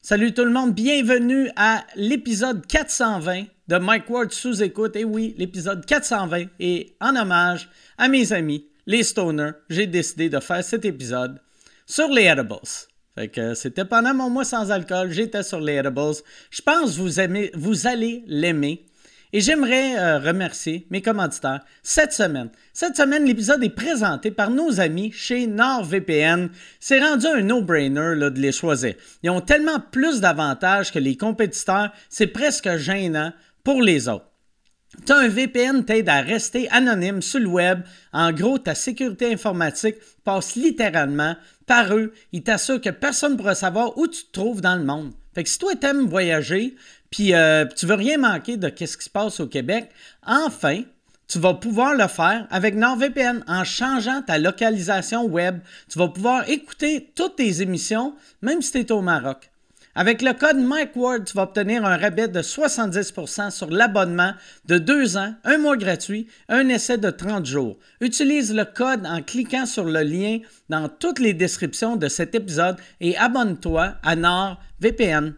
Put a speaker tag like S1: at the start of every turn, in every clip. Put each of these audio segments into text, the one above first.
S1: Salut tout le monde, bienvenue à l'épisode 420 de Mike Ward sous écoute. Et oui, l'épisode 420 est en hommage à mes amis, les stoners. J'ai décidé de faire cet épisode sur les edibles. Fait que c'était pendant mon mois sans alcool, j'étais sur les edibles. Je pense que vous allez l'aimer. Et j'aimerais remercier mes commanditaires cette semaine. Cette semaine, l'épisode est présenté par nos amis chez NordVPN. C'est rendu un no-brainer là, de les choisir. Ils ont tellement plus d'avantages que les compétiteurs, c'est presque gênant pour les autres. Tu as un VPN t'aide à rester anonyme sur le web. En gros, ta sécurité informatique passe littéralement par eux. Ils t'assurent que personne ne pourra savoir où tu te trouves dans le monde. Fait que si toi t'aimes voyager, puis tu veux rien manquer de ce qui se passe au Québec, enfin, tu vas pouvoir le faire avec NordVPN en changeant ta localisation web. Tu vas pouvoir écouter toutes tes émissions, même si tu es au Maroc. Avec le code MikeWard, tu vas obtenir un rabais de 70% sur l'abonnement de 2 ans, 1 mois gratuit, un essai de 30 jours. Utilise le code en cliquant sur le lien dans toutes les descriptions de cet épisode et abonne-toi à NordVPN.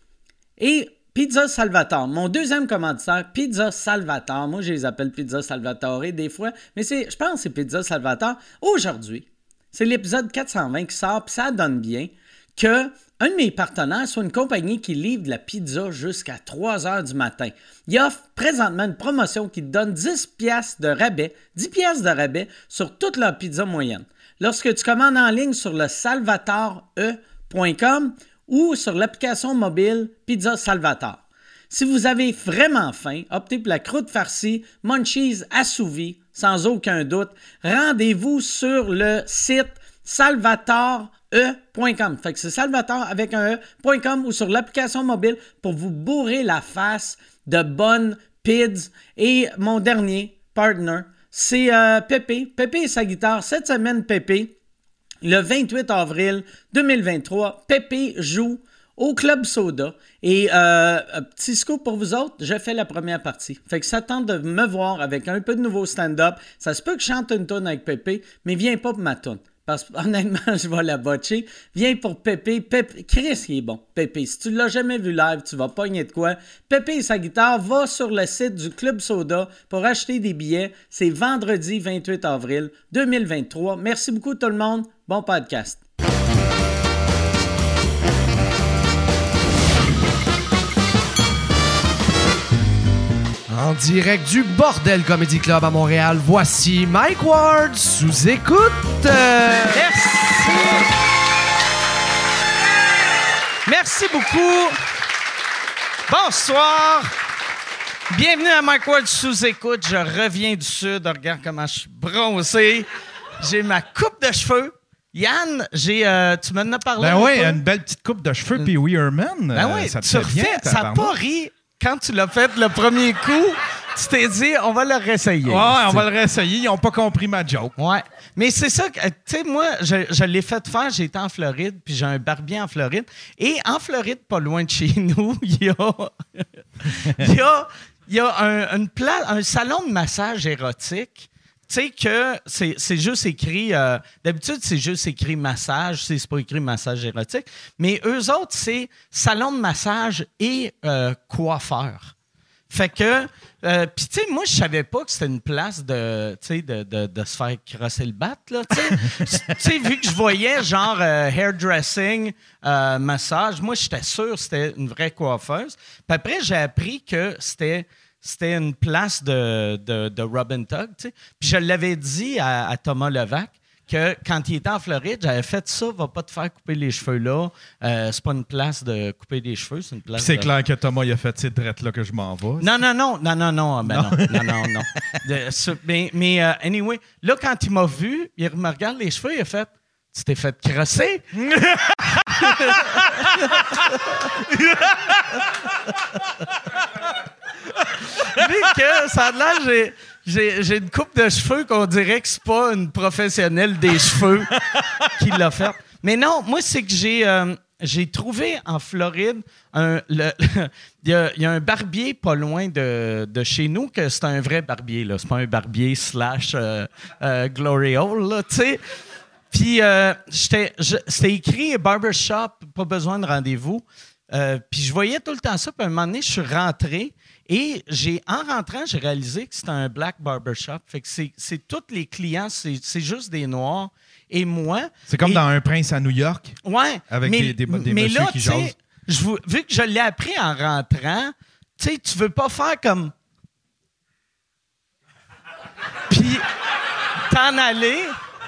S1: Et Pizza Salvatore, mon deuxième commanditaire, Pizza Salvatore. Moi, je les appelle Pizza Salvatore des fois, mais je pense que c'est Pizza Salvatore. Aujourd'hui, c'est l'épisode 420 qui sort, puis ça donne bien que un de mes partenaires soit une compagnie qui livre de la pizza jusqu'à 3 heures du matin. Il offre présentement une promotion qui te donne 10 piastres de rabais, 10 piastres de rabais sur toute leur pizza moyenne. Lorsque tu commandes en ligne sur le salvatore.com ou sur l'application mobile Pizza Salvatore. Si vous avez vraiment faim, optez pour la croûte farcie, munchies assouvie, sans aucun doute. Rendez-vous sur le site salvatore.com. Fait que c'est Salvatore avec un E.com ou sur l'application mobile pour vous bourrer la face de bonnes pizzas. Et mon dernier partner, c'est Pépé. Pépé et sa guitare. Cette semaine, Pépé, le 28 avril 2023, Pépé joue au Club Soda. Et petit scoop pour vous autres, je fais la première partie. Fait que ça tente de me voir avec un peu de nouveau stand-up. Ça se peut que je chante une toune avec Pépé, mais viens pas pour ma toune. Parce que honnêtement, je vais la botcher. Viens pour Pépé. Pépé. Chris, il est bon. Pépé, si tu ne l'as jamais vu live, tu vas pogner de quoi. Pépé et sa guitare, va sur le site du Club Soda pour acheter des billets. C'est vendredi 28 avril 2023. Merci beaucoup tout le monde. Bon podcast.
S2: En direct du Bordel Comedy Club à Montréal, voici Mike Ward sous écoute.
S1: Merci. Merci beaucoup. Bonsoir. Bienvenue à Mike Ward sous écoute. Je reviens du Sud. Regarde comment je suis bronzé. J'ai ma coupe de cheveux. Yann, tu m'en as parlé.
S3: Ben oui, une belle petite coupe de cheveux Pee Wee Herman.
S1: Ben oui,
S3: ça te fait bien.
S1: Ça n'a pas ri. Quand tu l'as fait le premier coup, tu t'es dit, on va le réessayer.
S3: Ouais, on va le réessayer. Ils n'ont pas compris ma joke.
S1: Ouais. Mais c'est ça que, tu sais, moi, je l'ai fait faire. J'étais en Floride, puis j'ai un barbier en Floride. Et en Floride, pas loin de chez nous, il y a un salon de massage érotique. Tu sais que c'est juste écrit... d'habitude, c'est juste écrit massage, c'est pas écrit massage érotique. Mais eux autres, c'est salon de massage et coiffeur. Fait que... Puis, tu sais, moi, je savais pas que c'était une place de se faire crosser le bat, là, tu sais. Vu que je voyais, genre, hairdressing, massage, moi, j'étais sûr que c'était une vraie coiffeuse. Puis après, j'ai appris que c'était une place de rub and tug, tu sais. Puis je l'avais dit à Thomas Levac que quand il était en Floride, j'avais fait ça, va pas te faire couper les cheveux là. C'est pas une place de couper des cheveux, c'est une place.
S3: C'est clair que Thomas il a fait cette drette là que je m'en vais.
S1: Non. Ben non. Mais anyway, là quand il m'a vu, il me regarde les cheveux, il a fait. Tu t'es fait crosser? Vu que ça a l'air, j'ai une coupe de cheveux qu'on dirait que c'est pas une professionnelle des cheveux qui l'a fait. Mais non, moi, c'est que j'ai trouvé en Floride il y a un barbier pas loin de chez nous que c'est un vrai barbier, là. C'est pas un barbier / glory hole, là, tu sais. Puis c'était écrit barbershop, pas besoin de rendez-vous. Puis je voyais tout le temps ça. Puis à un moment donné, je suis rentré. Et en rentrant, j'ai réalisé que c'était un black barbershop. Fait que c'est tous les clients, c'est juste des noirs. Et moi...
S3: C'est comme dans Un prince à New York.
S1: Ouais.
S3: Avec des messieurs qui jasent.
S1: Vu que je l'ai appris en rentrant, tu sais, tu veux pas faire comme... Puis t'en aller...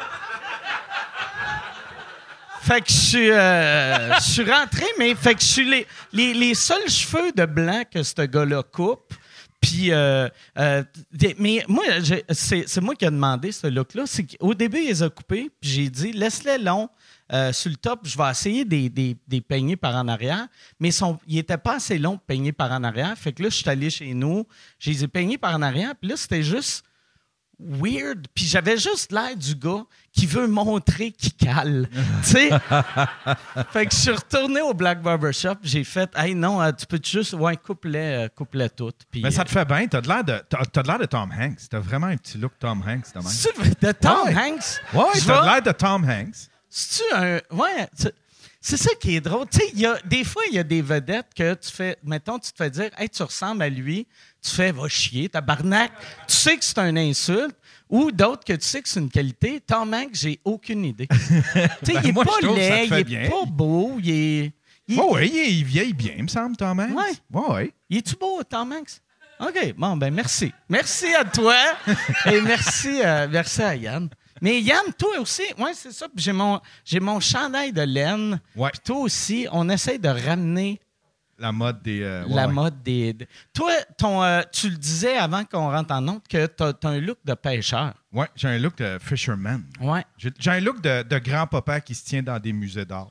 S1: Fait que je suis rentré, mais fait que je suis les seuls cheveux de blanc que ce gars-là coupe. Puis, mais moi, c'est moi qui ai demandé ce look-là. Au début, il les a coupés, puis j'ai dit, laisse-les longs sur le top. Je vais essayer des peigner par en arrière. Mais ils n'étaient pas assez longs pour peigner par en arrière. Fait que là, je suis allé chez nous, je les ai peignés par en arrière. Puis là, c'était juste weird. Puis j'avais juste l'air du gars qui veut montrer qu'il cale. Tu sais? Fait que je suis retourné au Black Barbershop. J'ai fait, hey non, tu peux juste, coupe-les toutes. Puis,
S3: mais ça te fait bien. T'as de l'air de Tom Hanks. T'as vraiment un petit look Tom Hanks.
S1: De Tom Hanks?
S3: Ouais, t'as de l'air de Tom Hanks.
S1: C'est-tu un... Ouais, c'est ça qui est drôle. Tu sais, des fois, il y a des vedettes que tu fais... Mettons, tu te fais dire, hey, tu ressembles à lui. Tu fais, va chier, tabarnak. Tu sais que c'est une insulte. Ou d'autres que tu sais que c'est une qualité. Tom Hanks, j'ai aucune idée. Tu sais, il n'est pas laid, il n'est pas beau, il
S3: vieillit bien, il me semble, Tom Hanks.
S1: Ouais. Il est-tu beau, Tom Hanks? OK, bon, ben merci. Merci à toi et merci à Yann. Mais Yann, toi aussi, c'est ça. Puis j'ai mon chandail de laine.
S3: Ouais.
S1: Puis toi aussi, on essaie de ramener
S3: la mode des...
S1: mode des... Toi, tu le disais avant qu'on rentre en ondes que tu as un look de pêcheur.
S3: Oui, j'ai un look de fisherman.
S1: Ouais.
S3: J'ai un look de grand-papa qui se tient dans des musées d'art.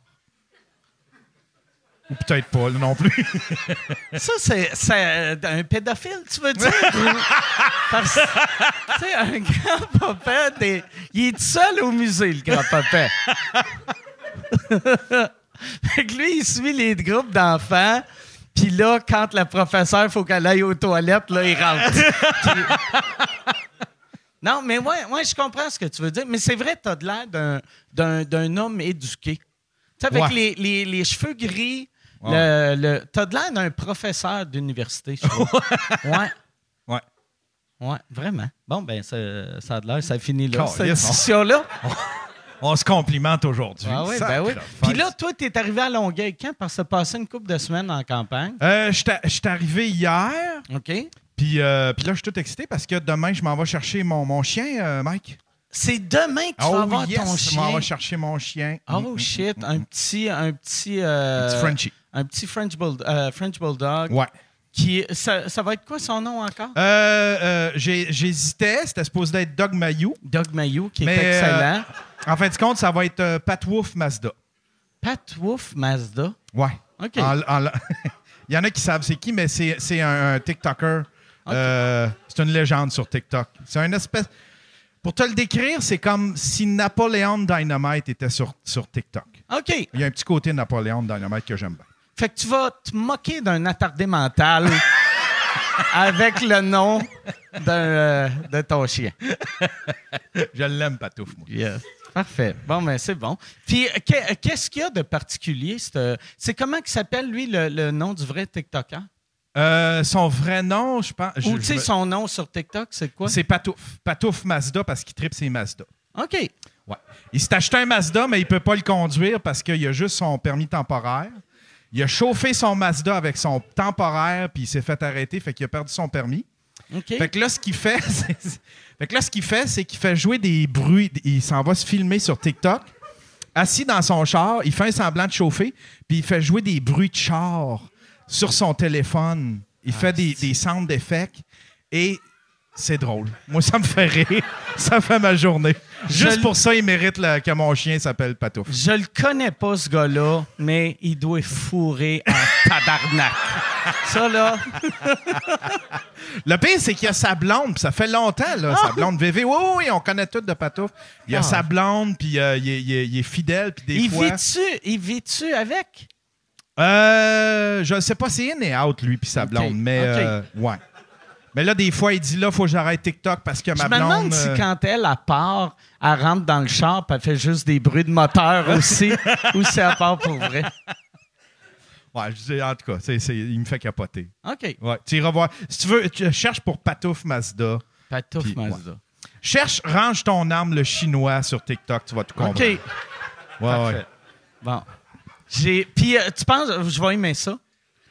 S3: Ou peut-être pas, là, non plus.
S1: Ça, c'est un pédophile, tu veux dire? Parce que, tu sais, un grand-papa, il est seul au musée, le grand-papa. Fait que lui, il suit les groupes d'enfants, puis là, quand la professeure, il faut qu'elle aille aux toilettes, là, il rentre. Non, mais ouais, je comprends ce que tu veux dire, mais c'est vrai, t'as de l'air d'un homme éduqué. Tu sais, avec les cheveux gris, t'as de l'air d'un professeur d'université, je trouve. Ouais, vraiment. Bon, ben, ça a de l'air, ça finit là, cette discussion-là.
S3: On se complimente aujourd'hui.
S1: Ah oui, ben oui. Puis là, toi, tu es arrivé à Longueuil quand? Parce que ça passé une couple de semaines en campagne.
S3: Je suis arrivé hier.
S1: OK.
S3: Puis là, je suis tout excité parce que demain, je m'en vais chercher mon chien, Mike.
S1: C'est demain que tu vas voir ton chien?
S3: Je m'en vais chercher mon chien.
S1: Oh shit, un petit
S3: Frenchie.
S1: Un petit French Bulldog.
S3: Ouais.
S1: Ça va être quoi son nom encore?
S3: J'hésitais. C'était supposé être Doug Mayou.
S1: Doug Mayou, qui est excellent.
S3: En fin de compte, ça va être Pat Wolf Mazda.
S1: Pat Wolf Mazda?
S3: Ouais.
S1: OK.
S3: Il y en a qui savent c'est qui, mais c'est un TikToker. Okay. C'est une légende sur TikTok. C'est une espèce... Pour te le décrire, c'est comme si Napoléon Dynamite était sur TikTok.
S1: OK.
S3: Il y a un petit côté Napoléon Dynamite que j'aime bien.
S1: Fait que tu vas te moquer d'un attardé mental avec le nom de ton chien.
S3: Je l'aime, Patouf, moi.
S1: Yes. Parfait. Bon, ben c'est bon. Puis, qu'est-ce qu'il y a de particulier? C'est comment qu'il s'appelle, lui, le nom du vrai TikToker?
S3: Son vrai nom, je pense...
S1: Ou tu sais, son nom sur TikTok, c'est quoi?
S3: C'est Patouf. Patouf Mazda parce qu'il tripe ses Mazda.
S1: OK.
S3: Ouais. Il s'est acheté un Mazda, mais il ne peut pas le conduire parce qu'il a juste son permis temporaire. Il a chauffé son Mazda avec son temporaire, puis il s'est fait arrêter, fait qu'il a perdu son permis.
S1: Okay.
S3: Fait que là, ce qu'il fait, c'est qu'il fait jouer des bruits. Il s'en va se filmer sur TikTok. Assis dans son char, il fait un semblant de chauffer, puis il fait jouer des bruits de char sur son téléphone. Il fait des sound effects. Et c'est drôle. Moi, ça me fait rire. Ça fait ma journée. Juste pour ça, il mérite que mon chien s'appelle Patouf.
S1: Je le connais pas, ce gars-là, mais il doit fourrer en tabarnak. Ça, là...
S3: Le pire, c'est qu'il y a sa blonde, puis ça fait longtemps, là, sa blonde VV. Oui, on connaît tout de Patouf. Il y a sa blonde, puis il est fidèle, puis des fois...
S1: Il vit-tu avec?
S3: Je ne sais pas, c'est in et out, lui, puis sa blonde, mais ouais. Mais là, des fois, il dit, là, il faut que j'arrête TikTok parce que ma blonde...
S1: Je me demande si quand elle part, elle rentre dans le char et elle fait juste des bruits de moteur aussi, ou si elle part pour vrai.
S3: Ouais, en tout cas, il me fait capoter.
S1: OK.
S3: Ouais, tu iras voir. Si tu veux, tu cherches pour Patouf Mazda.
S1: Patouf Mazda.
S3: Ouais. Cherche Range ton arme, le chinois sur TikTok, tu vas tout comprendre.
S1: OK.
S3: Ouais.
S1: Bon. Puis, tu penses, je vais aimer ça?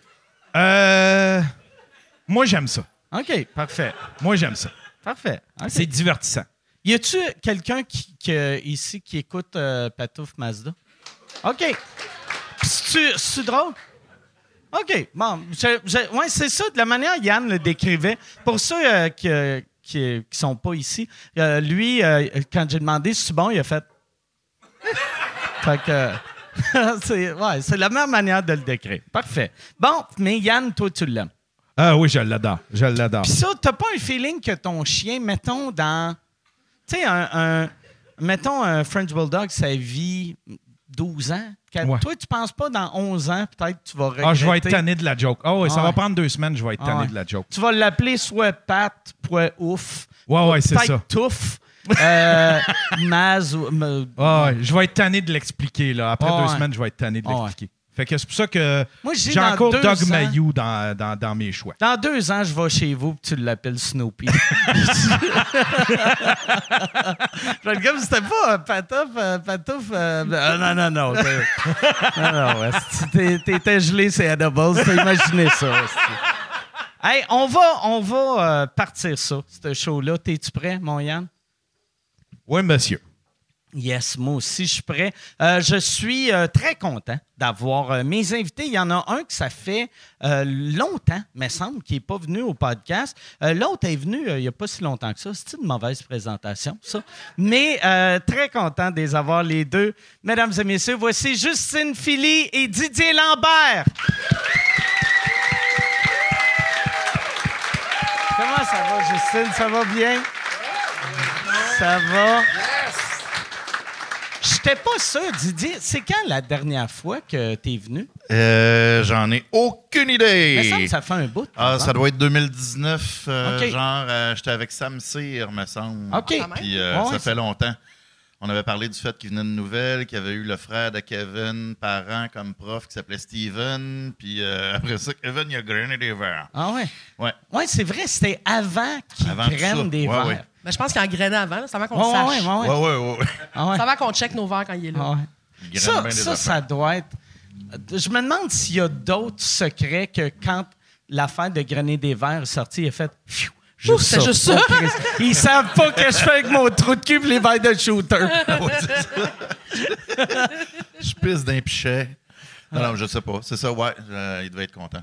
S3: Moi, j'aime ça.
S1: OK, parfait.
S3: Moi, j'aime ça.
S1: Parfait. Okay.
S3: C'est divertissant.
S1: Y a-tu quelqu'un ici qui écoute Patouf Mazda? OK. C'est drôle? OK. Bon, ouais, c'est ça, de la manière Yann le décrivait. Pour ceux qui sont pas ici, lui, quand j'ai demandé si c'est bon, il a fait... Fait que... c'est la meilleure manière de le décrire. Parfait. Bon, mais Yann, toi, tu l'aimes.
S3: Ah oui, je l'adore.
S1: Puis ça, t'as pas un feeling que ton chien, mettons, dans... Tu sais, mettons, un French Bulldog, ça vit 12 ans.
S3: Ouais.
S1: Toi, tu penses pas dans 11 ans, peut-être tu vas regretter...
S3: Ah, je vais être tanné de la joke. Ah oui, ça
S1: Ouais.
S3: va prendre 2 semaines, je vais être tanné de la joke.
S1: Tu vas l'appeler soit Pat, point ouf.
S3: Ouais, c'est ça.
S1: Peut-être Touf. Maz ou...
S3: Ouais, je vais être tanné de l'expliquer, là. Après 2
S1: Ouais.
S3: semaines, je vais être tanné de l'expliquer. Fait que c'est pour ça que
S1: Moi, je dis
S3: j'ai
S1: dans
S3: encore
S1: 2
S3: Doug
S1: ans-
S3: Mayou dans mes choix.
S1: Dans 2 ans, je vais chez vous et tu l'appelles Snoopy. Je vais être comme si c'était pas Patouf. Non. Non, t'étais gelé, c'est Edibles. T'as imaginé ça. Hey, on va partir ça, ce show-là. T'es-tu prêt, mon Yann?
S3: Oui, monsieur.
S1: Yes, moi aussi, je suis prêt. Je suis très content d'avoir mes invités. Il y en a un que ça fait longtemps, me semble, qui n'est pas venu au podcast. L'autre est venu il n'y a pas si longtemps que ça. C'est une mauvaise présentation, ça. Mais très content de les avoir les deux. Mesdames et messieurs, voici Justine Philly et Didier Lambert. Comment ça va, Justine? Ça va bien? Ça va? J'étais pas sûr, Didier. C'est quand la dernière fois que t'es venu?
S4: J'en ai aucune idée.
S1: Me semble que ça fait un bout.
S4: Ça doit être 2019.
S1: OK.
S4: J'étais avec Sam Cyr, me semble.
S1: OK.
S4: Puis
S1: Ouais,
S4: ça fait longtemps. On avait parlé du fait qu'il venait une nouvelle, qu'il y avait eu le frère de Kevin, parent comme prof, qui s'appelait Steven. Puis après ça, Kevin, il a grainé des verres.
S1: Ah ouais?
S4: Ouais.
S1: Ouais, c'est vrai, c'était avant qu'il
S4: Avant tout
S1: graine
S4: ça.
S1: des
S4: Ouais,
S1: verres.
S4: ouais.
S5: Ben, je pense qu'il en grainait avant, là. C'est avant qu'on le
S1: Ouais,
S5: sache.
S4: Ouais.
S1: Ah ouais.
S5: C'est avant qu'on check nos verres quand il est là.
S1: Ah ouais.
S4: Il graine bien des
S1: Ça
S4: affaires.
S1: doit être... Je me demande s'il y a d'autres secrets que quand l'affaire de grainer des verres est sortie, il a fait... Pfiou,
S5: c'est juste ça.
S1: Oh, Christ. Ils savent pas que je fais avec mon trou de cul et les verres de shooter.
S4: Ouais, c'est ça. Je pisse d'un pichet. Non, je sais pas. C'est ça, ouais. Il devait être content.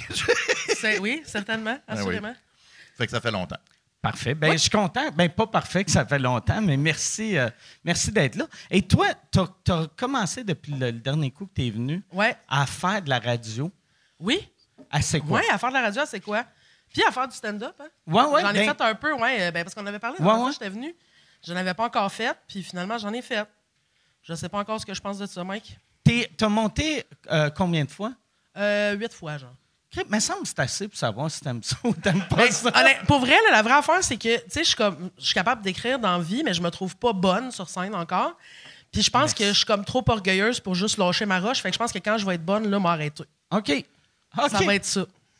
S5: Oui, certainement, assurément.
S4: Fait que ça fait longtemps.
S1: Parfait. Ben, je suis content. Ben, pas parfait que ça fait longtemps, mais merci, merci d'être là. Et toi, tu as commencé depuis le dernier coup que tu es venu
S5: Ouais.
S1: à faire de la radio.
S5: Oui.
S1: C'est quoi?
S5: Oui, à faire de la radio, c'est quoi? Puis à faire du stand-up. Hein?
S1: Ouais,
S5: J'en ai
S1: ben-
S5: fait un peu, parce qu'on avait parlé
S1: Ouais,
S5: la fois
S1: ouais.
S5: que j'étais venu. Je n'avais pas encore fait, puis finalement, j'en ai fait. Je ne sais pas encore ce que je pense de ça, Mike.
S1: T'as monté combien de fois?
S5: 8 fois, genre.
S1: Il me semble que c'est assez pour savoir si t'aimes ça ou t'aimes pas
S5: Ben,
S1: ça.
S5: pour vrai, là, la vraie affaire, c'est que, tu sais, je suis capable d'écrire dans la vie, mais je me trouve pas bonne sur scène encore. Puis je pense que je suis comme trop orgueilleuse pour juste lâcher ma roche. Fait que je pense que quand je vais être bonne, là, m'arrêter.
S1: OK.
S5: Ça va être ça.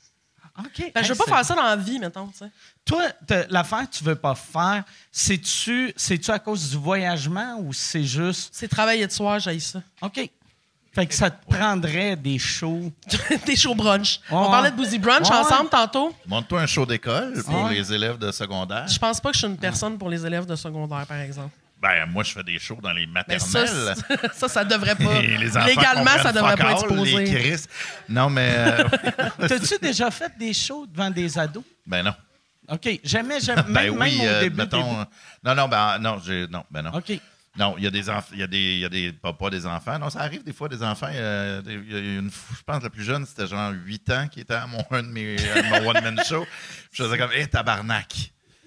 S1: OK.
S5: Ben, je veux pas faire ça dans la vie, mettons, tu sais.
S1: Toi, l'affaire que tu veux pas faire, c'est-tu à cause du voyagement ou c'est juste...
S5: C'est travailler de soir, j'ai ça.
S1: OK. Fait que ça te prendrait des shows.
S5: Des shows brunch.
S1: Ouais.
S5: On parlait de Boozy Brunch
S1: Ouais.
S5: ensemble tantôt.
S4: Monte-toi un show d'école pour
S1: Ouais.
S4: les élèves de secondaire.
S5: Je pense pas que je suis une personne pour les élèves de secondaire, par exemple.
S4: Ben, moi, je fais des shows dans les
S5: Mais
S4: maternelles.
S5: ça devrait pas.
S4: Et les enfants
S5: Légalement, ça
S4: comprennent
S5: devrait
S4: fuck
S5: pas être
S4: all, les
S5: supposé.
S4: Chris. Non, mais...
S1: T'as-tu déjà fait des shows devant des ados?
S4: ben non.
S1: OK. Jamais,
S4: Ben
S1: même
S4: oui,
S1: au début.
S4: mettons... Non, non.
S1: OK.
S4: Non, il y a des enfants, il y a des pas des enfants. Non, ça arrive des fois des enfants. Il y a je pense que la plus jeune, c'était genre 8 ans qui était à mon one-man show. Puis je faisais comme, hé, tabarnak.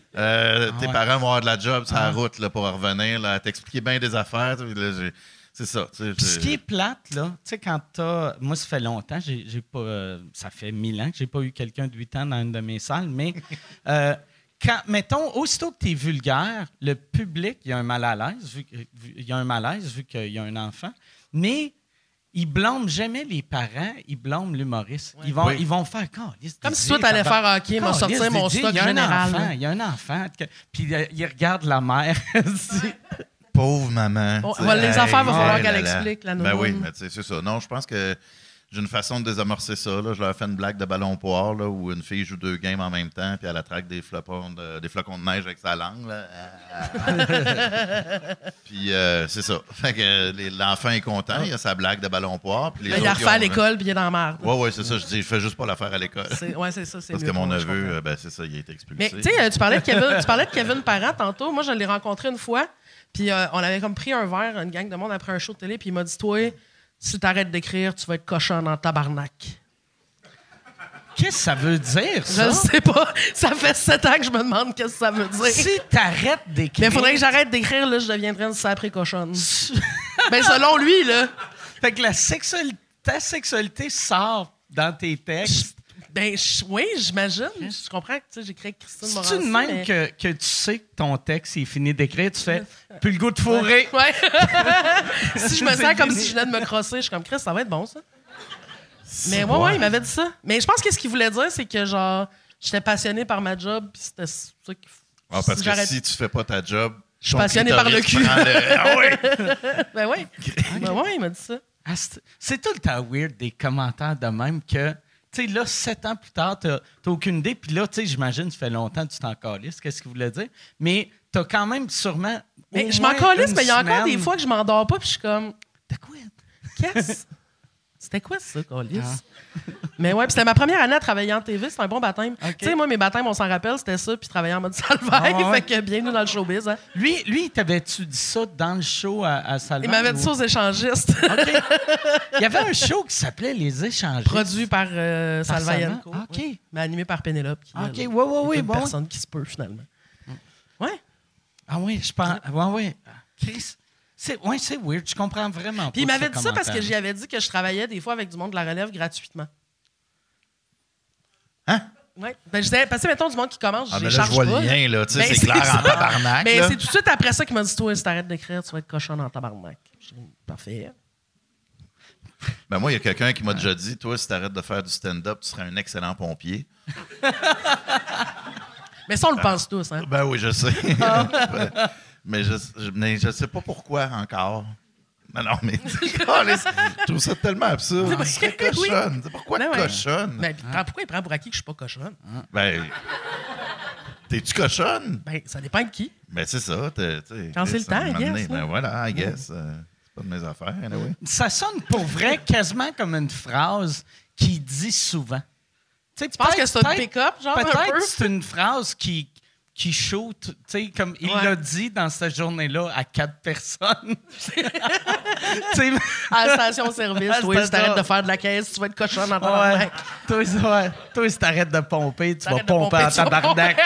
S4: Tes parents vont avoir de la job sur la route là, pour revenir, là, t'expliquer bien des affaires. Là, c'est ça.
S1: Puis ce qui est plate, là, tu sais, quand t'as... Moi, ça fait longtemps, j'ai pas... ça fait 1000 ans que j'ai pas eu quelqu'un de 8 ans dans une de mes salles, mais... Quand, mettons, aussitôt que tu es vulgaire, le public, il y a un mal à l'aise, vu qu'il y a un enfant, mais ils blâment jamais les parents, ils blâment l'humoriste.
S5: Ouais.
S1: Ils vont faire
S5: comme si toi, t'allais faire hockey, m'a sorti mon stock général.
S1: Il y a un enfant, puis il regarde la mère.
S4: Pauvre maman.
S5: Bon, les affaires, il va falloir qu'elle explique, la
S4: Ben oui,
S5: nounoune.
S4: mais tu sais, c'est ça. Non, je pense que j'ai une façon de désamorcer ça. Là. Je leur fais une blague de ballon poire là, où une fille joue 2 games en même temps puis elle attraque des flocons de neige avec sa langue. Là. Puis c'est ça. Fait que l'enfant est content, il a sa blague de ballon poire. Puis
S5: Il a refait à l'école puis il est dans la merde.
S4: Oui, c'est ça. Je dis, je fais juste pas l'affaire à l'école.
S5: Ouais, c'est ça.
S4: Parce que mon neveu, c'est ça, il a été expulsé.
S5: Mais tu sais, tu parlais de Kevin Parent tantôt. Moi, je l'ai rencontré une fois. Puis on avait comme pris un verre, une gang de monde, après un show de télé. Puis il m'a dit, toi, si t'arrêtes d'écrire, tu vas être cochon en tabarnak.
S1: Qu'est-ce que ça veut dire, ça?
S5: Je ne sais pas. Ça fait 7 ans que je me demande qu'est-ce que ça veut dire.
S1: Si t'arrêtes d'écrire...
S5: Mais il faudrait que j'arrête d'écrire, là, je deviendrais une saprée cochonne. Ben, selon lui, là.
S1: Fait que ta sexualité sort dans tes textes.
S5: Ben, oui, j'imagine. Je comprends que tu sais, j'écris avec Christine Morancy.
S1: C'est-tu de même que tu sais que ton texte est fini d'écrire, tu fais « plus le goût de fourrer
S5: Ouais. Si je me sens comme si je venais de me crosser, je suis comme Chris, ça va être bon, ça. Mais ouais, il m'avait dit ça. Mais je pense que ce qu'il voulait dire, c'est que genre, j'étais passionné par ma job, puis c'était ça qu'il faut.
S4: Parce que si tu fais pas ta job,
S5: je suis passionné par le cul.
S4: Ah oui!
S5: Ben oui. Ben ouais, il m'a dit ça.
S1: C'est tout le temps weird des commentaires de même que... Tu sais, là, 7 ans plus tard, t'as aucune idée. Puis là, tu sais, j'imagine, ça fait longtemps que tu t'en calisses. Qu'est-ce qu'il voulait dire? Mais t'as quand même sûrement...
S5: Mais je m'en calisse, mais il y a encore des fois que je m'endors pas, puis je suis comme...
S1: T'as quoi?
S5: Qu'est-ce? C'était quoi ça, calisse? Mais ouais, puis c'était ma première année à travailler en TV. C'était un bon baptême.
S1: Okay.
S5: Tu sais, moi, mes baptêmes, on s'en rappelle, c'était ça, puis travailler en mode Salvaille. Fait que bienvenue dans le showbiz. Hein?
S1: Lui, t'avais-tu dit ça dans le show à Salvaille?
S5: Il m'avait dit ça aux échangistes.
S1: OK. Il y avait un show qui s'appelait Les Échangistes.
S5: Produit par Salvaille & Co.
S1: OK.
S5: Oui. Mais animé par Pénélope.
S1: OK, oui,
S5: une
S1: bon.
S5: personne qui se peut, finalement. Ouais.
S1: Ah oui, je pense... Oui. Chris... C'est weird. Je comprends vraiment pas.
S5: Puis il m'avait dit ça parce que
S1: commentaire.
S5: j'y avais dit que je travaillais des fois avec du monde de la relève gratuitement.
S4: Hein?
S5: Oui. Ben, je disais, parce que mettons du monde qui commence, je
S4: mais
S5: les
S4: là,
S5: charge
S4: je vois
S5: pas.
S4: le lien, là. Tu sais,
S5: Ben,
S4: c'est clair
S5: ça.
S4: en tabarnak.
S5: Mais
S4: là.
S5: c'est tout de suite après ça qu'il m'a dit, toi, si t'arrêtes d'écrire, tu vas être cochon en tabarnak. Je dis, parfait.
S4: Ben moi, il y a quelqu'un qui m'a déjà dit, toi, si t'arrêtes de faire du stand-up, tu serais un excellent pompier.
S5: Mais ça, on le pense tous, hein?
S4: Ben oui, je sais. mais je sais pas pourquoi encore. Non, mais je trouve ça tellement absurde. Tu serais cochonne.
S5: Oui.
S4: Pourquoi
S5: Ben ouais.
S4: cochonne?
S5: Ben, pourquoi il prend pour acquis que je suis pas cochonne?
S4: Ben, t'es-tu cochonne?
S5: Ben, ça dépend de qui.
S4: Ben, c'est ça.
S5: Quand c'est le temps, I guess,
S4: Ben
S5: là.
S4: voilà, I guess. C'est pas de mes affaires, anyway.
S1: Ça sonne pour vrai quasiment comme une phrase qu'il dit souvent. Tu
S5: penses que c'est un pick-up, genre, un peu?
S1: Peut-être que c'est une phrase qui shoot, tu sais, comme il l'a dit dans cette journée-là à 4 personnes.
S5: À la station-service, oui, si t'arrêtes de faire de la caisse, tu vas être cochonne en tabarnak.
S1: Toi, si t'arrêtes de pomper, tu vas
S5: T'arrêtes de
S1: pomper en
S5: tu vas
S1: tabarnak.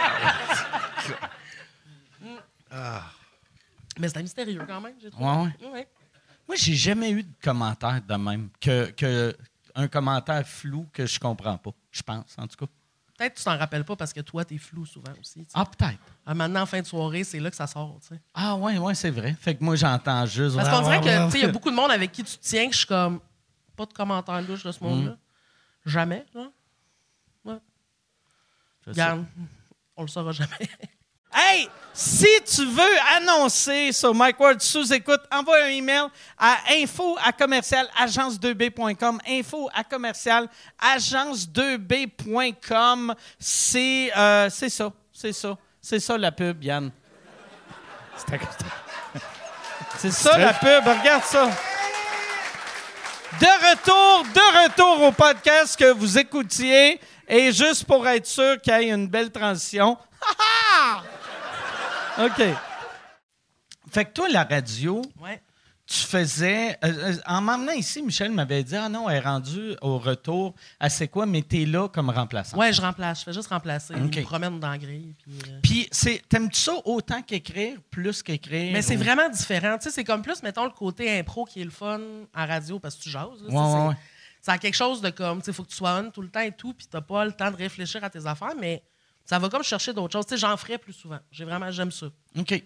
S5: Mais c'était mystérieux quand même, j'ai trouvé.
S1: Ouais. Moi, j'ai jamais eu de commentaire de même. Que un commentaire flou que je comprends pas, je pense, en tout cas.
S5: Peut-être que tu t'en rappelles pas parce que toi, t'es flou souvent aussi. T'sais.
S1: Ah, peut-être.
S5: Maintenant, en fin de soirée, c'est là que ça sort. T'sais.
S1: Ah, ouais, c'est vrai. Fait que moi, j'entends juste...
S5: Parce qu'on dirait que il y a beaucoup de monde avec qui tu te tiens que je suis comme... Pas de commentaires louches de ce monde-là. Jamais, là. Ouais. Regarde, on le saura jamais.
S1: Hey, si tu veux annoncer sur Mike Ward sous-écoute, envoie un email à info@agence2b.com. info@agence2b.com. C'est ça la pub, Yann. C'est ça la pub, regarde ça. De retour au podcast que vous écoutiez. Et juste pour être sûr qu'il y ait une belle transition. OK. Fait que toi, la radio, tu faisais... en m'emmenant ici, Michel m'avait dit « Ah non, elle est rendue au retour à C'est quoi? Mais t'es là comme remplaçant. »
S5: Ouais, je remplace. Je fais juste remplacer.
S1: OK.
S5: Je me promène dans la grille.
S1: Puis t'aimes-tu ça autant qu'écrire, plus qu'écrire?
S5: Mais c'est vraiment différent. Tu sais, c'est comme plus, mettons, le côté impro qui est le fun en radio parce que tu jases. Là,
S1: Ouais.
S5: Ça a quelque chose de comme, tu sais, il faut que tu sois on tout le temps et tout, puis t'as pas le temps de réfléchir à tes affaires, mais ça va comme chercher d'autres choses. Tu sais, j'en ferais plus souvent. J'aime ça.
S1: OK.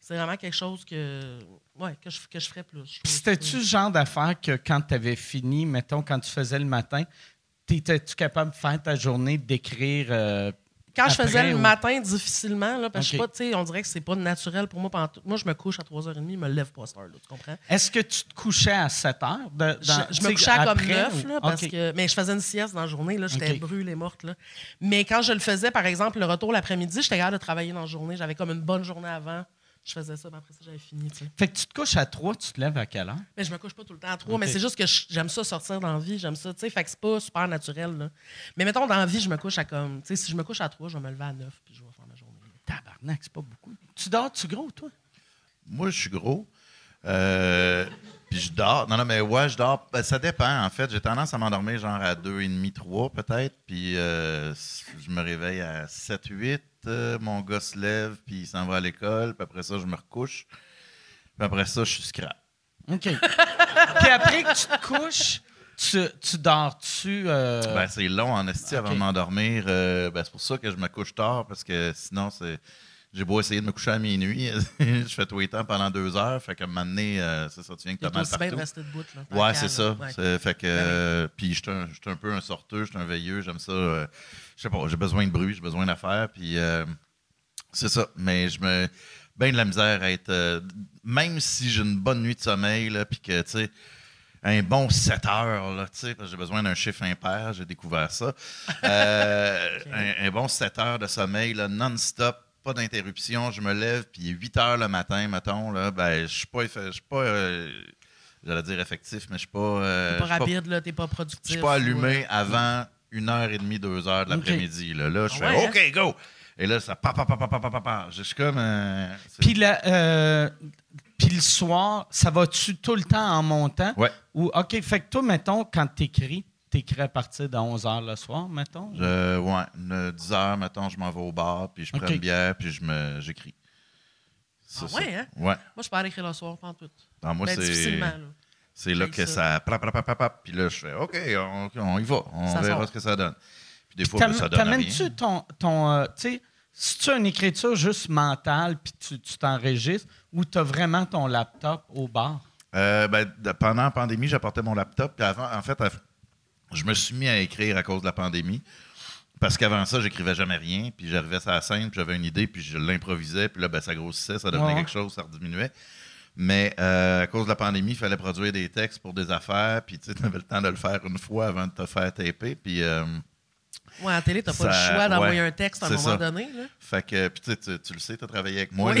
S5: c'est vraiment quelque chose que je ferais plus.
S1: Puis c'était-tu le genre d'affaire que quand tu avais fini, mettons, quand tu faisais le matin, étais-tu capable de faire ta journée, d'écrire
S5: Quand je faisais
S1: après,
S5: le
S1: ou-
S5: matin, difficilement, là, parce que
S1: Ok.
S5: je sais pas, tu sais, on dirait que c'est pas naturel pour moi. Moi, je me couche à 3h30, je me lève pas à cette heure-là, tu comprends?
S1: Est-ce que tu te couchais à 7 heures?
S5: Je me couchais à comme 9,
S1: ou-
S5: là, parce
S1: OK.
S5: que, mais je faisais une sieste dans la journée, là, j'étais
S1: OK.
S5: brûlée, morte. Là. Mais quand je le faisais, par exemple, le retour l'après-midi, j'étais capable de travailler dans la journée. J'avais comme une bonne journée avant. Je faisais ça, puis après ça, j'avais fini. Tu sais.
S1: Fait que tu te couches à 3, tu te lèves à quelle heure?
S5: Mais je me couche pas tout le temps à 3,
S1: OK.
S5: mais c'est juste que j'aime ça sortir dans la vie, j'aime ça, tu sais, fait que c'est pas super naturel. Là. Mais mettons, dans la vie, je me couche à comme, tu sais, si je me couche à 3, je vais me lever à 9, puis je vais faire ma journée.
S1: Tabarnak, c'est pas beaucoup. Tu dors-tu gros, toi?
S4: Moi, je suis gros. Puis je dors. Non, mais ouais, je dors. Ben, ça dépend, en fait. J'ai tendance à m'endormir genre à 2h30, 3 peut-être. Puis je me réveille à 7, 8. Mon gars se lève, puis il s'en va à l'école. Puis après ça, je me recouche. Puis après ça, je suis scrap.
S1: OK. Puis après que tu te couches, tu dors-tu...
S4: Ben, c'est long en esti avant
S1: OK.
S4: de m'endormir. Ben, c'est pour ça que je me couche tard, parce que sinon, j'ai beau essayer de me coucher à minuit, je fais tout le temps pendant 2 heures. Fait qu'à un moment donné, c'est ça, tu viens que
S5: Il
S4: t'as mal
S5: aussi bien de
S4: partout.
S5: rester debout. Là,
S4: Ouais,
S5: Pascal,
S4: c'est ça.
S5: là. Ouais.
S4: Fait que, puis je suis un peu un sorteux, je suis un veilleux, j'aime ça. Je sais pas, j'ai besoin de bruit, j'ai besoin d'affaires, puis c'est ça. Mais je me bien de la misère à être, même si j'ai une bonne nuit de sommeil, là, puis que tu sais, un bon 7 heures, là, tu sais, parce que j'ai besoin d'un chiffre impair, j'ai découvert ça. Un bon 7 heures de sommeil, là, non-stop. Pas d'interruption, je me lève, puis il est 8 heures le matin, mettons, là, ben, je suis pas, j'allais dire effectif, mais je suis pas...
S5: T'es pas
S4: je suis
S5: rapide, là, t'es pas
S4: je
S5: productif.
S4: suis pas allumé avant 1h30, 2 heures de l'après-midi. Là, je fais
S5: ouais,
S4: OK, go! Et là, ça je suis comme...
S1: Puis le soir, ça va-tu tout le temps en montant?
S4: Ouais.
S1: Ou, OK, fait que toi, mettons, quand t'écris à partir de 11 h le soir, mettons?
S4: 10 heures, mettons, je m'en vais au bar, puis je prends
S1: OK.
S4: une bière, puis j'écris.
S5: Ah ouais, hein?
S4: Ouais.
S5: Moi, je peux aller écrire le soir, pas en tout.
S4: Non, moi,
S5: Ben, difficilement, là.
S4: c'est là
S5: J'aime
S4: que
S5: ça.
S4: ça... Puis là, je fais OK, on y va. On
S5: Ça
S4: verra
S5: sort.
S4: ce que ça donne. Puis des fois, ben, ça donne rien.
S1: T'amènes-tu ton tu sais, si tu as une écriture juste mentale, puis tu t'enregistres, ou tu as vraiment ton laptop au bar?
S4: Pendant la pandémie, j'apportais mon laptop. Puis avant, en fait, je me suis mis à écrire à cause de la pandémie. Parce qu'avant ça, j'écrivais jamais rien. Puis j'arrivais sur la scène, puis j'avais une idée, puis je l'improvisais. Puis là, ben, ça grossissait, ça devenait
S1: Ouais.
S4: quelque chose, ça rediminuait. Mais à cause de la pandémie, il fallait produire des textes pour des affaires. Puis tu avais le temps de le faire une fois avant de te faire taper. Puis
S5: Ouais, à la télé, t'as pas
S4: Ça-
S5: le choix d'envoyer
S4: ouais,
S5: un texte à un
S4: c'est
S5: moment
S4: ça.
S5: donné. Là.
S4: fait que, puis tu le sais, tu as travaillé avec moi.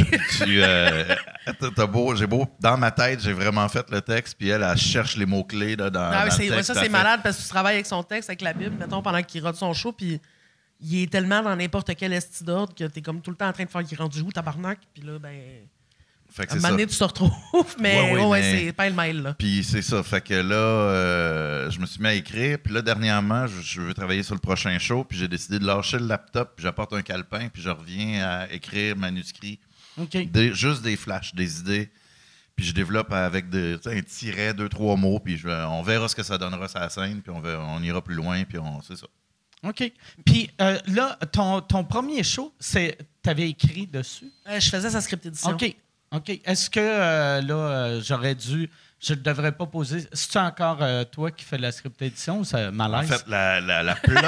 S5: Oui.
S4: Là, puis j'ai beau, dans ma tête, j'ai vraiment fait le texte. Puis elle cherche les mots-clés là, dans,
S5: Ah,
S4: dans
S5: oui,
S4: le
S5: c'est,
S4: texte.
S5: ça,
S4: elle
S5: c'est
S4: fait-
S5: malade parce que tu travailles avec son texte, avec la Bible, mettons, pendant qu'il rate son show, puis il est tellement dans n'importe quel esti d'ordre que t'es comme tout le temps en train de faire qu'il rendu où, tabarnak, puis là, ben,
S4: Fait que
S5: à un
S4: c'est
S5: moment
S4: ça.
S5: donné, tu te retrouves, mais
S4: Ouais,
S5: ouais,
S4: mais-
S5: c'est pas le mail, là.
S4: Puis c'est ça. Fait que là, je me suis mis à écrire. Puis là, dernièrement, je veux travailler sur le prochain show. Puis j'ai décidé de lâcher le laptop. Puis j'apporte un calepin. Puis je reviens à écrire manuscrit.
S1: OK.
S4: Juste des flashs, des idées. Puis je développe avec un tiret, 2-3 mots. Puis on verra ce que ça donnera sur la scène. Puis on ira plus loin. Puis c'est ça.
S1: OK. Puis là, ton premier show, t'avais écrit dessus?
S5: Je faisais sa script édition.
S1: OK. OK. Est-ce que j'aurais dû. Je ne devrais pas poser. C'est-tu encore toi qui fais la script édition ou ça
S4: En
S1: malaise?
S4: fait, la plug,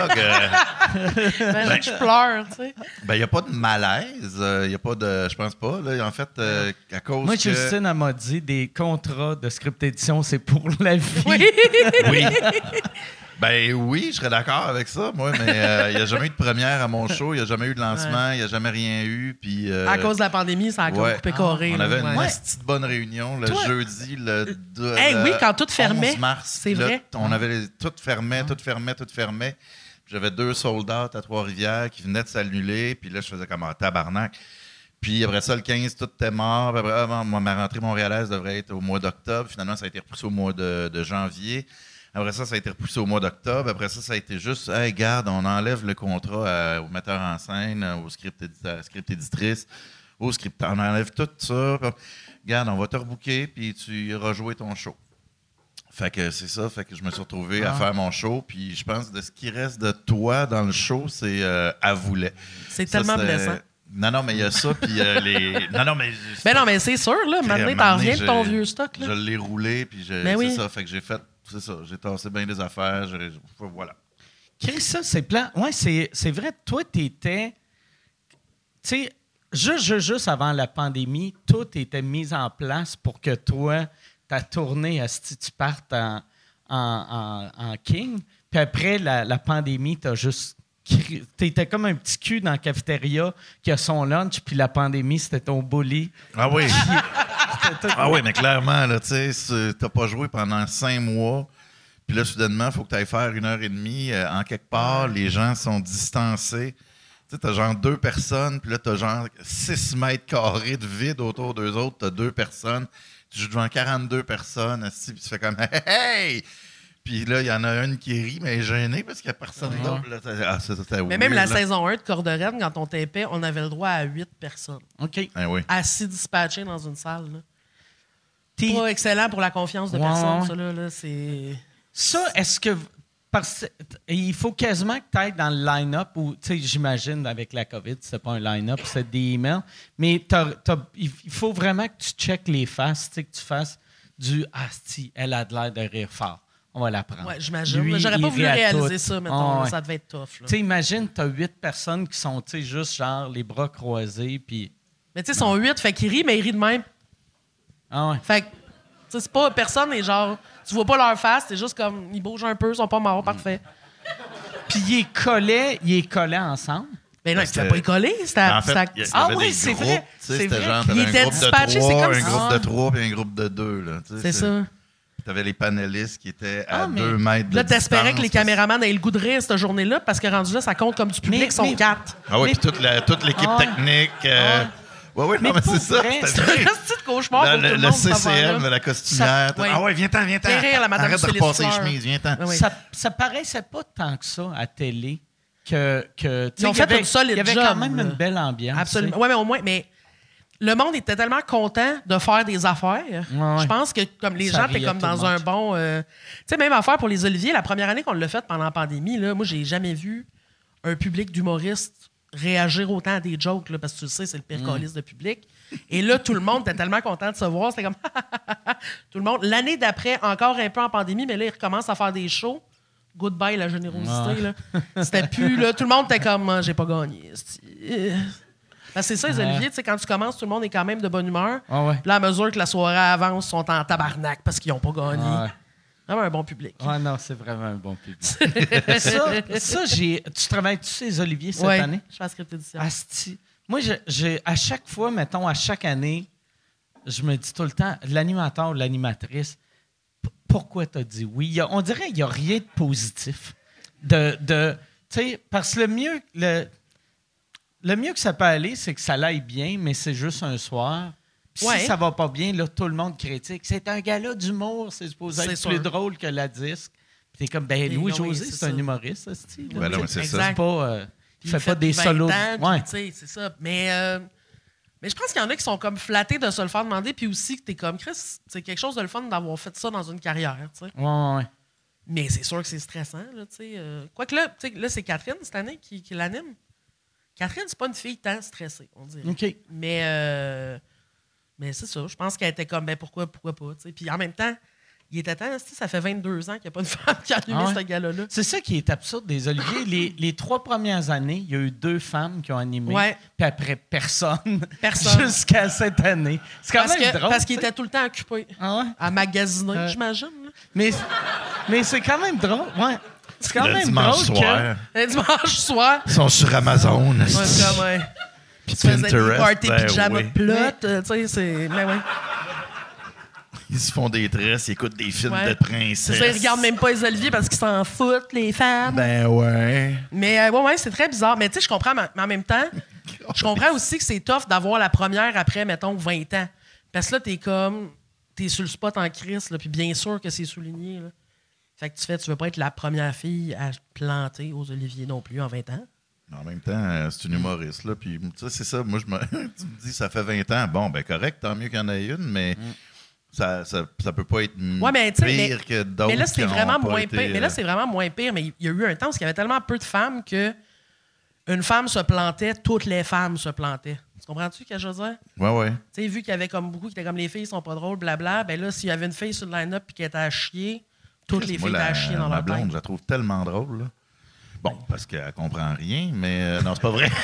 S5: Ben, je pleure, tu sais.
S4: il n'y a pas de malaise. Il n'y a pas de. Je pense pas. Là. En fait, à cause
S1: Moi,
S4: que...
S1: Justine, elle m'a dit des contrats de script édition, c'est pour la vie.
S5: Oui.
S4: Oui. Ben oui, je serais d'accord avec ça, moi, mais il n'y a jamais eu de première à mon show, il n'y a jamais eu de lancement, il n'y a jamais rien eu. Puis,
S5: À cause de la pandémie, ça a comme
S4: ouais.
S5: coupé carré.
S4: on
S5: là,
S4: avait une
S5: ouais.
S4: petite bonne réunion le
S5: Toi-
S4: jeudi,
S5: Hey, oui, quand tout
S4: 11
S5: fermait,
S4: mars.
S5: c'est
S4: Là,
S5: vrai.
S4: On avait tout fermé. J'avais 2 sold-out à Trois-Rivières qui venaient de s'annuler, puis là, je faisais comme un tabarnak. Puis après ça, le 15, tout était mort. Puis après, ma rentrée montréalaise devrait être au mois d'octobre. Finalement, ça a été repoussé au mois de janvier. Après ça a été repoussé au mois d'octobre. Après ça a été juste, hey, garde, on enlève le contrat au metteur en scène, au script éditrice, au scripteur. On enlève tout ça. Puis, garde, on va te rebooker, puis tu iras jouer ton show. Fait que c'est ça. Fait que je me suis retrouvé à faire mon show. Puis je pense que de ce qui reste de toi dans le show, c'est Avoulait.
S5: C'est
S4: Ça,
S5: tellement
S4: c'était-
S5: blessant.
S4: Non, mais il y a ça, puis les... Non, mais...
S5: Ben non, mais c'est sûr, là. Maintenant, t'en reviens de ton vieux stock, là.
S4: Je l'ai roulé, puis
S5: Ben oui.
S4: c'est ça. Fait que j'ai fait... C'est ça. J'ai tassé bien des affaires. Voilà.
S1: Chris, ça, c'est plan. Ouais, c'est vrai. Toi, t'étais... Tu sais, juste avant la pandémie, tout était mis en place pour que toi, ta tournée, si tu partes en King. Puis après la pandémie, t'as juste... T'étais comme un petit cul dans la cafétéria qui a son lunch, puis la pandémie, c'était ton bully.
S4: Ah oui. Ah oui, mais clairement, là, tu sais, t'as pas joué pendant 5 mois, puis là, soudainement, il faut que tu ailles faire 1h30 en quelque part. Les gens sont distancés. Tu sais, t'as genre 2 personnes, puis là, t'as genre 6 mètres carrés de vide autour d'eux autres. T'as 2 personnes. Tu joues devant 42 personnes, puis tu fais comme « Hey! » Puis là, il y en a une qui rit, mais elle est gênée parce qu'il n'y a personne d'autre.
S5: Mais même la saison 1 de Corde-Raide, quand on tapait, on avait le droit à 8 personnes.
S1: OK.
S4: Ah oui.
S5: Assis dispatchés dans une salle. Là. Pas excellent pour la confiance de personne, ça. Là, c'est...
S1: Ça, est-ce que... Parce il faut quasiment que tu ailles dans le line-up où, tu sais, j'imagine, avec la COVID, c'est pas un line-up, c'est des emails, mais il faut vraiment que tu checkes les faces, tu sais, que tu fasses du « Asti, elle a de l'air de rire fort. On va la prendre. »
S5: Ouais, j'imagine.
S1: Lui,
S5: J'aurais pas
S1: il
S5: voulu
S1: rit à
S5: réaliser
S1: tout.
S5: ça, mettons.
S1: Ouais.
S5: Ça devait être tough.
S1: Tu sais, imagine, tu as 8 personnes qui sont, tu sais, juste genre les bras croisés, puis...
S5: Mais tu sais, ils sont 8, fait qu'ils rient, mais ils rient de même.
S1: Ah ouais.
S5: Fait que, tu sais, c'est pas personne, et genre, tu vois pas leur face, c'est juste comme, ils bougent un peu, ils sont pas morts, parfait.
S1: Puis ils collaient ensemble.
S5: Mais non, tu ne pas y coller.
S4: En fait, il y avait
S1: oui,
S4: des
S1: c'est
S4: groupes,
S1: vrai.
S4: tu sais,
S1: C'est
S4: c'était
S1: vrai.
S4: genre,
S5: Ils
S4: t'avais un
S5: étaient
S4: groupe de
S5: dispatchés,
S4: 3,
S5: c'est comme
S4: un
S5: ça.
S4: groupe de 3 puis un groupe de 2. Là, tu sais,
S5: C'est ça.
S4: T'avais les panélistes qui étaient à
S1: mais
S4: 2 mètres de
S5: Là, t'espérais
S4: distance.
S5: que les caméramans aient le goût de rire cette journée-là, parce que rendu là, ça compte comme du public,
S1: Mais-
S5: ils sont
S1: mais-
S5: 4.
S4: Ah oui,
S1: Mais-
S4: puis toute l'équipe
S1: Ah.
S4: technique. Oui, non, mais
S1: pour
S4: c'est ça.
S1: vrai,
S4: c'était
S5: C'est un
S4: vrai.
S5: petit de cauchemar pour tout le
S4: Le
S5: monde. cette
S4: CCM,
S5: affaire-là.
S4: la costumière.
S5: Ça- ouais.
S4: Ah ouais, viens-t'en.
S5: Fais rire la madame
S4: Arrête de
S5: Céline
S4: repasser les
S5: Fleur.
S4: chemises, viens-t'en.
S5: Ah oui.
S1: Ça paraissait pas tant que ça à télé que tu sais,
S5: Ils ont
S1: il y
S5: fait
S1: avait-
S5: une solide
S1: Il y avait
S5: job,
S1: quand même
S5: là.
S1: une belle ambiance.
S5: Absolument.
S1: tu sais.
S5: Oui, mais au moins, mais le monde était tellement content de faire des affaires.
S1: Ouais.
S5: Je pense que comme les
S1: Ça
S5: gens étaient
S1: riait
S5: comme
S1: tout le
S5: dans un
S1: monde.
S5: bon... tu sais, même affaire pour les Oliviers, la première année qu'on l'a fait pendant la pandémie, là, moi, j'ai jamais vu un public d'humoristes réagir autant à des jokes, là, parce que tu le sais, c'est le pire calice de public. Et là, tout le monde était tellement content de se voir. C'était comme... tout le monde. L'année d'après, encore un peu en pandémie, mais là, ils recommencent à faire des shows. Goodbye, la générosité. Là. C'était plus... Là, tout le monde était comme... Ah, j'ai pas gagné. Parce que c'est ça, les Oliviers. Tu sais, quand tu commences, tout le monde est quand même de bonne humeur.
S1: Ah ouais.
S5: Puis là, à mesure que la soirée avance, ils sont en tabarnak parce qu'ils n'ont pas gagné.
S1: Ah ouais.
S5: Vraiment un bon public.
S1: Ouais, non, c'est vraiment un bon public. ça tu travailles-tu ces Oliviers cette
S5: Ouais,
S1: année?
S5: je fais la script édition.
S1: Asti. Moi, à chaque fois, mettons, à chaque année, je me dis tout le temps, l'animateur ou l'animatrice, pourquoi t'as dit oui? On dirait qu'il n'y a rien de positif. Tu sais, parce que le mieux que ça peut aller, c'est que ça l'aille bien, mais c'est juste un soir. Puis
S5: Ouais.
S1: si ça va pas bien, là, tout le monde critique. C'est un gala d'humour, c'est supposé
S5: C'est
S1: être
S5: sûr.
S1: plus drôle que la disque. Puis t'es comme, ben
S5: Et
S1: Louis-José,
S5: oui, c'est
S1: c'est un
S5: ça.
S1: humoriste, ça, style.
S4: Ben non, mais c'est ça.
S5: Exact.
S1: C'est pas...
S5: Puis
S1: il fait pas des
S5: depuis 20
S1: solos.
S5: ans, puis,
S1: Ouais.
S5: tu sais, c'est ça. Mais je pense qu'il y en a qui sont comme flattés de se le faire demander, puis aussi que t'es comme, Chris, c'est quelque chose de le fun d'avoir fait ça dans une carrière, tu sais.
S1: Ouais.
S5: Mais c'est sûr que c'est stressant, là, tu sais. Quoique là, tu sais, là, c'est Catherine, cette année, qui l'anime. Catherine, c'est pas une fille tant stressée, on dirait.
S1: OK.
S5: Mais c'est ça. Je pense qu'elle était comme, ben pourquoi pas, tu sais. Puis en même temps, il était temps, tu sais, ça fait 22 ans qu'il n'y a pas de femme qui a animé
S1: Ah ouais?
S5: ce gala-là.
S1: C'est ça qui est absurde des Oliviers. Les 3 premières années, il y a eu 2 femmes qui ont animé.
S5: Ouais.
S1: Puis après, personne.
S5: Personne.
S1: Jusqu'à cette année. C'est quand même drôle.
S5: Parce qu'il
S1: tu sais.
S5: était tout le temps occupé
S1: Ah ouais?
S5: à magasiner, j'imagine. là.
S1: Mais c'est quand même drôle. Ouais. C'est quand
S4: Le
S1: même
S4: dimanche
S1: drôle
S4: soir.
S5: Un dimanche soir,
S4: Ils sont sur Amazon.
S5: ouais, comme, ouais.
S4: Puis
S5: Tu faisais des
S4: Pinterest.
S5: parties
S4: ben
S5: pyjama
S4: oui.
S5: plot, tu sais, c'est... Mais ouais.
S4: Ils se font des tresses, ils écoutent des films
S5: Ouais.
S4: de princesses.
S5: Ça, ils regardent même pas les Oliviers parce qu'ils s'en foutent, les femmes.
S4: Ben ouais.
S5: Mais ouais, c'est très bizarre. Mais tu sais, je comprends, mais en même temps, je comprends aussi que c'est tough d'avoir la première après, mettons, 20 ans. Parce que là, t'es sur le spot en crise, là, puis bien sûr que c'est souligné. Là. Fait que tu veux pas être la première fille à planter aux Oliviers non plus en 20 ans.
S4: En même temps, c'est une humoriste, là. Puis, tu sais, c'est ça. Moi, tu me dis, ça fait 20 ans. Bon, ben correct, tant mieux qu'il y en ait une, mais ça peut pas être
S5: Ouais, mais tu sais,
S4: pire que d'autres.
S5: Mais là, c'est
S4: qui ont
S5: vraiment
S4: pas
S5: moins
S4: été,
S5: pire. Mais là, c'est vraiment moins pire. Mais il y a eu un temps où il y avait tellement peu de femmes que une femme se plantait, toutes les femmes se plantaient. Tu comprends-tu ce que je veux dire?
S4: Ouais.
S5: Tu sais, vu qu'il y avait comme beaucoup qui étaient comme les filles sont pas drôles, blabla, ben là, s'il y avait une fille sur le line-up et qui était à chier, toutes les filles étaient à chier dans
S4: ma
S5: leur
S4: blonde,
S5: tête.
S4: je la trouve tellement drôle, là. Bon, parce qu'elle comprend rien, mais non, c'est pas vrai.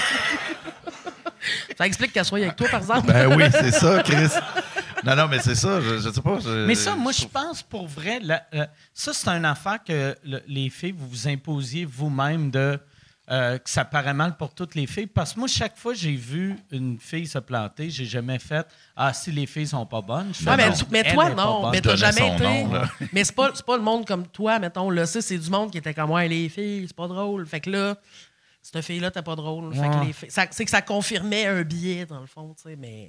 S5: Ça explique qu'elle soit avec toi, par exemple?
S4: Ben oui, c'est ça, Chris. Non, mais c'est ça, je sais pas.
S1: Mais ça, moi, je pense pour vrai, ça, c'est une affaire que les filles, vous vous imposiez vous-même de que ça paraît mal pour toutes les filles. Parce que moi, chaque fois que j'ai vu une fille se planter, j'ai jamais fait « Ah, si les filles sont pas bonnes, je fais
S5: Ah,
S1: non,
S5: mais
S1: elle
S5: toi,
S1: est pas
S5: non.
S1: bonne.
S5: Mais t'as
S4: Je donnais
S5: jamais
S4: son
S5: été.
S4: nom, là.
S5: Mais c'est pas le monde comme toi, mettons. Là, c'est du monde qui était comme ouais, les filles, c'est pas drôle. Fait que là, cette fille-là, t'es pas drôle. Fait que les filles, c'est que ça confirmait un biais, dans le fond, tu sais, mais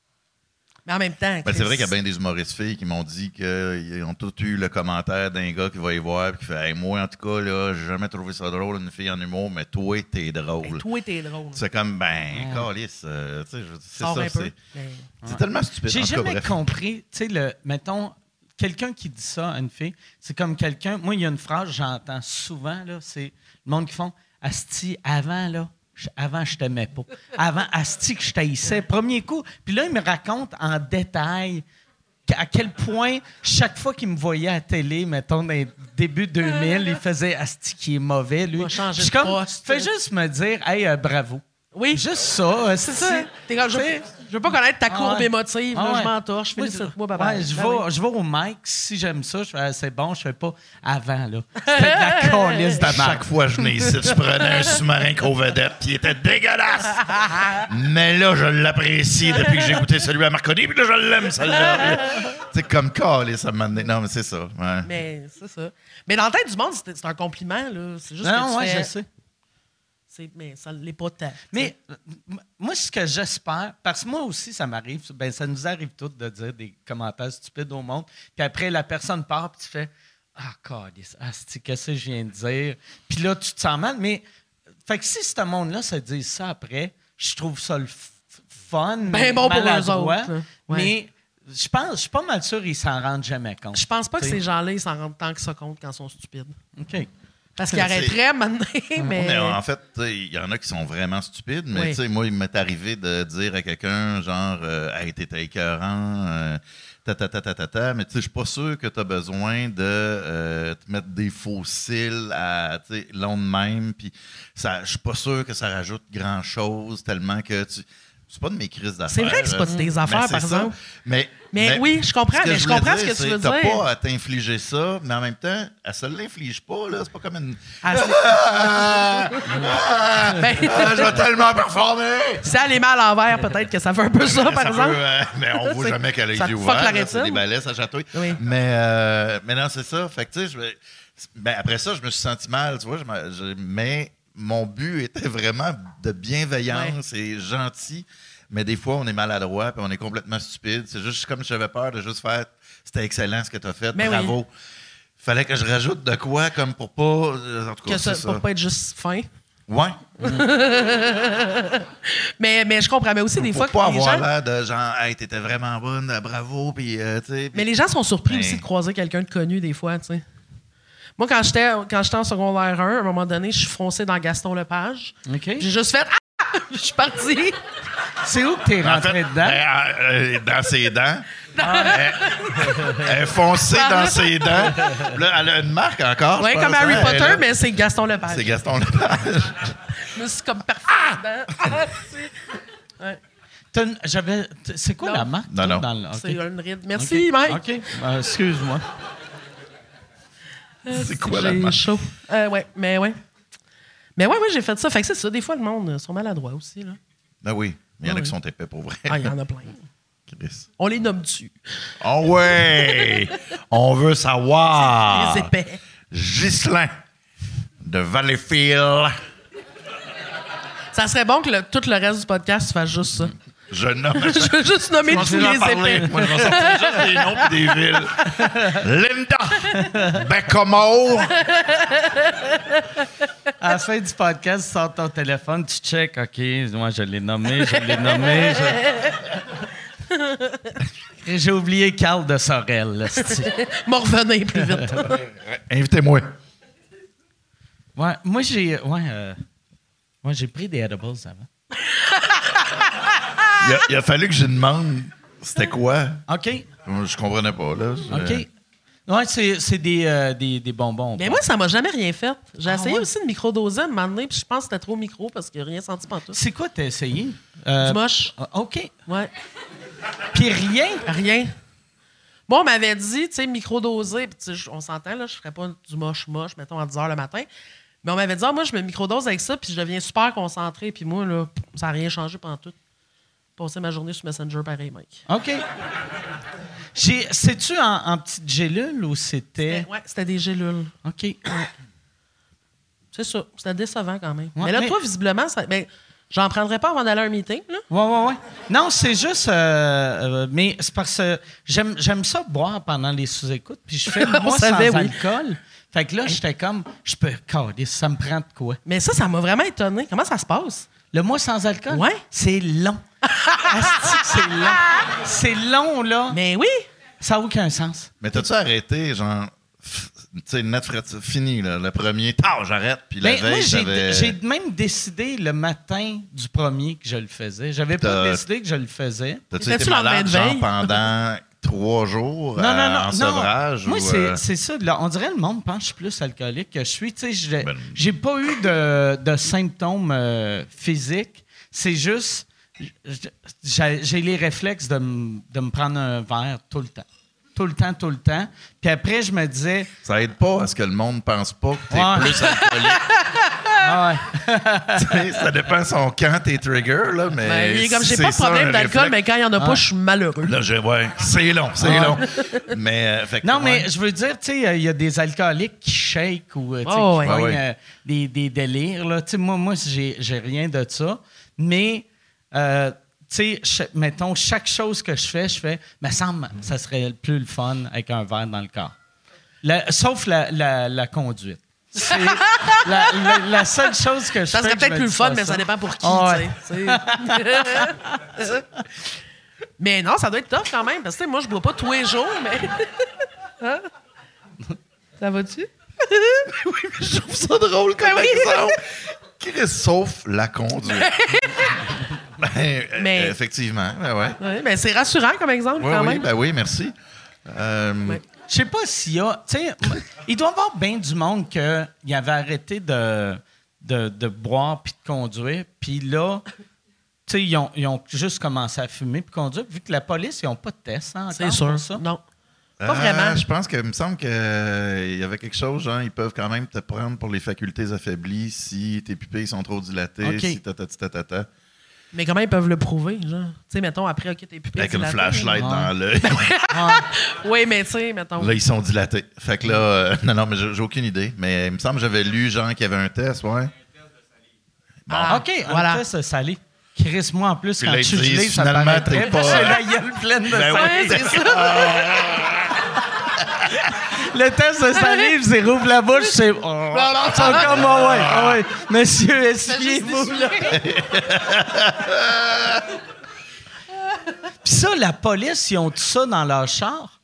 S5: en même temps.
S4: Ben, c'est vrai qu'il y a bien des humoristes filles qui m'ont dit qu'ils ont tous eu le commentaire d'un gars qui va y voir et qui fait hey, moi, en tout cas, là, j'ai jamais trouvé ça drôle, une fille en humour, mais toi, t'es drôle.
S5: Mais toi, t'es drôle.
S4: C'est comme, câlisse, tu sais, c'est
S5: Sors
S4: ça.
S5: un peu. Mais-
S4: C'est tellement stupide.
S1: J'ai
S4: en tout cas,
S1: jamais
S4: bref.
S1: compris, tu sais, mettons, quelqu'un qui dit ça à une fille, c'est comme quelqu'un. Moi, il y a une phrase que j'entends souvent, là, c'est le monde qui font Asti, avant, là. Avant, je t'aimais pas. Avant, asti que je t'haïssais. Premier coup. Puis là, il me raconte en détail à quel point, chaque fois qu'il me voyait à la télé, mettons, dans les débuts 2000, il faisait asti qui est mauvais, lui.
S5: Va changer
S1: Je suis
S5: de
S1: comme,
S5: poste.
S1: fais juste me dire, hey, bravo.
S5: Oui.
S1: Juste ça.
S5: C'est ça. T'es comme, je veux pas connaître ta courbe
S1: ouais.
S5: émotive.
S1: Ah
S5: Là,
S1: ouais.
S5: je m'entorche. Félicite-moi, papa.
S1: Ouais, je vais au mic. Si j'aime ça, je fais, c'est bon, je fais pas avant. Là. C'était de la calice de
S4: Chaque
S1: marde.
S4: fois que je venais ici, je prenais un sous-marin co-vedette, puis il était dégueulasse. Mais là, je l'apprécie depuis que j'ai goûté celui à Marconi, puis là, je l'aime, celle-là. C'est comme calé, ça m'a donné. Non, mais c'est ça. Ouais.
S5: Mais c'est ça. Mais dans la tête du monde, c'est un compliment. Là. C'est juste que
S1: Non,
S5: tu
S1: ouais,
S5: fais...
S1: je sais.
S5: Mais ça l'est pas tant.
S1: Mais moi, ce que j'espère, parce que moi aussi, ça m'arrive, ben, ça nous arrive tous de dire des commentaires stupides au monde, puis après, la personne part, puis tu fais ah, câlisse, asti, qu'est-ce que je viens de dire? Puis là, tu te sens mal, mais fait que si ce monde-là se dit ça après, je trouve ça le fun, mais
S5: bon pour eux
S1: maladroit,
S5: autres, là. Ouais.
S1: mais je suis pas mal sûr qu'ils s'en rendent jamais compte.
S5: Je pense pas que
S1: T'sais.
S5: ces gens-là, ils s'en rendent tant que ça compte quand ils sont stupides.
S1: OK.
S5: Parce qu'ils
S4: C'est-
S5: arrêteraient maintenant, mais...
S4: Mais en fait, il y en a qui sont vraiment stupides, mais
S5: Oui.
S4: tu sais, moi, il m'est arrivé de dire à quelqu'un, genre, hey, t'étais écœurant, mais tu sais, je suis pas sûr que tu as besoin de te mettre des faux cils à long de même, puis je suis pas sûr que ça rajoute grand-chose, tellement que tu. C'est pas de mes crises d'affaires.
S5: C'est vrai que c'est pas de tes affaires,
S4: mais
S5: par
S4: c'est ça.
S5: exemple.
S4: Mais
S5: oui, je comprends, mais je comprends ce que tu
S4: c'est
S5: veux
S4: t'as
S5: dire.
S4: pas à t'infliger ça, mais en même temps, elle se l'inflige pas, là. C'est pas comme une.
S5: Ah, Ben,
S4: Je vais tellement performer!
S5: si elle est mal à l'envers, peut-être que ça fait un peu ça, par
S4: Ça
S5: exemple.
S4: peut, mais on voit jamais qu'elle a les
S5: Ça
S4: yeux
S5: te fuck
S4: ouverts.
S5: la
S4: là, c'est
S5: rétine.
S4: des balais, ça chatouille.
S5: Oui.
S4: Mais non, c'est ça. Fait que, tu sais, après ça, je me suis senti mal, tu vois. Mais mon but était vraiment de bienveillance et gentil. Mais des fois, on est maladroit puis on est complètement stupide. C'est juste comme j'avais peur de juste faire « C'était excellent ce que tu as fait,
S5: Mais
S4: bravo.
S5: oui.
S4: Fallait que je rajoute de quoi comme pour pas... En tout cas,
S5: Que ça,
S4: c'est ça.
S5: pour pas être juste fin.
S4: Ouais.
S5: Mais je comprends. Mais aussi, des fois,
S4: Pour pas
S5: que les
S4: avoir
S5: gens...
S4: l'air de genre « Hey, t'étais vraiment bonne, bravo. » Puis, tu sais...
S5: Mais les gens sont surpris
S4: Ben.
S5: aussi de croiser quelqu'un de connu, des fois, tu sais. Moi, quand j'étais en secondaire 1, à un moment donné, je suis foncé dans Gaston Lepage.
S1: OK.
S5: J'ai juste fait « Ah! » Je suis parti.
S1: C'est où que t'es
S4: En
S1: rentré
S4: fait,
S1: dedans?
S4: dans ses dents. Elle est foncée dans ses dents. Là, elle a une marque encore.
S5: Oui,
S4: je
S5: comme
S4: pense,
S5: Harry
S4: hein,
S5: Potter,
S4: elle, là.
S5: mais c'est Gaston Lepage.
S4: C'est Gaston Lepage.
S5: Je me suis comme parfait dedans.
S1: C'est quoi
S5: Non.
S1: la marque?
S4: Non,
S1: toi,
S4: non.
S1: dans le-
S5: C'est
S1: OK.
S5: une ride. Merci, Mike.
S1: OK. Excuse-moi.
S4: C'est quoi la
S5: J'ai
S4: marque?
S5: chaud. Ouais, mais ouais. Mais ouais, j'ai fait ça. Fait que c'est ça. Des fois, le monde sont maladroits aussi. Là.
S4: Ben oui, mais il y en a
S5: Oui.
S4: qui sont épais pour vrai.
S5: Ah, il y en a plein.
S4: Chris.
S5: On les nomme dessus.
S4: Oh ouais! On veut savoir.
S5: Les épais.
S4: Ghislain de Valleyfield.
S5: Ça serait bon que tout le reste du podcast fasse juste ça.
S4: Je nomme.
S5: Je veux juste nommer tous les épais.
S4: Moi, je vais sortir juste des noms et des villes. Linda Beckomore.
S1: À la fin du podcast, tu sors ton téléphone, tu check. OK, moi, je l'ai nommé. J'ai oublié Carl de Sorel. Là, c'est-tu.
S5: M'en revenez plus vite.
S4: Invitez-moi.
S1: Ouais, moi, j'ai. Moi, j'ai pris des edibles avant.
S4: Il a fallu que je demande c'était quoi.
S1: OK.
S4: Je comprenais pas, là.
S1: OK. Ouais, c'est des bonbons.
S5: Mais moi, ça m'a jamais rien fait. J'ai essayé
S1: ouais?
S5: aussi de microdoser à un moment donné, puis je pense que c'était trop micro parce qu'il n'y a rien senti pantoute.
S1: C'est quoi t'as essayé?
S5: Du moche.
S1: OK.
S5: Ouais.
S1: Puis rien?
S5: Rien. Bon, on m'avait dit, tu sais, microdoser, puis on s'entend, là, je ferais pas du moche, mettons, à 10 h le matin. Mais on m'avait dit, moi, je me microdose avec ça, puis je deviens super concentré, puis moi, là, ça n'a rien changé pantoute. Passer ma journée sur Messenger pareil, Mike.
S1: OK. C'est-tu en petite gélule ou c'était...
S5: Ouais, c'était des gélules.
S1: OK.
S5: Ouais. C'est ça. C'était décevant quand même.
S1: Ouais,
S5: mais là, toi, visiblement, j'en prendrais pas avant d'aller à un meeting. Là.
S1: Ouais. Non, c'est juste... mais c'est parce que j'aime ça boire pendant les sous-écoutes, puis je fais le mois sans alcool. Fait que là, j'étais comme... Je peux... ça me prend de quoi?
S5: Mais ça m'a vraiment étonné. Comment ça se passe?
S1: Le mois sans alcool?
S5: Ouais.
S1: C'est long. Asti que c'est long. C'est long, là.
S5: Mais oui.
S1: Ça n'a aucun sens.
S4: Mais t'as-tu arrêté, genre, tu sais, net fini, là, le premier, j'arrête, puis la veille,
S1: moi, j'ai même décidé le matin du premier que je le faisais. J'avais pas décidé que je le faisais.
S4: T'as-tu été malade, genre, pendant 3 jours en sevrage?
S1: Moi, c'est ça. Là, on dirait que le monde pense que je suis plus alcoolique que je suis. Tu sais, j'ai pas eu de symptômes physiques. C'est juste... J'ai les réflexes de me prendre un verre tout le temps. Tout le temps. Puis après, je me disais...
S4: Ça aide pas à ce que le monde pense pas que t'es plus alcoolique.
S1: Ouais.
S4: Ça dépend son camp, tes triggers, là, mais...
S5: Comme j'ai pas de problème d'alcool, mais quand il y en a pas, je suis malheureux.
S4: Là, c'est long. Mais,
S1: mais je veux dire, tu sais, il y a des alcooliques qui shake ou qui pognent des délires. Là. Moi, j'ai rien de ça. Mais... tu sais, mettons, chaque chose que je fais, me semble ça serait plus le fun avec un verre dans le corps. Sauf la conduite. C'est la seule chose que je fais.
S5: Ça serait peut-être plus le fun, mais ça dépend pour qui, tu sais. Mais non, ça doit être tough quand même, parce que moi, je bois pas tous les jours, mais... Hein? Ça va-tu?
S4: Oui, mais je trouve ça drôle comme exemple. Chris, sauf la conduite. Mais effectivement, ouais.
S5: Ouais, mais c'est rassurant comme exemple, quand même.
S4: Oui, merci.
S1: Je sais pas s'il y a... Tu sais, il doit y avoir bien du monde qui avait arrêté de boire puis de conduire. Puis là, tu sais, ils ont juste commencé à fumer puis conduire. Vu que la police, ils n'ont pas de test encore.
S5: C'est sûr. Ça. Non. Pas vraiment.
S4: Je pense que, il me semble qu'il y avait quelque chose, genre, ils peuvent quand même te prendre pour les facultés affaiblies si tes pupilles sont trop dilatées, si tatata.
S5: Mais comment ils peuvent le prouver, genre? Tu sais, mettons, après, OK, tes pupilles
S4: avec une flashlight dans l'œil.
S5: Oui, mais tu sais, mettons.
S4: Là, ils sont dilatés. Fait que là, non, mais j'ai aucune idée. Mais il me semble que j'avais lu, genre, qu'il y avait un test, ouais.
S1: Bon. OK, un test de salé. Chris, moi, en plus,
S4: puis
S1: quand
S4: là,
S1: je suis gelé, ça
S4: finalement,
S1: paraîtrait.
S4: pas...
S1: J'ai la gueule pleine de salé.
S5: Ouais, c'est ça.
S1: Le test de salive, c'est rouvre la bouche, c'est... Oh. Ils sont comme, ouais. Monsieur, essuyez-vous, là. Puis ça, la police, ils ont tout ça dans leur char?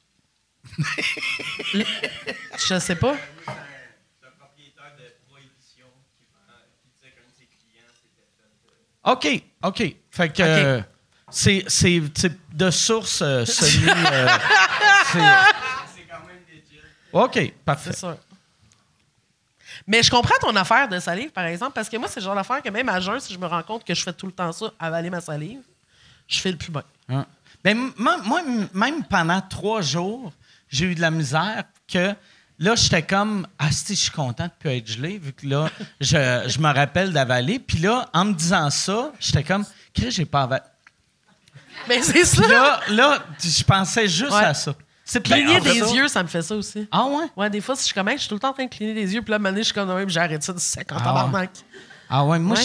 S5: Je sais pas.
S6: C'est un propriétaire de Prohibition qui disait qu'un de ses clients s'était fait...
S1: OK. Fait que c'est de source semi...
S6: C'est quand même legit.
S1: OK, parfait.
S5: C'est ça. Mais je comprends ton affaire de salive, par exemple, parce que moi, c'est le genre d'affaire que même à jeun, si je me rends compte que je fais tout le temps ça, avaler ma salive, je fais le plus bien.
S1: Hein? Ben, moi, même pendant 3 jours, j'ai eu de la misère que là, j'étais comme « Asti, je suis content de ne plus être gelé, vu que là, je me rappelle d'avaler. » Puis là, en me disant ça, j'étais comme « Chris, j'ai pas avalé. »
S5: Mais c'est ça!
S1: Là, je pensais juste à ça. C'est
S5: cligner des yeux, ça me fait ça aussi.
S1: Ah ouais?
S5: Ouais, des fois, si je suis comme, je suis tout le temps en train de cligner des yeux, puis là, à un moment donné, je suis comme, même, j'arrête ça de 50 tabarnak.
S1: Ah ouais, moi,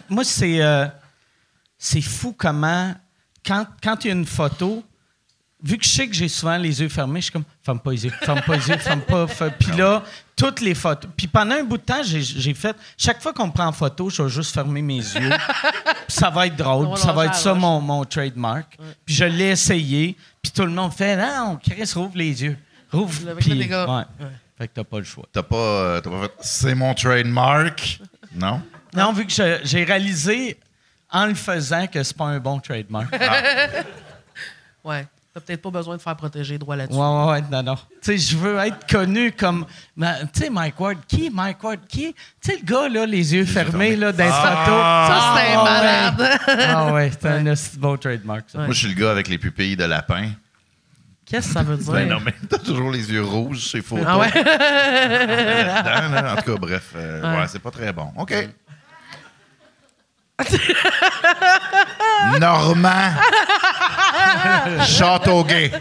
S1: c'est fou comment, quand il y a une photo, vu que je sais que j'ai souvent les yeux fermés, je suis comme, ferme pas les yeux. Puis là, toutes les photos. Puis pendant un bout de temps, j'ai fait, chaque fois qu'on me prend en photo, je vais juste fermer mes yeux. Puis ça va être drôle. Puis ça va être ça mon trademark. Ouais. Puis je l'ai essayé. Puis tout le monde fait, non, Chris, rouvre les yeux. Rouvre. Puis, ouais. Fait que t'as pas le choix.
S4: T'as pas fait, c'est mon trademark. Non?
S1: Non, vu que j'ai réalisé en le faisant que c'est pas un bon trademark.
S5: Ouais. T'as peut-être pas besoin de faire protéger les droits là-dessus.
S1: Ouais, non. Tu sais, je veux être connu comme... Tu sais, Mike Ward. Qui est Mike Ward? Qui est... Tu sais, le gars, là, les yeux fermés, là, dans les photos.
S5: Ça, c'était malade.
S1: Ah ouais, c'est un beau trademark, ça.
S4: Moi, je suis le gars avec les pupilles de lapin.
S5: Qu'est-ce que ça veut dire?
S4: Ben non, mais t'as toujours les yeux rouges, c'est photos.
S5: Ah ouais?
S4: Là-dedans, là. En tout cas, bref. Ouais, c'est pas très bon. OK. Normand Châteauguay.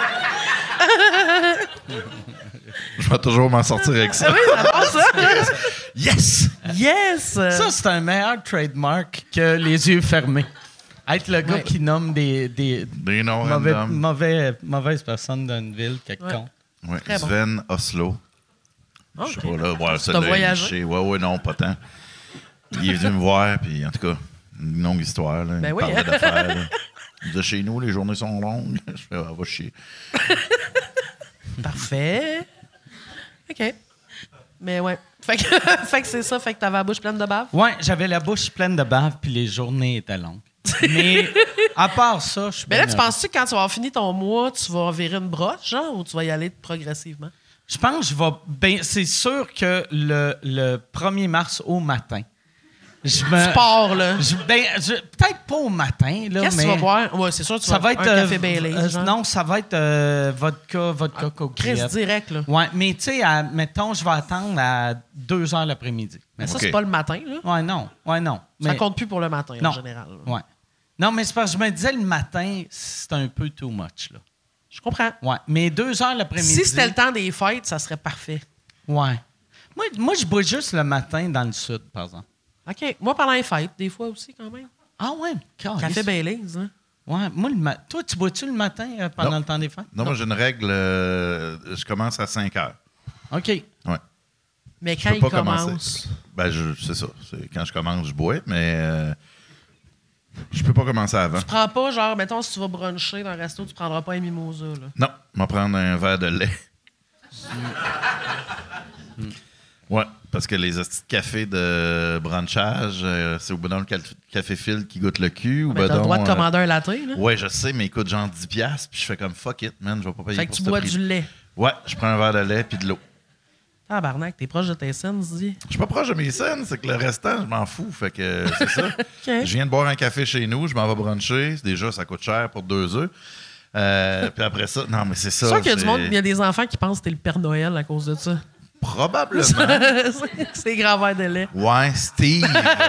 S4: Je vais toujours m'en sortir avec ça.
S5: Oui, ça passe, ça.
S4: Yes!
S5: Yes!
S1: Ça, c'est un meilleur trademark que les yeux fermés. Être le gars qui nomme des
S4: noms random.
S1: mauvaises personnes d'une ville, quelque con.
S4: Ouais,
S5: Très bon.
S4: Sven Oslo.
S5: OK.
S4: Je sais pas, là. Ouais,
S5: T'as voyagé?
S4: Ouais, non, pas tant. Il est venu me voir, puis en tout cas, une longue histoire. Là.
S5: Ben
S4: il
S5: oui.
S4: parlait d'affaires. Là. Il disait, chez nous, les journées sont longues. Je fais, va chier.
S5: Parfait. OK. Mais ouais. Fait que c'est ça, fait que t'avais la bouche pleine de bave?
S1: Ouais, j'avais la bouche pleine de bave, puis les journées étaient longues. Mais à part ça, je suis
S5: Mais là,
S1: bien
S5: tu penses-tu que quand tu vas avoir fini ton mois, tu vas virer une broche, genre, ou tu vas y aller progressivement?
S1: Je pense que je vais... Ben, c'est sûr que le 1er mars au matin,
S5: Tu pars, là.
S1: Peut-être pas au matin, là,
S5: Qu'est-ce que
S1: mais...
S5: tu vas boire? Ouais, c'est sûr que tu
S1: Ça
S5: vas
S1: va être...
S5: un café Baileys, genre.
S1: non, ça va être vodka
S5: Chris
S1: coquillette.
S5: direct, là.
S1: Ouais, mais tu sais, mettons, je vais attendre à 2 heures l'après-midi.
S5: Mais ça,
S4: OK.
S5: c'est pas le matin, là.
S1: Ouais, non.
S5: Ça compte plus pour le matin,
S1: Non.
S5: en général. là.
S1: Ouais. Non, mais c'est parce que je me disais, le matin, c'est un peu too much, là.
S5: Je comprends.
S1: Ouais, mais 2 heures l'après-midi...
S5: Si c'était le temps des fêtes, ça serait parfait.
S1: Ouais. Moi, je bois juste le matin dans le sud, par exemple.
S5: OK. Moi, pendant les fêtes, des fois aussi, quand même.
S1: Ah ouais?
S5: Café Baileys, hein.
S1: Ouais, moi, toi, tu bois-tu le matin pendant
S4: Non.
S1: le temps des fêtes?
S4: Non, moi, j'ai une règle. Je commence à 5 heures.
S1: OK.
S4: Ouais.
S5: Mais
S4: Je
S5: quand
S4: peux
S5: il
S4: pas
S5: commence...
S4: commencer. Ben, c'est ça. Quand je commence, je bois, mais je peux pas commencer avant.
S5: Tu prends pas, genre, mettons, si tu vas bruncher dans un resto, tu prendras pas un mimosa, là.
S4: Non, je vais prendre un verre de lait. Ouais, parce que les hosties de café de brunchage, c'est au bedon le café fil qui goûte le cul. Ou
S5: Mais t'as le droit de commander un latte, là.
S4: Ouais, je sais, mais il coûte genre 10$, puis je fais comme fuck it, man, je vais pas payer
S5: Fait que
S4: pour
S5: tu
S4: ce
S5: bois
S4: prix.
S5: du lait.
S4: Ouais, je prends un verre de lait puis de l'eau.
S5: Tabarnak, t'es proche de tes scènes, dis.
S4: Je suis pas proche de mes scènes, c'est que le restant, je m'en fous. Fait que c'est ça. Je viens de boire un café chez nous, je m'en vais bruncher. Déjà, ça coûte cher pour 2 œufs. Puis après ça, non, mais c'est ça.
S5: C'est sûr qu'il y a du monde, il y a des enfants qui pensent que t'es le Père Noël à cause de ça.
S4: Probablement.
S5: C'est grand verre de lait.
S4: Ouais, Steve.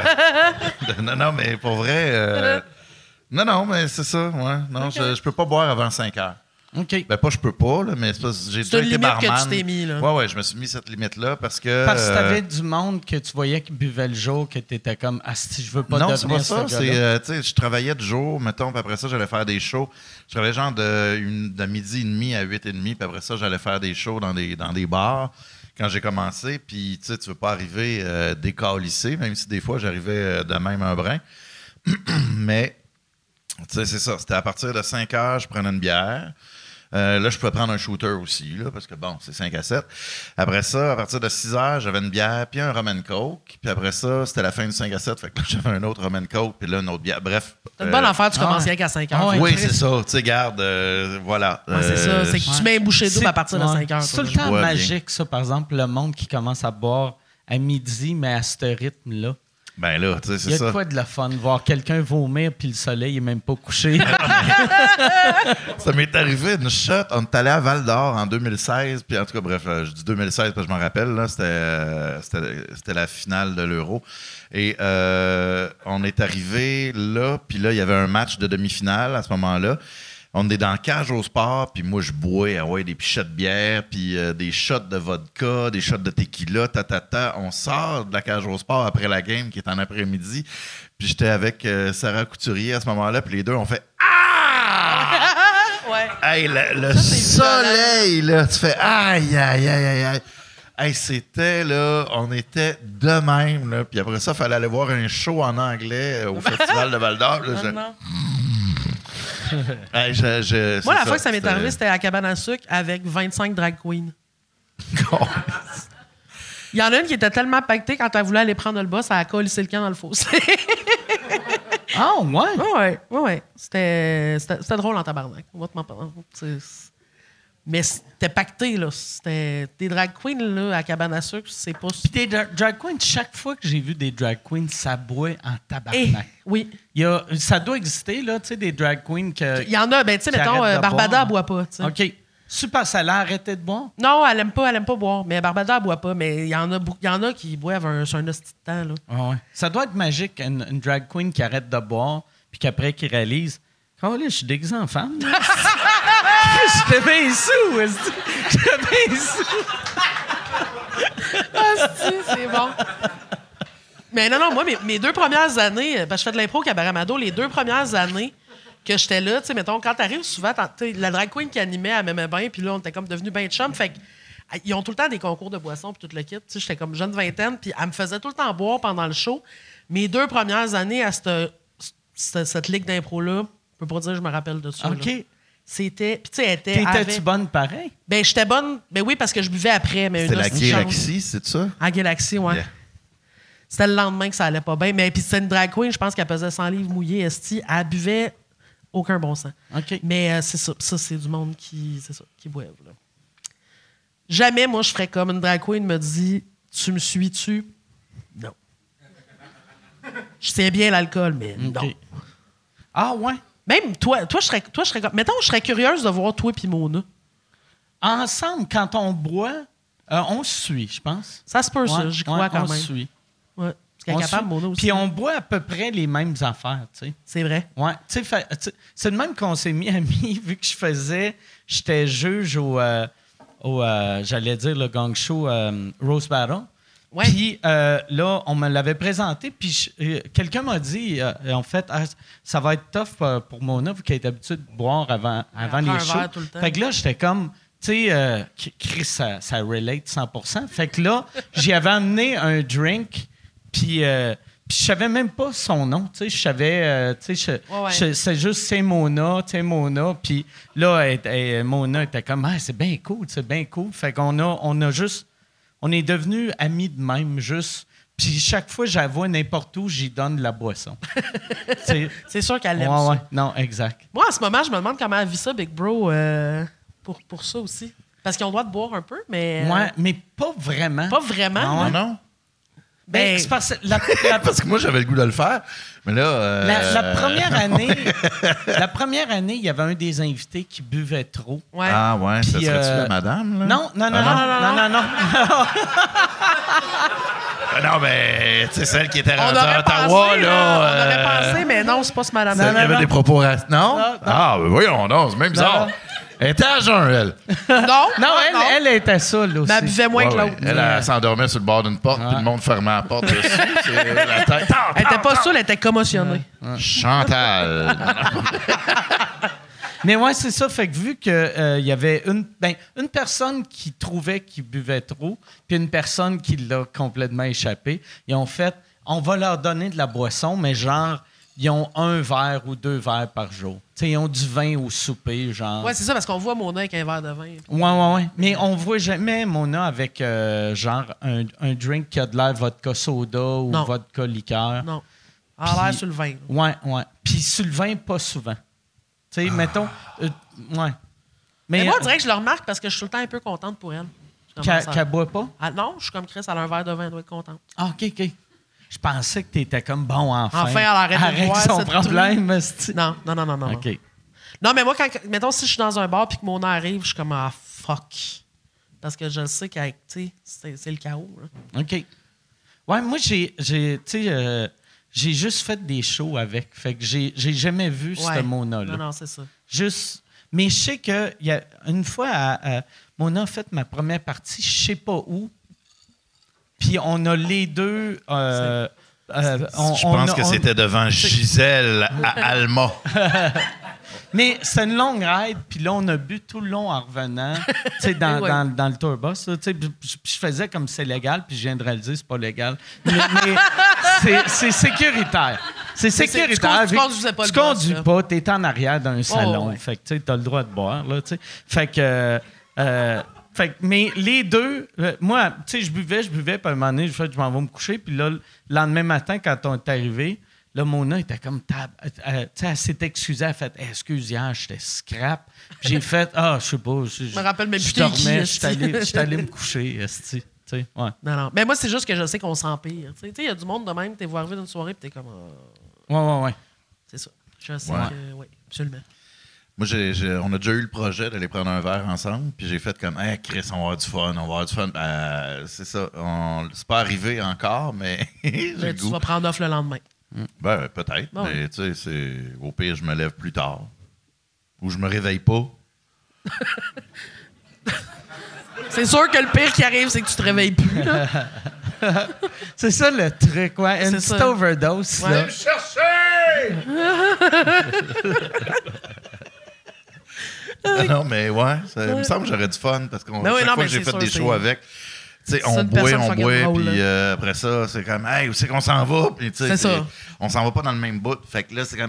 S4: non, mais pour vrai. Non, mais c'est ça. Ouais. Non,
S5: Okay.
S4: je peux pas boire avant 5 heures.
S1: OK.
S4: Ben, pas je peux pas, là, mais c'est parce que j'ai
S5: C'est
S4: déjà
S5: une
S4: été
S5: limite que
S4: barman.
S5: tu t'es mis, là.
S4: Ouais, je me suis mis cette limite-là parce que.
S1: Parce que t'avais du monde que tu voyais qui buvait le jour, que t'étais comme, ah, si je veux pas
S4: non, c'est
S1: devenir
S4: pas ça.
S1: ce gars-là.
S4: Tu sais, je travaillais de jour, mettons, puis après ça, j'allais faire des shows. Je travaillais genre de midi et demi à 8h30, puis après ça, j'allais faire des shows dans des bars quand j'ai commencé. Puis, tu sais, tu veux pas arriver décalissé, même si des fois, j'arrivais de même un brin. Mais, tu sais, c'est ça. C'était à partir de 5 heures, je prenais une bière. Là, je pouvais prendre un shooter aussi, là, parce que bon, c'est 5 à 7. Après ça, à partir de 6 heures, j'avais une bière, puis un rum and coke. Puis après ça, c'était la fin du 5 à 7. Fait que là, j'avais un autre rum and coke, puis là, une autre bière. Bref.
S5: C'est une bonne affaire, tu commences rien qu'à 5 heures.
S1: Ouais,
S4: Oui,
S1: Chris.
S4: c'est ça. Tu sais, garde, voilà.
S5: Ouais, c'est ça. C'est que tu mets un bouchée double à partir de
S1: Ouais.
S5: 5 heures.
S1: C'est tout le
S5: toi,
S1: temps
S4: bois bien.
S1: magique, ça, par exemple, le monde qui commence à boire à midi, mais à ce rythme-là.
S4: Ben là, tu sais,
S1: Il y
S4: c'est
S1: a
S4: ça.
S1: de quoi de la fun, voir quelqu'un vomir puis le soleil est même pas couché.
S4: Ça m'est arrivé une shot. On est allé à Val d'Or en 2016. Puis en tout cas, bref, je dis 2016 parce que je m'en rappelle. Là, c'était la finale de l'Euro. Et on est arrivé là. Puis là, il y avait un match de demi-finale à ce moment-là. On est dans la cage au sport, puis moi, je bois des pichettes de bière, puis des shots de vodka, des shots de tequila, On sort de la cage au sport après la game, qui est en après-midi. Puis j'étais avec Sarah Couturier à ce moment-là, puis les deux ont fait « Ah! »
S5: Ouais.
S4: Hey, le soleil, là, tu fais « Aïe, aïe, aïe, aïe, aïe. » Hey, c'était, là, on était de même, là. Puis après ça, il fallait aller voir un show en anglais au Festival de Val-d'Or. Là,
S5: Ah, non.
S4: Hey,
S5: Moi, la fois que ça m'est arrivé, c'était à Cabane à sucre avec 25 drag queens. Il y en a une qui était tellement pactée quand elle voulait aller prendre le bus, elle a collé le camp dans le fossé.
S1: Ah, ouais?
S5: Ouais. C'était drôle en tabarnak. On va te m'en parler. Mais c'était pacté, là. C'était des drag queens, là, à cabane à sucre, c'est pas...
S1: Puis des drag queens, chaque fois que j'ai vu des drag queens, ça boit en tabarnak.
S5: Oui.
S1: Ça doit exister, là, tu sais, des drag queens que...
S5: Il y en a, ben, tu sais, mettons,
S1: arrêtent de
S5: Barbada,
S1: boire.
S5: elle boit pas, tu sais.
S1: OK. Super, ça l'a arrêté de boire?
S5: Non, elle aime pas boire. Mais Barbada, elle boit pas. Mais il y en a qui boivent sur un hostie de temps, là.
S1: Ah ouais. Ça doit être magique, une drag queen qui arrête de boire, puis qu'après, qui réalise... Oh là, je suis déguisé en femme. J'étais bien sous, est-ce que- J'étais bien sous.
S5: Hostie, c'est bon. Mais non, moi, mes 2 premières années, parce que je fais de l'impro au Cabaret Mado, les 2 premières années que j'étais là, tu sais, mettons, quand t'arrives souvent, la drag queen qui animait, elle m'aimait bien, puis là, on était comme devenus bien chum. Fait ils ont tout le temps des concours de boissons, puis tout le kit. Tu sais, j'étais comme jeune vingtaine, puis elle me faisait tout le temps boire pendant le show. Mes 2 premières années à cette ligue d'impro-là, je peux pas dire que je me rappelle de ça.
S1: OK.
S5: Là. C'était. Puis, tu sais,
S1: T'étais-tu bonne pareil?
S5: Ben, j'étais bonne. Ben oui, parce que je buvais après. Mais
S4: C'était la
S5: hostie de chance.
S4: Galaxie, c'est ça?
S5: En Galaxie, ouais.
S4: Yeah.
S5: C'était le lendemain que ça allait pas bien. Mais puis c'était une drag queen, je pense qu'elle pesait 100 livres mouillés, esti. Elle buvait aucun bon sens.
S1: OK.
S5: Mais c'est ça. Ça, c'est du monde qui boive. Là. Jamais, moi, je ferais comme une drag queen me dit « Tu me suis-tu? » Non. Je tiens bien l'alcool, mais non.
S1: OK. Ah, ouais?
S5: Même toi, je serais comme... Mettons, je serais curieuse de voir toi et Mona.
S1: Ensemble, quand on boit, on se suit, je pense.
S5: Ça se peut, ça.
S1: Ouais,
S5: J'y crois
S1: ouais,
S5: quand
S1: on
S5: même.
S1: se suit.
S5: Ouais. Parce qu'elle est
S1: On
S5: capable,
S1: suit.
S5: Mona aussi.
S1: Puis on boit à peu près les mêmes affaires, tu sais.
S5: C'est vrai.
S1: Ouais, tu sais, c'est le même qu'on s'est mis amis, vu que j'étais juge au j'allais dire le gang show Rose Battle.
S5: Ouais.
S1: Puis là, on me l'avait présenté, puis quelqu'un m'a dit, en fait, ça va être tough pour Mona, vu qu'elle est habituée de boire avant
S5: prend
S1: les
S5: un
S1: shows.
S5: verre tout le temps.
S1: Fait que là, j'étais comme, tu sais, Chris, ça relate 100%. Fait que là, j'y avais amené un drink, puis je savais même pas son nom, tu sais, je savais, tu sais,
S5: Ouais.
S1: c'est juste c'est Mona, tu sais, Mona, puis là, Mona était comme, ah, c'est bien cool. Fait qu'on on est devenus amis de même, juste, puis chaque fois, j'avoue, n'importe où, j'y donne de la boisson.
S5: C'est sûr qu'elle aime
S1: Ouais,
S5: ça.
S1: ouais, non, exact.
S5: Moi, en ce moment, je me demande comment elle vit ça, Big Bro, pour ça aussi. Parce qu'ils ont le droit de boire un peu, mais...
S1: Ouais, mais pas vraiment.
S5: Pas vraiment.
S1: Non,
S4: Non, non?
S1: Ben, c'est parce que
S4: Parce que moi, j'avais le goût de le faire. Mais là.
S1: la première année, il y avait un des invités qui buvait trop.
S5: Ouais.
S4: Ah, ouais. Ça
S1: Puis,
S4: serait-tu la madame, là?
S1: Non.
S4: Non, mais c'est celle qui était
S5: On
S4: rendue à
S5: aurait
S4: Ottawa,
S5: pensé,
S4: là.
S5: on aurait pensé, mais non, c'est pas ce madame.
S4: Celle qui avait des propos racistes. Non?
S1: Non.
S4: Ah, ben voyons, non, c'est même bizarre.
S1: Non.
S4: Elle était à jeun, elle.
S5: Non,
S1: Non, elle était saoule aussi.
S5: Mais elle buvait moins
S4: Ouais,
S5: que
S4: ouais.
S5: l'autre.
S4: Elle s'endormait sur le bord d'une porte, puis le monde fermait la porte dessus. C'est la tête.
S5: Elle était pas saoule, elle était commotionnée.
S4: Chantal.
S1: Mais ouais, c'est ça. Fait que vu qu'il y avait une personne qui trouvait qu'il buvait trop, puis une personne qui l'a complètement échappé, ils ont fait, on va leur donner de la boisson, mais genre, ils ont 1 verre ou 2 verres par jour. T'sais, ils ont du vin au souper, genre.
S5: Ouais, c'est ça, parce qu'on voit Mona avec un verre de vin.
S1: Ouais. Mais on voit jamais Mona avec genre un drink qui a de l'air vodka soda ou
S5: Non.
S1: vodka liqueur.
S5: Non. Elle a l'air sur le vin.
S1: Ouais. Puis sur le vin, pas souvent. Tu sais, mettons. Ouais.
S5: Mais moi, on dirait que je le remarque parce que je suis tout le temps un peu contente pour elle.
S1: Qu'elle boit pas?
S5: Ah, non, je suis comme Chris, elle a un verre de vin, elle doit être contente.
S1: Ah, OK. Je pensais que t'étais comme bon, enfin.
S5: Enfin, elle arrête de boire
S1: son
S5: cette
S1: problème, esti.
S5: Non.
S1: OK.
S5: Non, mais moi, mettons, si je suis dans un bar et que Mona arrive, je suis comme, ah, fuck. Parce que je sais que, tu sais, c'est le chaos. Là.
S1: OK. Ouais, moi, j'ai juste fait des shows avec. Fait que j'ai jamais vu ce Mona-là.
S5: Non, c'est ça.
S1: Juste. Mais je sais que y a une fois, Mona a fait ma première partie, je sais pas où. Puis on a les deux.
S4: Je pense que c'était devant Gisèle à Alma.
S1: Mais c'est une longue ride, puis là, on a bu tout le long en revenant, tu sais, dans le tourbus. Là, tu sais, je faisais comme c'est légal, puis je viens de réaliser c'est pas légal. Mais c'est sécuritaire. C'est sécuritaire.
S5: Tu conduisais pas le
S1: Tu conduis
S5: bus,
S1: pas, t'es en arrière d'un salon.
S5: ouais.
S1: Fait que tu as le droit de boire. Là, tu sais. Fait que... Fait que, mais les deux, moi, tu sais, je buvais, puis à un moment donné, je m'en vais me coucher, puis là, le lendemain matin, quand on est arrivé, là, Mona était comme tu sais, elle s'est excusée, elle a fait excuse, hier, j'étais scrap. Puis j'ai fait je sais pas. Je
S5: me rappelle même plus qui,
S1: dormais, je suis allé me coucher, esti. Ouais.
S5: Non. Mais moi, c'est juste que je sais qu'on s'empire. Tu sais, il y a du monde de même, t'es voir arriver d'une soirée, puis t'es comme.
S1: Ouais.
S5: C'est ça. Je sais que. Oui, absolument.
S4: Moi, on a déjà eu le projet d'aller prendre un verre ensemble, puis j'ai fait comme, hey, Chris, on va avoir du fun. C'est ça. C'est pas arrivé encore, mais j'ai
S5: mais
S4: le
S5: tu
S4: goût.
S5: vas prendre off le lendemain.
S4: Ben, peut-être,
S5: Bon.
S4: mais tu sais, au pire, je me lève plus tard. Ou je me réveille pas.
S5: C'est sûr que le pire qui arrive, c'est que tu te réveilles plus. Là.
S1: C'est ça le truc, ouais. Une
S5: C'est
S1: petite
S5: ça.
S1: overdose,
S5: Ouais.
S1: là.
S4: Me chercher! Non, mais ouais, il me semble que j'aurais du fun parce que
S5: Ben oui,
S4: chaque
S5: non,
S4: fois
S5: mais
S4: que j'ai
S5: c'est
S4: fait
S5: sûr,
S4: des shows avec, tu sais,
S5: c'est
S4: on
S5: une
S4: boit,
S5: personne fucking drôle,
S4: puis
S5: là.
S4: après ça, c'est comme, hey, où c'est qu'on s'en va? Puis, tu sais,
S5: C'est ça.
S4: on s'en va pas dans le même bout. Fait que là, c'est comme,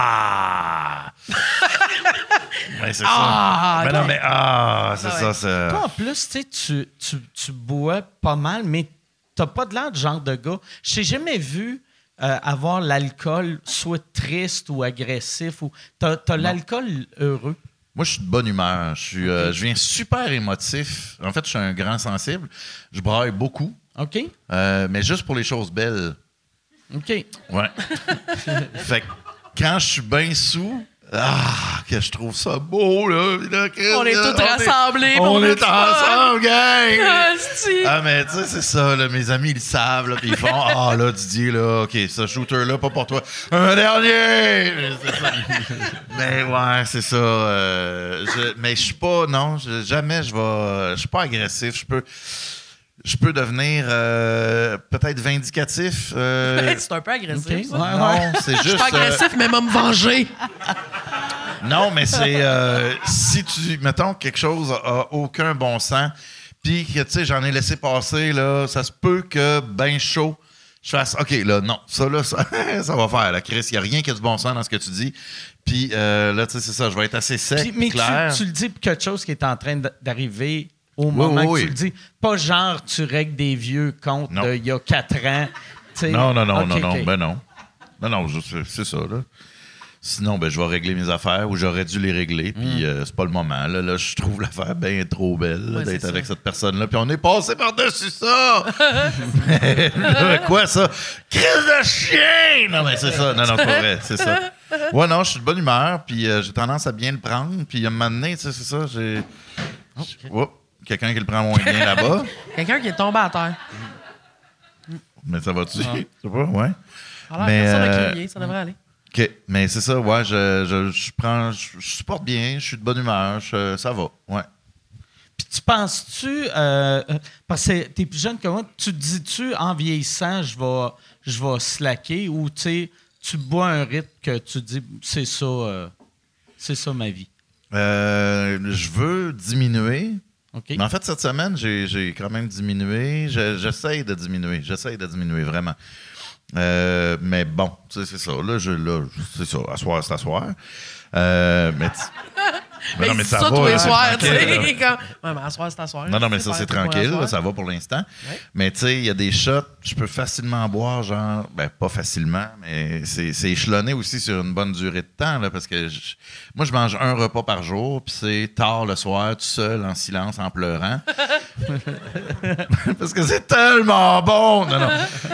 S4: Ouais, c'est
S5: Ah,
S4: ça. Mais
S5: ok.
S4: non, mais c'est
S5: Ah ouais.
S4: ça. C'est...
S1: Toi, en plus, tu sais, tu bois pas mal, mais t'as pas de l'air de genre de gars. Je t'ai jamais vu avoir l'alcool soit triste ou agressif. Ou t'as l'alcool heureux.
S4: Moi, je suis de bonne humeur. Je viens super émotif. En fait, je suis un grand sensible. Je braille beaucoup,
S1: OK?
S4: mais juste pour les choses belles.
S1: OK.
S4: Ouais. Fait que quand je suis bien sous, que je trouve ça beau, là.
S5: On est tous rassemblés.
S4: On
S5: pour
S4: est
S5: le fun.
S4: ensemble, gang!
S5: Asti.
S4: Mais tu sais, c'est ça, là, mes amis, ils le savent, là, puis ils font là, Didier, là, OK, ce shooter-là, pas pour toi. Un dernier! C'est ça. Mais ouais, c'est ça. Mais je suis pas, non, jamais je suis pas agressif. Je peux devenir peut-être vindicatif.
S5: C'est un peu agressif.
S1: OK.
S5: Ça.
S1: Ouais.
S4: Non, c'est
S5: Je suis
S4: juste.
S5: pas agressif, mais m'a me venger.
S4: Non, mais c'est si tu mettons quelque chose a aucun bon sens, puis que tu sais j'en ai laissé passer là, ça se peut que ben chaud je fasse OK là non, ça là ça, ça va faire là Chris, il y a rien qui a du bon sens dans ce que tu dis. Puis là tu sais c'est ça, je vais être assez sec,
S1: Mais
S4: clair.
S1: tu le dis pour quelque chose qui est en train d'arriver au moment que tu le dis. Pas genre tu règles des vieux comptes
S4: Non.
S1: d'il y a 4 ans. T'sais.
S4: Non,
S1: OK.
S4: ben non. Non, c'est ça, là. Sinon, ben, je vais régler mes affaires ou j'aurais dû les régler, puis c'est pas le moment. Là, je trouve l'affaire bien trop belle là,
S5: Ouais,
S4: d'être
S5: c'est
S4: avec
S5: ça.
S4: cette personne-là, puis on est passé par-dessus ça! Mais là, quoi, ça? Crise de chien! Non, mais c'est ça. Non, c'est pas vrai, c'est ça. Ouais, non, je suis de bonne humeur, puis j'ai tendance à bien le prendre, puis à un moment donné, tu sais, c'est ça, Oups, quelqu'un qui le prend moins bien là-bas.
S5: Quelqu'un qui est tombé à terre.
S4: Mais ça va-tu? Je sais pas, ouais.
S5: Alors,
S4: Mais,
S5: personne n'a crié, ça devrait aller.
S4: OK, mais c'est ça, ouais, je supporte bien, je suis de bonne humeur, ça va, ouais.
S1: Puis tu penses-tu, parce que t'es plus jeune que moi, tu te dis-tu en vieillissant, je vais slacker ou tu bois un rythme que tu dis c'est ça ma vie?
S4: Je veux diminuer.
S1: OK?
S4: Mais en fait, cette semaine, j'ai quand même diminué. J'essaye de diminuer, vraiment. Mais bon, tu sais, c'est ça. Là, c'est ça. À soir, c'est à soir. Mais non, mais ça va.
S5: tous les
S4: là, c'est
S5: soirs, tu
S4: tranquille, là.
S5: sais. Comme... Ouais, mais à soir, c'est à soir.
S4: Non, mais ça,
S5: faire
S4: c'est
S5: tes points à
S4: tranquille.
S5: soir.
S4: Là, ça va pour l'instant.
S5: Ouais.
S4: Mais tu sais, il y a des shots, je peux facilement boire, genre, ben pas facilement, mais c'est échelonné aussi sur une bonne durée de temps, là, parce que moi, je mange un repas par jour, puis c'est tard le soir, tout seul, en silence, en pleurant. Parce que c'est tellement bon! Non.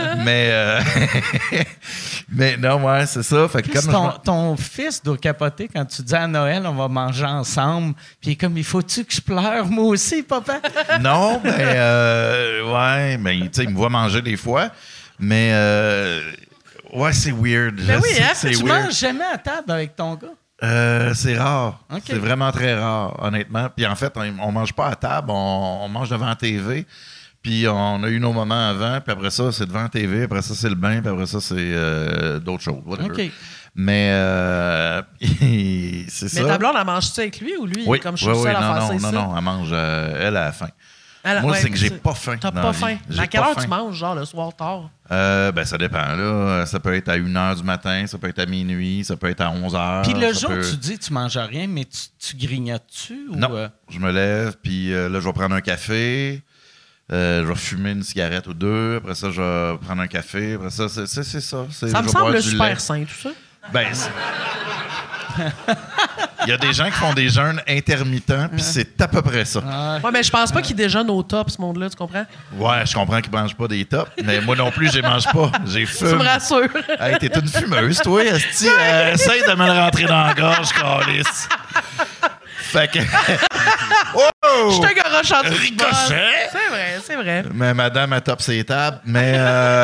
S4: Mais non, ouais, c'est ça. Fait que
S1: Chris,
S4: comme
S1: ton fils doit capoter quand tu dis à Noël, on va manger ensemble. Puis il est comme, il faut-tu que je pleure, moi aussi, papa?
S4: Non, mais ouais, mais tu sais, il me voit manger des fois. Mais ouais, c'est weird.
S5: Ben
S4: Je
S5: oui,
S4: sais
S5: hein,
S4: que c'est
S1: Tu
S4: weird.
S1: manges jamais à table avec ton gars?
S4: C'est rare.
S1: OK.
S4: C'est vraiment très rare, honnêtement. Puis en fait, on mange pas à table, on mange devant la TV. Puis on a eu nos moments avant, puis après ça, c'est devant la TV, après ça, c'est le bain, puis après ça, c'est d'autres choses. Whatever.
S1: OK.
S4: Mais c'est ça.
S5: Mais ta blonde, elle mange-tu avec lui ou lui, il
S4: Oui,
S5: est comme je suis seul à faire ça ici?
S4: non, elle mange elle à la fin.
S5: Alors,
S4: Moi,
S5: ouais,
S4: c'est que j'ai pas faim.
S5: T'as
S4: dans
S5: pas
S4: la vie.
S5: faim.
S4: J'ai
S5: À quelle
S4: pas
S5: heure
S4: faim.
S5: tu manges, genre, le soir tard?
S4: Ben, ça dépend, là. Ça peut être à 1h du matin, ça peut être à minuit, ça peut être à 11h.
S1: Puis le
S4: ça
S1: jour
S4: peut-
S1: tu dis tu manges rien, mais tu grignotes-tu? Ou,
S4: Non. Je me lève, puis là, je vais prendre un café. Je vais fumer une cigarette ou deux. Après ça, je vais prendre un café. Après ça, c'est ça.
S5: Ça
S4: je
S5: me
S4: vais boire
S5: semble
S4: du
S5: super
S4: lait.
S5: sain, tout ça.
S4: Ben, il y a des gens qui font des jeûnes intermittents, puis c'est à peu près ça.
S5: Ouais, mais je pense pas qu'ils déjeunent au top, ce monde-là, tu comprends?
S4: Ouais, je comprends qu'ils mangent pas des tops, mais moi non plus, je les mange pas. J'ai
S5: Tu me
S4: fume.
S5: rassures.
S4: Hey, t'es une fumeuse, toi, esti. Essaye de me le rentrer dans la gorge, calice. Fait que...
S5: Je suis un garoche en dessous du
S4: Ricochet!
S5: boss. C'est vrai.
S4: Mais madame, elle top ses tables. Mais...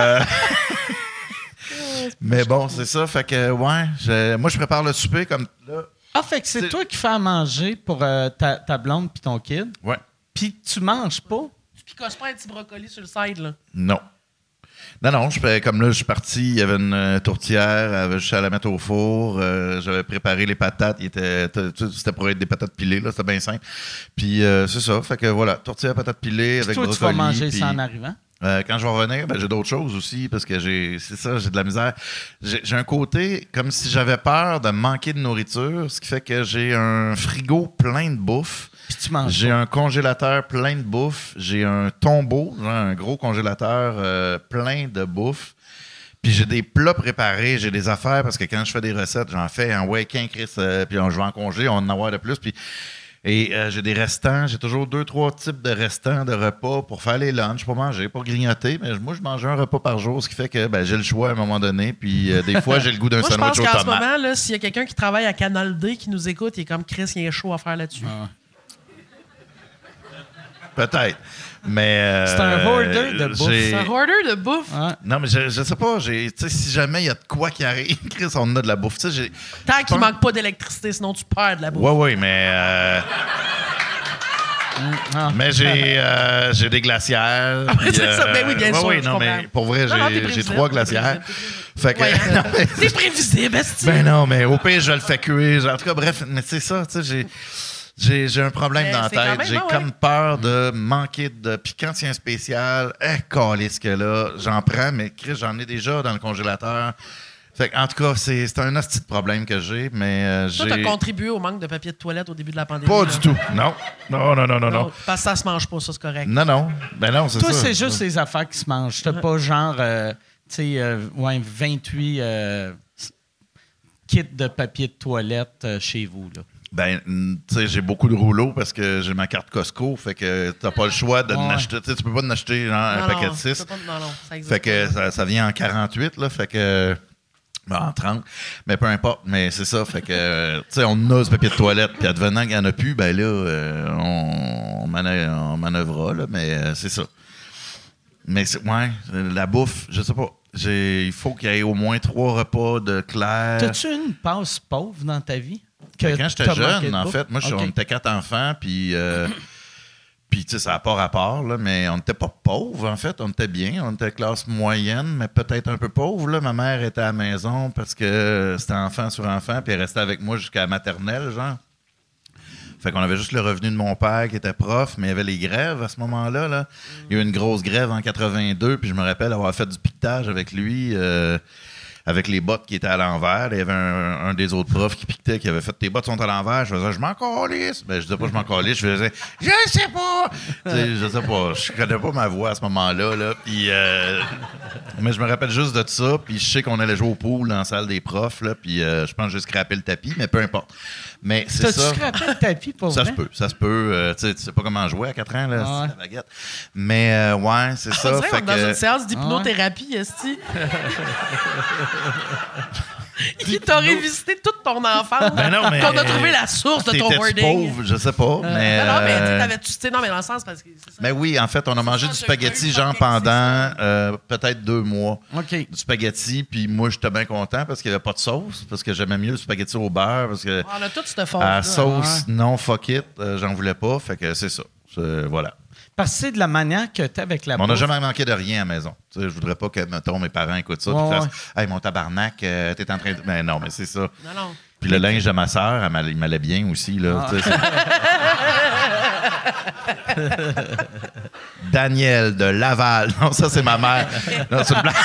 S4: mais bon, c'est ça. Fait que, ouais, moi, je prépare le souper comme... Là.
S1: Ah, fait que c'est toi qui fais à manger pour ta blonde puis ton kid.
S4: Ouais.
S1: Puis tu manges pas?
S5: Tu picosses pas un petit brocoli sur le side, là.
S4: Non. Non, comme là, je suis parti, il y avait une tourtière, je suis allé la mettre au four, j'avais préparé les patates, c'était pour être des patates pilées, là, c'était bien simple. Puis c'est ça, fait que voilà, tourtière, patates pilées avec
S1: Toi,
S4: brocoli.
S1: tu vas manger
S4: puis,
S1: ça en arrivant?
S4: quand je vais revenir, j'ai d'autres choses aussi, parce que j'ai de la misère. J'ai un côté comme si j'avais peur de manquer de nourriture, ce qui fait que j'ai un frigo plein de bouffe.
S1: Puis tu manges
S4: J'ai
S1: pas.
S4: un congélateur plein de bouffe. J'ai un tombeau, genre un gros congélateur plein de bouffe. Puis j'ai des plats préparés, j'ai des affaires, parce que quand je fais des recettes, j'en fais un week-end, Chris, puis je vais en congé, on va en avoir de plus. Et j'ai des restants, j'ai toujours 2-3 types de restants de repas pour faire les lunchs, pour manger, pour grignoter. Mais moi, je mange un repas par jour, ce qui fait que j'ai le choix à un moment donné. Puis des fois, j'ai le goût d'un
S5: Moi, je pense
S4: sandwich aux
S5: qu'en ce
S4: tomates.
S5: moment, là, s'il y a quelqu'un qui travaille à Canal D qui nous écoute, il est comme Chris, il y a un show à faire là-dessus.
S4: Peut-être. Mais.
S1: C'est un hoarder de bouffe.
S4: j'ai-
S5: C'est un hoarder de bouffe.
S1: Ouais.
S4: Non, mais je sais pas. Tu sais, si jamais il y a de quoi qui arrive, Chris, on a de la bouffe. Tu sais, j'ai.
S5: Tant qu'il
S4: pense-
S5: manque pas d'électricité, sinon tu perds de la bouffe.
S4: Ouais, mais. Mais j'ai des glacières. puis,
S5: c'est ça. Ben oui, bien sûr,
S4: Oui,
S5: je
S4: non,
S5: comprends.
S4: mais pour vrai,
S5: Non, non, t'es
S4: j'ai
S5: prévisible,
S4: 3
S5: t'es
S4: glacières. Fait que.
S5: Ouais,
S4: non, mais-
S5: C'est prévisible, esti.
S4: ben non, mais au pire, je le fais cuire. En tout cas, bref, mais c'est ça, tu sais, j'ai un problème
S5: Mais
S4: dans la
S5: c'est quand
S4: tête.
S5: même,
S4: J'ai
S5: ouais.
S4: comme peur de manquer de. Puis quand il y a un spécial, calisse que là, j'en prends, mais Chris, j'en ai déjà dans le congélateur. Fait en tout cas, c'est un hostie de problème que j'ai, mais
S5: Toi, t'as
S4: j'ai.
S5: contribué au manque de papier de toilette au début de la pandémie.
S4: Pas
S5: là.
S4: du tout. Non. Non.
S5: Parce que ça se mange pas, ça, c'est correct.
S4: Non. Ben non, c'est ça.
S1: Toi, c'est juste les affaires qui se mangent. T'as pas genre, 28 kits de papier de toilette chez vous, là.
S4: Ben, tu sais, j'ai beaucoup de rouleaux parce que j'ai ma carte Costco, fait que t'as pas le choix de
S1: Ouais.
S4: n'acheter. Tu sais, tu peux pas en acheter genre, un
S5: Non,
S4: paquet
S5: non,
S4: de 6.
S5: Non, ça existe
S4: Fait que
S5: pas.
S4: ça vient en 48, là, fait que. En 30. Mais peu importe, mais c'est ça. Fait que, tu sais, on a ce papier de toilette, puis advenant qu'il n'y en a plus, ben là, on manœuvrera, là, mais c'est ça. Mais la bouffe, je sais pas. Il faut qu'il y ait au moins 3 repas de clair.
S1: T'as-tu une passe pauvre dans ta vie?
S4: Ben, quand j'étais
S1: t'as manqué
S4: jeune,
S1: de
S4: en
S1: bouffe?
S4: fait, moi,
S1: Ok.
S4: on était 4 enfants, puis tu sais, ça n'a pas rapport, là, mais on n'était pas pauvres, en fait. On était bien. On était classe moyenne, mais peut-être un peu pauvre, là. Ma mère était à la maison parce que c'était enfant sur enfant, puis elle restait avec moi jusqu'à la maternelle, genre. Fait qu'on avait juste le revenu de mon père qui était prof, mais il y avait les grèves à ce moment-là. Là. Il y a eu une grosse grève en 82, puis je me rappelle avoir fait du piquetage avec lui, avec les bottes qui étaient à l'envers. Il y avait un des autres profs qui piquetait, qui avait fait « Tes bottes sont à l'envers ». Je faisais « Je m'en calisse ». Ben, je disais pas « Je m'en calisse », je faisais « Je sais pas ». Tu sais, je sais pas, je connais pas ma voix à ce moment-là. Là. Puis, mais je me rappelle juste de ça, puis je sais qu'on allait jouer au pool dans la salle des profs, là, puis je pense que j'ai scrappé le tapis, mais peu importe. Mais c'est
S1: T'as-tu
S4: ça.
S1: scrappé le tapis pour
S4: Ça
S1: vrai?
S4: se peut. Tu sais pas comment jouer à 4 ans, là,
S1: Ah ouais.
S4: c'est la baguette. Mais ouais, c'est
S5: On
S4: ça.
S5: dirait qu'on est dans une séance d'hypnothérapie,
S1: Ah
S5: esti. Il t'a révisité toute ton enfance.
S4: Ben non, mais-
S5: Qu'on a trouvé la source de ton
S4: T'étais-tu
S5: hoarding.
S4: pauvre, je sais pas. mais,
S5: Non, mais tu sais, t'avais-tu sais, non, mais dans le sens parce que c'est ça.
S4: mais oui, en fait, on a mangé
S5: ça,
S4: du
S5: c'est
S4: spaghetti,
S5: un
S4: genre,
S5: spaghetti,
S4: pendant peut-être 2 mois.
S1: OK.
S4: Du spaghetti, puis moi, j'étais bien content parce qu'il n'y avait pas de sauce, parce que j'aimais mieux le spaghetti au beurre, parce que
S5: On a toute cette force.
S4: à sauce, non, fuck it, j'en voulais pas, fait que c'est ça. Voilà.
S1: Parce que c'est de la manière que t'as avec la
S4: Mais on n'a
S1: bouffe.
S4: jamais manqué de rien à la maison. Tu sais, je voudrais pas que, mettons, mes parents écoutent ça.
S1: Ouais,
S4: puis
S1: ouais.
S4: fassent, hey, mon tabarnak, t'es en train de. Mais non, mais c'est ça.
S5: Non.
S4: Puis le linge de ma sœur, il m'allait bien aussi. Là, tu sais, Daniel de Laval. Non, ça, c'est ma mère. Non, c'est une blague.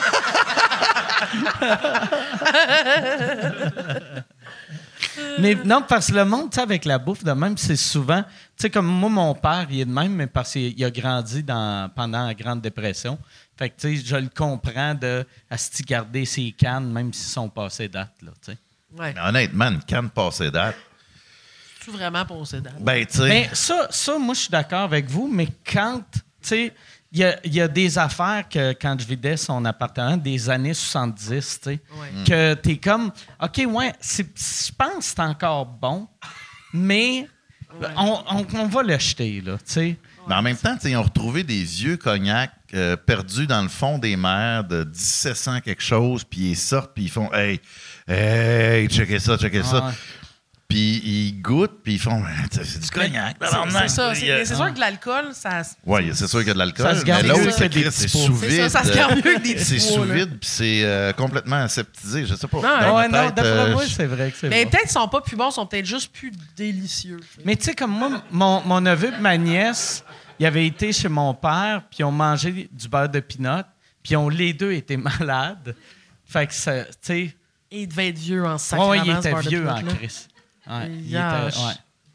S1: Mais non, parce que le monde, tu sais, avec la bouffe de même, c'est souvent... Tu sais, comme moi, mon père, il est de même, mais parce qu'il a grandi pendant la Grande Dépression. Fait que, tu sais, je le comprends de garder ses cannes, même s'ils sont passés date, là, tu sais.
S5: Ouais.
S4: Mais honnêtement, une canne passée date.
S5: C'est vraiment passé date.
S4: Ben, tu sais.
S1: Mais ça, moi, je suis d'accord avec vous, mais quand, tu sais, il y a des affaires que, quand je vidais son appartement, des années 70, tu sais, que t'es comme, OK, ouais, je pense que c'est encore bon, mais on va le jeter, là, tu sais.
S4: Mais en même temps, ils ont retrouvé des vieux cognacs perdus dans le fond des mers de 1700 quelque chose, puis ils sortent, puis ils font « Hey, checkez ça.
S1: Ouais. »
S4: Puis ils goûtent, puis ils font « C'est du cognac. »
S5: C'est ça. C'est sûr que l'alcool, ça...
S4: Oui, c'est sûr qu'il y a de l'alcool,
S1: Ça se garde
S4: mais
S1: mieux
S4: l'autre,
S1: que des
S4: c'est
S1: petits
S4: sous
S1: pots.
S4: vide.
S5: Ça se garde mieux que des petits
S4: C'est
S5: pots,
S4: sous
S5: là.
S4: vide, puis c'est complètement aseptisé. Je sais pas.
S5: Non,
S4: Dans ma
S1: non,
S4: tête,
S1: d'après moi, c'est vrai que c'est
S5: Mais
S1: bon.
S5: peut-être qu'ils sont pas plus bons, ils sont peut-être juste plus délicieux. T'sais.
S1: Mais tu sais, comme moi, mon neveu et ma nièce, ils avaient été chez mon père, puis ils ont mangé du beurre de pinot, puis ils ont les deux été malades. Fait que ça, tu sais...
S5: Et il devait être vieux en sacrament.
S1: Ouais, il
S5: ce
S1: était
S5: beurre de
S1: vieux
S5: pinot,
S1: en
S5: là.
S1: crise. Ouais, il
S5: Yage.
S1: était... Ouais.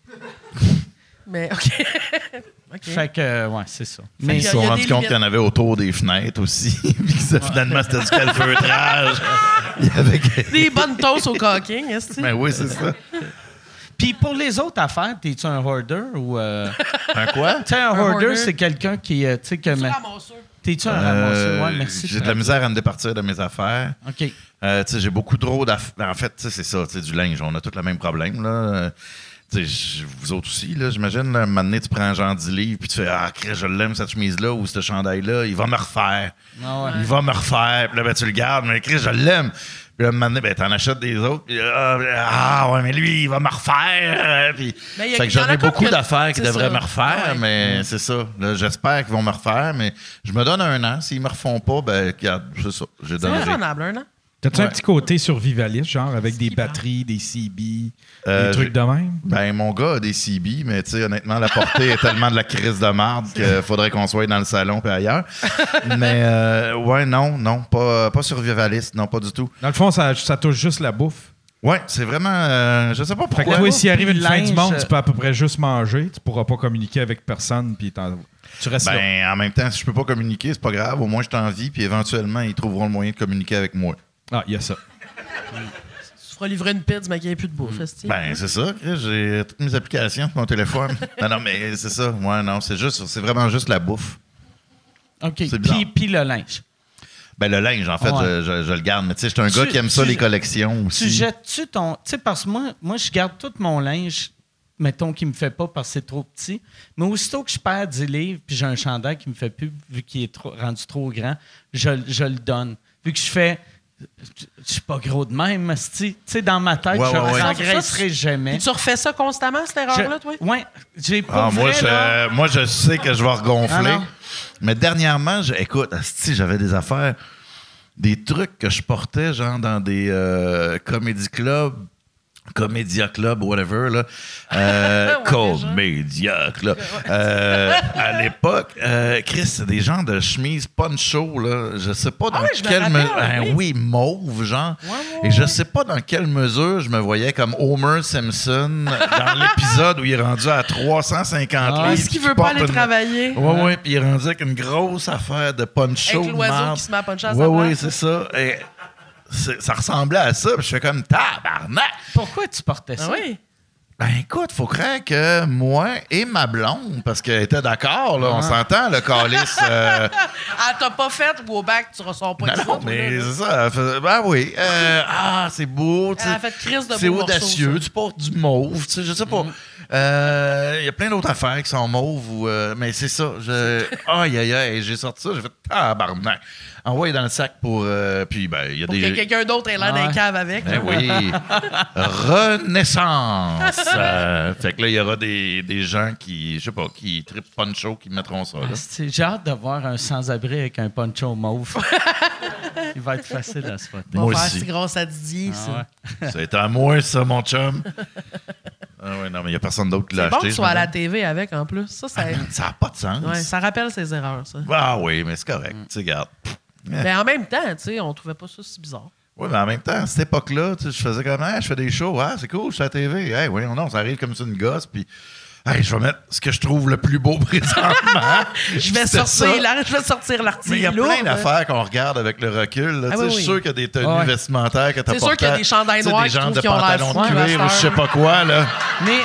S5: Mais, OK. OK.
S1: Fait que, ouais, c'est ça.
S4: Ils
S1: Mais
S5: il y
S4: se
S5: a
S4: sont
S5: des
S4: rendus compte
S5: limites.
S4: qu'il y en avait autour des fenêtres aussi. Puis que ça, finalement, c'était du calfeutrage. Il y avait...
S5: Des bonnes toasts au caulking, est-ce que
S4: Ben oui, c'est ça.
S1: puis pour les autres affaires, t'es-tu un hoarder ou...
S4: Un quoi?
S1: Tu sais, un hoarder,
S5: hoarder.
S1: c'est quelqu'un qui, tu sais, que...
S5: ramasseur?
S1: T'es-tu un ramasseur? Ouais, merci.
S4: J'ai de la misère à me départir de mes affaires.
S1: OK.
S4: Tu sais, j'ai beaucoup trop d'affaires. En fait, tu sais, c'est ça, tu sais, du linge. On a tous le même problème, là. Tu sais, vous autres aussi, là, j'imagine, là, un moment donné, tu prends genre 10 livres, puis tu fais « Ah, Chris, je l'aime, cette chemise-là, ou ce chandail-là, il va me refaire.
S1: Ah ouais.
S4: Il va me refaire. » Puis là, ben, tu le gardes, mais Chris, je l'aime. Puis là, un moment donné, ben, t'en achètes des autres, puis ouais, mais lui, il va me refaire. Puis,
S5: Mais il y a-
S4: fait que
S5: il y en
S4: j'en
S5: a
S4: ai
S5: comme
S4: beaucoup
S5: que-
S4: d'affaires qui
S5: c'est
S4: devraient
S5: ça.
S4: me refaire,
S5: Ouais.
S4: mais c'est ça. Là, j'espère qu'ils vont me refaire, mais je me donne un an. S'ils me refont pas, ben, regarde, c'est ça. Je
S5: C'est
S4: donnerai.
S5: raisonnable, un an.
S3: T'as-tu
S4: Ouais.
S3: un petit côté survivaliste, genre avec des batteries, des CB,
S4: Euh,
S3: des trucs de même?
S4: Ben, mon gars a des CB, mais tu sais, honnêtement, la portée est tellement de la crise de marde qu'il faudrait qu'on soit dans le salon puis ailleurs. Mais, ouais, non, pas survivaliste, non, pas du tout.
S3: Dans le fond, ça touche juste la bouffe.
S4: Ouais, c'est vraiment, je sais pas
S3: Fait que
S4: pourquoi.
S3: toi, s'il arrive
S1: puis
S3: une fin
S1: linge,
S3: du monde, tu peux à peu près juste manger. Tu pourras pas communiquer avec personne, puis tu restes là.
S4: Ben, en même temps, si je peux pas communiquer, c'est pas grave. Au moins, je t'en vis, puis éventuellement, ils trouveront le moyen de communiquer avec moi.
S3: Ah, il y a ça.
S5: Tu feras livrer une pizza, mais qu'il n'y ait plus de bouffe, est-ce que-
S4: Ben, c'est ça, Chris, j'ai toutes mes applications sur mon téléphone. non, mais c'est ça. Ouais, non, c'est vraiment juste la bouffe.
S1: OK.
S4: C'est bizarre.
S1: Puis le linge.
S4: Ben, le linge, en fait,
S1: Ouais.
S4: je le garde. Mais tu sais, je suis un gars qui aime ça, les collections aussi.
S1: Tu jettes-tu ton... Tu sais, parce que moi, je garde tout mon linge, mettons, qui me fait pas parce que c'est trop petit. Mais aussitôt que je perds 10 livres puis j'ai un chandail qui me fait plus, vu qu'il est rendu trop grand, je le donne. Vu que je fais... Je suis pas gros de même, asti. Tu sais, dans ma tête,
S4: Ouais,
S1: je
S4: ouais, ouais.
S1: n'engraisserai jamais.
S5: Puis tu refais ça constamment, cette erreur-là, toi?
S1: Oui, j'ai
S4: Ah,
S1: pas vrai,
S4: moi, je sais que je vais regonfler.
S1: Ah, non.
S4: Mais dernièrement, écoute, asti, j'avais des affaires, des trucs que je portais, genre dans des comédie clubs, Comédia Club, whatever, là. Comédia Club. À l'époque, Chris, c'est des genres de chemises poncho, là. Je sais pas dans
S5: ouais, je me
S4: quelle
S5: rappelle,
S4: mesure. Oui, mauve, genre. Et je sais pas dans quelle mesure je me voyais comme Homer Simpson dans l'épisode où il est rendu à 350 livres.
S5: Est-ce qu'il veut pas aller travailler?
S4: Oui, puis il est rendu avec une grosse affaire de poncho.
S5: Avec l'oiseau
S4: marde.
S5: qui se met à puncher à sa
S4: Oui,
S5: place.
S4: c'est ça. Et ça ressemblait à ça. Puis je fais comme tabarnak.
S1: Pourquoi tu portais ça?
S5: Ah oui?
S4: Ben écoute, faut croire que moi et ma blonde, parce qu'elle était d'accord, là, on s'entend, le calice.
S5: Ah, t'as pas fait ou au bac, tu ressors pas
S4: Non,
S5: avec
S4: non,
S5: ça,
S4: mais
S5: toi, là.
S4: c'est ça. Elle fait, ben oui. C'est beau. tu sais.
S5: Elle a fait crise de
S4: C'est
S5: beaux
S4: audacieux.
S5: morceaux,
S4: Tu portes du mauve. Tu sais, je sais pas. Il y a plein d'autres affaires qui sont mauves. Mais c'est ça. Aïe, j'ai sorti ça. J'ai fait tabarnak. Envoyé dans le sac pour. Puis, ben, il y a
S5: Pour
S4: des.
S5: que quelqu'un d'autre ait l'air d'un
S1: Ouais.
S5: cave avec.
S4: Ben oui. Renaissance. Fait que là, il y aura des gens qui, je sais pas, qui trippent poncho, qui mettront ça. Là.
S1: Asti, j'ai hâte de voir un sans-abri avec un poncho mauve. Il va être facile à spotter.
S5: On
S4: Moi
S5: va faire
S4: aussi.
S5: c'est grâce à Didier, ça.
S1: Ah ouais.
S4: C'est à moi, ça, mon chum. Ah ouais, non, mais il n'y a personne d'autre qui l'a
S5: C'est bon
S4: acheté.
S5: que tu sois à la TV avec, en plus. Ça
S4: n'a pas de sens.
S5: ouais, ça rappelle ses erreurs, ça.
S4: Ah oui, mais c'est correct. Tu sais, regarde.
S5: Mais en même temps, tu sais, on trouvait pas ça si bizarre.
S4: Oui, mais en même temps, à cette époque-là, tu sais, je faisais comme, je fais des shows, c'est cool, je suis à la TV. Hey, oui, non, ça arrive comme ça une gosse, puis je vais mettre ce que je trouve le plus beau présentement.
S5: Je vais sortir l'article.
S4: Mais il y a plein d'affaires qu'on regarde avec le recul. Là, je suis sûr qu'il y a des tenues vestimentaires que tu as
S5: C'est sûr qu'il y a des chandails noirs
S4: des genres de
S5: qui ont l'air
S4: pantalons de cuir ou je sais pas quoi. Là.
S1: Mais.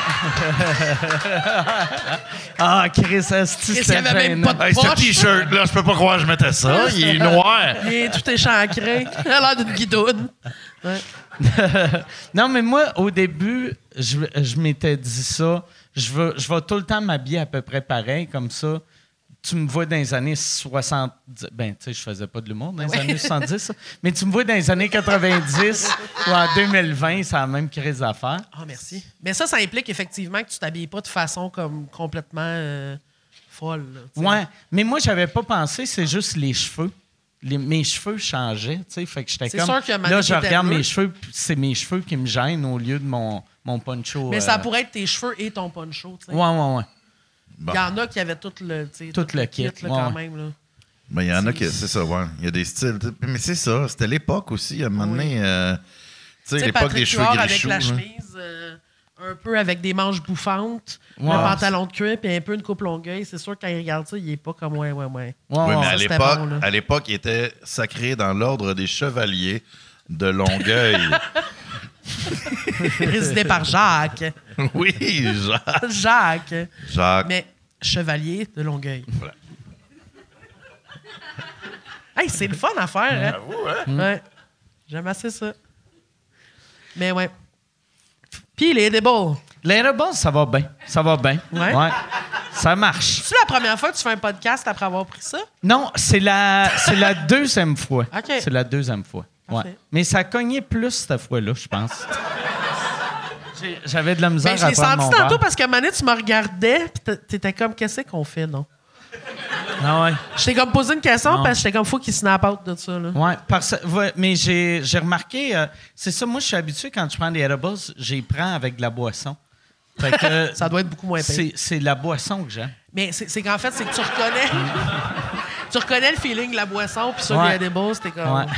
S1: Chris,
S5: il y avait même pas de
S4: Hey, ce
S5: poche.
S4: T-shirt, là, je peux pas croire que je mettais ça. Il est noir.
S5: Il est tout échancré. Il a l'air d'une guidoune. Ouais.
S1: Non, mais moi, au début, je m'étais dit ça. Je vais tout le temps m'habiller à peu près pareil, comme ça. Tu me vois dans les années 70... Ben, tu sais, je faisais pas de l'humour dans les années 70, ça. Mais tu me vois dans les années 90 ou en 2020, c'est la même crise d'affaires.
S5: Ah, merci. Mais ça implique effectivement que tu t'habilles pas de façon comme complètement folle. Là,
S1: Ouais, mais moi, j'avais pas pensé, c'est juste les cheveux. Mes cheveux changeaient, tu sais, fait que j'étais
S5: C'est
S1: comme...
S5: sûr qu'il y a
S1: Là, je regarde
S5: bleu.
S1: mes cheveux, puis c'est mes cheveux qui me gênent au lieu de mon poncho.
S5: Mais ça pourrait être tes cheveux et ton poncho. Tu sais.
S1: Ouais.
S5: Il y en a qui avaient tout le
S1: kit,
S5: là, quand
S1: ouais.
S5: même. Là.
S4: Ben, il y en a qui, c'est ça, ouais. Il y a des styles. Mais c'est ça, c'était l'époque aussi, à un moment donné. Tu sais, l'époque
S5: Patrick
S4: des cheveux
S5: Huard avec
S4: grichous.
S5: la
S4: là.
S5: chemise, un peu avec des manches bouffantes,
S1: Ouais.
S5: le pantalon de cuir, puis un peu une coupe longueuil. C'est sûr, quand il regarde ça, il est pas comme ouais.
S4: Oui,
S1: Ouais.
S4: mais
S5: Ça, c'était bon, là.
S4: à l'époque, il était sacré dans l'ordre des chevaliers de Longueuil.
S5: Présidé par Jacques.
S4: Oui,
S5: Jacques.
S4: Jacques.
S5: Mais chevalier de Longueuil.
S4: Voilà.
S5: Hey, c'est le fun à faire, hein?
S4: J'avoue, hein?
S5: Ouais. J'aime assez ça. Mais ouais. Puis les edibles.
S1: L'Airable, ça va bien. Ça va bien.
S5: Ouais.
S1: Ça marche.
S5: C'est la première fois que tu fais un podcast après avoir pris ça?
S1: Non, c'est la deuxième fois.
S5: OK.
S1: C'est la deuxième fois.
S5: Parfait.
S1: Ouais. Mais ça cognait plus cette fois-là, je pense. J'avais de la misère
S5: Ben, je
S1: à
S5: l'ai
S1: prendre
S5: senti
S1: mon
S5: tantôt
S1: verre.
S5: parce qu'à un moment donné, tu me regardais puis t'étais comme, qu'est-ce qu'on fait, non?
S1: Ah ouais.
S5: Je t'ai comme posé une question
S1: Non.
S5: parce que j'étais comme, faut qu'il snap out de ça, là.
S1: Ouais, mais j'ai remarqué, c'est ça, moi je suis habitué quand je prends des edibles, j'y prends avec de la boisson. Fait que,
S5: Ça doit être beaucoup moins pire.
S1: c'est la boisson que j'aime.
S5: Mais c'est qu'en fait, c'est que tu reconnais... tu reconnais le feeling de la boisson, puis ça,
S1: Ouais.
S5: les edibles, c'était comme...
S1: Ouais.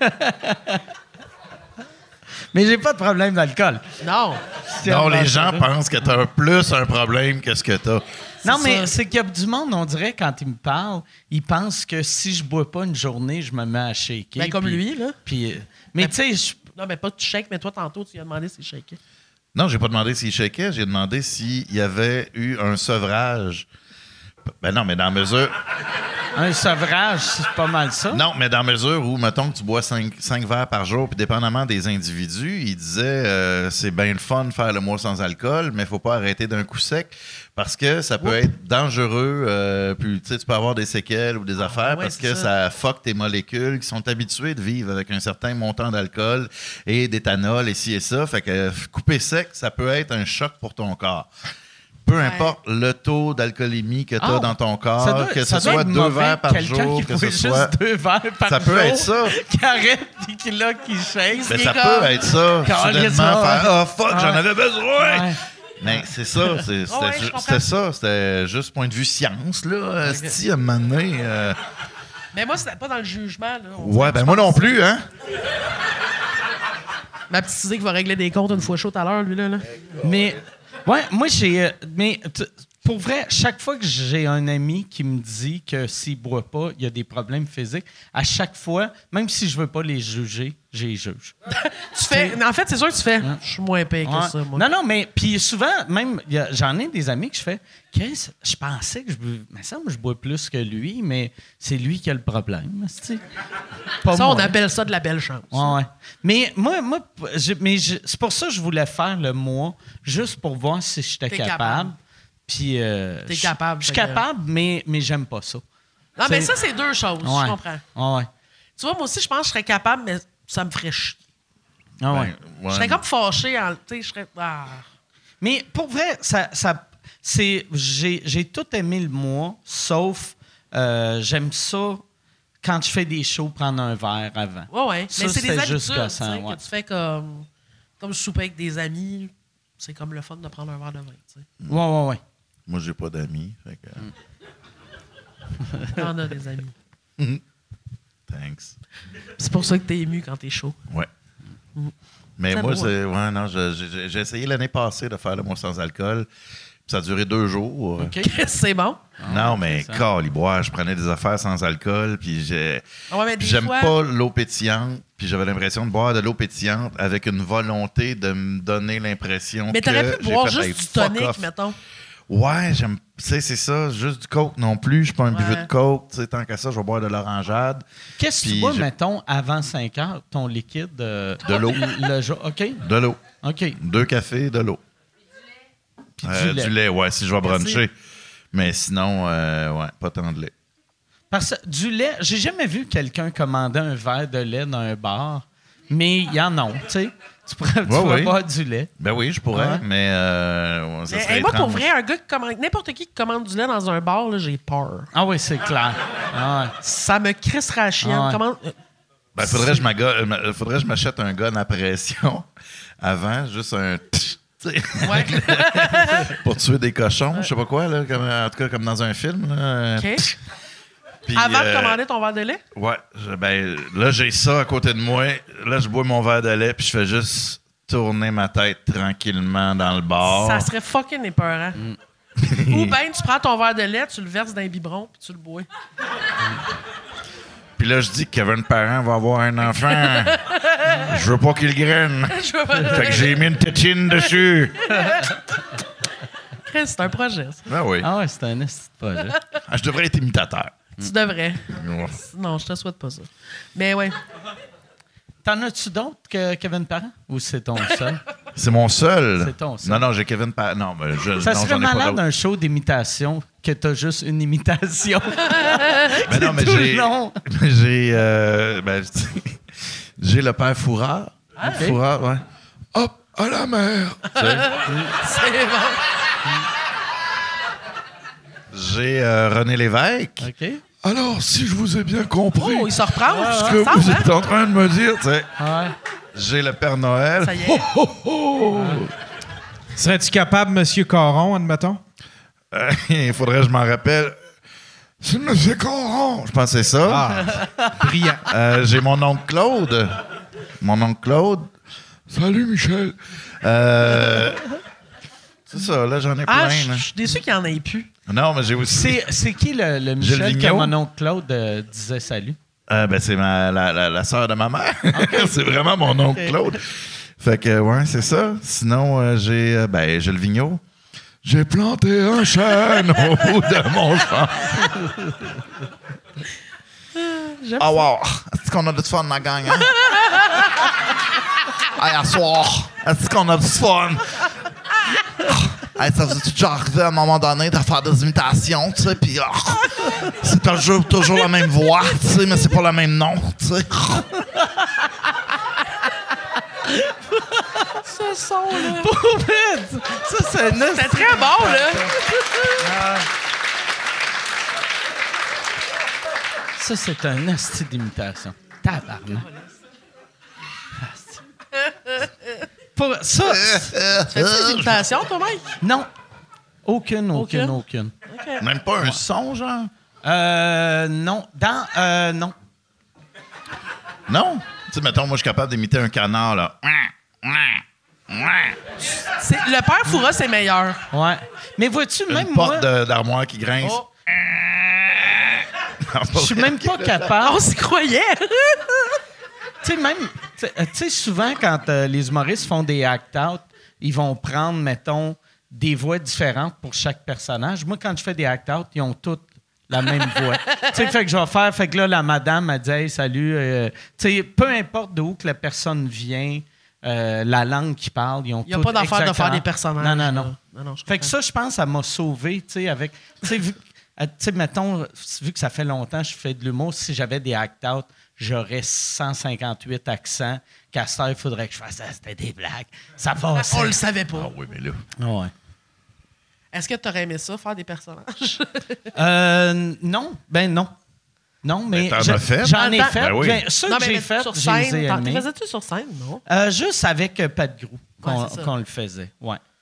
S1: Mais j'ai pas de problème d'alcool.
S5: Non.
S4: Non, les gens pensent que t'as plus un problème que ce que t'as.
S1: Non,
S5: C'est
S1: mais
S5: ça.
S1: c'est qu'il y a du monde, on dirait, quand ils me parlent, ils pensent que si je bois pas une journée, je me mets à shaker.
S5: Ben, comme
S1: puis-
S5: lui, là.
S1: Puis, mais tu sais,
S5: Non, mais pas tu shake, mais toi, tantôt, tu lui as demandé s'il shake.
S4: Non, j'ai pas demandé s'il shakeait, j'ai demandé s'il y avait eu un sevrage. Ben non, mais dans la mesure.
S1: un sevrage, c'est pas mal ça.
S4: Non, mais dans la mesure où, mettons que tu bois 5 verres par jour, puis dépendamment des individus, il disait c'est bien le fun de faire le mois sans alcool, mais il faut pas arrêter d'un coup sec parce que ça peut être dangereux. Puis tu sais, tu peux avoir des séquelles ou des affaires
S5: ouais,
S4: parce
S5: c'est
S4: que
S5: ça.
S4: ça fuck tes molécules qui sont habituées de vivre avec un certain montant d'alcool et d'éthanol et ci et ça. Fait que couper sec, ça peut être un choc pour ton corps. Peu importe le taux d'alcoolémie que tu as
S1: Ah,
S4: dans ton corps,
S1: ça doit-
S4: que
S1: ça
S4: ce
S1: doit
S4: soit
S1: être
S4: 2
S1: mauvais,
S4: verres par
S1: quelqu'un
S4: jour,
S1: qui
S4: que
S1: boit
S4: ce
S1: juste
S4: soit...
S1: 2 verres par
S4: Ça peut
S1: jour,
S4: être ça.
S1: qui arrête puis qui là, qui shake.
S4: Ben,
S5: Il
S4: ça
S5: est
S4: peut
S5: comme-
S4: être ça.
S1: Calisse,
S4: Soudainement,
S1: ouais.
S4: faire « Ah, fuck, j'en
S1: Ouais.
S4: avais besoin!
S1: Ouais.
S4: Mais c'est ça. C'était
S5: je comprends.
S4: c'était ça. C'était juste point de vue science, là. Esti, à un moment donné,
S5: Mais moi, c'était pas dans le jugement, là.
S4: Ouais, ben moi non plus, hein?
S5: Ma petite idée qui va régler des comptes une fois chaud tout à l'heure, lui, là.
S1: Mais, ouais, moi, j'ai. Pour vrai, chaque fois que j'ai un ami qui me dit que s'il ne boit pas, il y a des problèmes physiques, à chaque fois, même si je ne veux pas les juger, je les juge.
S5: Tu fais... En fait, c'est sûr que tu fais... Je suis moins payé que
S1: Ouais.
S5: ça, moi.
S1: Non, mais puis souvent, même, j'en ai des amis que je fais, qu'est-ce, je pensais que mais ça, je bois plus que lui, mais c'est lui qui a le problème. Pas
S5: Ça,
S1: moi.
S5: on appelle ça de la belle chance.
S1: Ouais. Mais moi c'est pour ça que je voulais faire le mois, juste pour voir si j'étais
S5: T'es
S1: capable.
S5: capable.
S1: Puis,
S5: T'es capable,
S1: Je suis
S5: fait que-
S1: capable, mais j'aime pas ça.
S5: Non, mais
S1: C'est-
S5: ça, c'est deux choses,
S1: Ouais.
S5: je comprends.
S1: Ouais.
S5: Tu vois, moi aussi, je pense que je serais capable, mais ça me ferait chier.
S1: Ah ouais.
S4: Ben,
S5: Je
S4: ouais.
S5: serais comme fâché, tu sais, je serais... Ah.
S1: Mais pour vrai, j'ai tout aimé le mois, sauf j'aime ça quand je fais des shows, prendre un verre avant.
S5: Ouais.
S1: Ça,
S5: Mais c'est des
S1: c'était
S5: habitudes,
S1: juste
S5: tu sais,
S1: gossant, ouais.
S5: que tu fais comme souper avec des amis. c'est comme le fun de prendre un verre de vin. Tu sais.
S1: Ouais.
S4: Moi, j'ai pas d'amis. Fait que...
S5: T'en as des amis.
S4: Thanks.
S5: C'est pour ça que t'es ému quand t'es chaud.
S4: Ouais. Mais
S5: C'est
S4: moi,
S5: beau,
S4: c'est. Ouais, non, j'ai essayé l'année passée de faire le mois sans alcool. Puis ça a duré 2 jours.
S1: OK.
S5: C'est bon.
S4: Non, mais
S1: ça.
S4: caliboire, je prenais des affaires sans alcool. Puis
S5: Mais des
S4: j'aime
S5: fois-
S4: pas l'eau pétillante. Puis j'avais l'impression de boire de l'eau pétillante avec une volonté de me donner l'impression
S5: Mais
S4: que.
S5: t'aurais pu
S4: j'ai
S5: boire
S4: fait,
S5: juste
S4: hey,
S5: du
S4: fuck
S5: tonic,
S4: off.
S5: mettons.
S4: Ouais, j'aime. Tu sais, c'est ça. Juste du coke non plus. Je suis pas un
S5: Ouais.
S4: buveux de coke. Tu sais, tant qu'à ça, je vais boire de l'orangeade.
S1: Qu'est-ce que tu
S4: Puis
S1: bois,
S4: j'ai-
S1: mettons, avant 5 heures, ton liquide? De
S4: l'eau.
S1: Le jour. OK.
S4: De l'eau.
S1: OK.
S4: 2 cafés, de l'eau.
S1: Puis du lait.
S4: Ouais, si je vais
S5: Merci.
S4: bruncher. Mais sinon, ouais, pas tant de lait.
S1: Parce que du lait, j'ai jamais vu quelqu'un commander un verre de lait dans un bar, mais il y en a, tu sais. Tu pourrais
S4: oui.
S1: boire du lait.
S4: Ben oui, je pourrais,
S1: Ouais.
S4: mais ça
S5: Mais,
S4: serait
S5: moi, pour
S4: étrange.
S5: vrai, un gars qui commande, n'importe qui commande du lait dans un bar, là, j'ai peur.
S1: Ah oui, c'est clair. Ah ouais.
S5: Ça me crissera la chienne.
S1: Ah ouais.
S5: Comment...
S4: Ben, faudrait que je m'achète un gun à pression avant, juste un... tu sais,
S5: Ouais.
S4: pour tuer des cochons, je sais pas quoi, là, en tout cas comme dans un film. Là.
S5: OK.
S4: Puis,
S5: Avant de commander ton verre de lait?
S4: Ouais, ben là, j'ai ça à côté de moi. Là, je bois mon verre de lait, puis je fais juste tourner ma tête tranquillement dans le bar.
S5: Ça serait fucking épeurant. Ou bien tu prends ton verre de lait, tu le verses dans un biberon, puis tu le bois.
S4: Puis là, je dis que Kevin Parent va avoir un enfant. Je veux pas qu'il graine.
S5: Je veux pas-
S4: Fait que j'ai mis une tétine dessus.
S5: Chris, c'est un projet, ça.
S4: Ben oui.
S1: Ah ouais, c'est un esti de projet.
S4: Ah, je devrais être imitateur.
S5: Tu devrais.
S4: Ouais.
S5: Non, je te souhaite pas ça. Mais ouais.
S1: T'en as-tu d'autres que Kevin Parent? Ou c'est ton seul?
S4: C'est mon seul.
S1: C'est ton seul.
S4: Non, j'ai Kevin Parent. Non, mais
S1: Ça
S4: non,
S1: serait
S4: j'en ai pas
S1: malade
S4: d'autres.
S1: un show d'imitation que t'as juste une imitation.
S4: Ben non, mais
S1: tout le
S4: j'ai.
S1: long.
S4: J'ai le père Fourard.
S1: OK.
S4: Fourard, ouais. Hop, à la mer. Tu sais.
S5: C'est bon.
S4: J'ai René Lévesque.
S1: OK?
S4: Alors, si je vous ai bien compris,
S5: Oh, il se reprend.
S4: ce
S5: ça
S4: que
S5: ressemble,
S4: vous
S5: hein?
S4: êtes en train de me dire, tu sais.
S1: Ouais.
S4: J'ai le Père Noël.
S5: Ça y est.
S3: Serais-tu capable, Monsieur Caron, admettons?
S4: Il faudrait que je m'en rappelle. C'est Monsieur Coron. Je pense que c'est ça.
S3: Ah, brillant.
S4: J'ai mon oncle Claude. Mon oncle Claude. Salut, Michel. C'est ça, là, j'en ai
S5: Ah,
S4: plein.
S5: je
S4: là.
S5: suis déçu qu'il n'y en ait plus.
S4: Non, mais j'ai aussi...
S1: C'est qui le Michel
S4: Gilles
S1: que
S4: Vigneault.
S1: mon oncle Claude disait salut?
S4: c'est la sœur de ma mère. C'est vraiment mon oncle Claude. Fait que, ouais, c'est ça. Sinon, j'ai le Vigneault. J'ai planté un chêne au bout de mon champ.
S5: J'aime
S4: Ah, wow! Est-ce qu'on a du fun, ma gang, hein? Hey, à soir! Est-ce qu'on a du fun? Hey, ça vous est déjà arrivé à un moment donné de faire des imitations, tu sais, puis c'est toujours la même voix, tu sais, mais c'est pas le même nom, tu sais.
S5: ce son-là.
S1: Ça, c'est un
S5: C'était très bon, là.
S1: Ça, c'est un esti d'imitation. Tabarnak. Pour ça,
S5: Fais-tu des imitations, toi, Mike?
S1: non. Aucune.
S5: OK.
S4: Même pas un son, genre?
S1: Non. Non.
S4: Non? Tu sais, mettons, moi, je suis capable d'imiter un canard, là.
S5: Le père Foura, c'est meilleur.
S1: Ouais. Mais vois-tu, même
S4: Une
S1: moi,
S4: porte d'armoire qui grince.
S5: Oh.
S1: je suis même pas capable.
S5: On s'y croyait.
S1: Tu sais, même, tu sais, souvent, quand les humoristes font des act-out, ils vont prendre, mettons, des voix différentes pour chaque personnage. Moi, quand je fais des act-out, ils ont toutes la même voix. Tu sais, fait que je vais faire, fait que là, la madame m'a dit, hey, salut. Tu sais, peu importe d'où que la personne vient, la langue qu'ils parlent, ils ont
S5: Il n'y a
S1: toutes
S5: pas d'affaire de
S1: exactement-
S5: faire des personnages.
S1: Non.
S5: Je
S1: Fait que
S5: comprends.
S1: ça, je pense, ça m'a sauvé, tu sais, avec... Tu sais, tu sais, mettons, vu que ça fait longtemps que je fais de l'humour, si j'avais des act-out, j'aurais 158 accents. Qu'à ça, il faudrait que je fasse ça, c'était des blagues. Ça passe.
S5: On le savait pas.
S4: Ah oui, mais là...
S1: Ouais.
S5: Est-ce que tu aurais aimé ça, faire des personnages?
S1: Non, ben non. Non, mais
S4: t'en as fait?
S1: j'en ai
S5: Attends.
S1: fait.
S4: Ben oui.
S1: Ben, ceux que j'ai fait,
S5: sur
S1: je les ai
S5: scène. T'en
S1: aimés.
S5: faisais-tu sur scène, non?
S1: Juste avec Pat Grou qu'on
S5: c'est ça.
S1: qu'on le faisait. Ouais.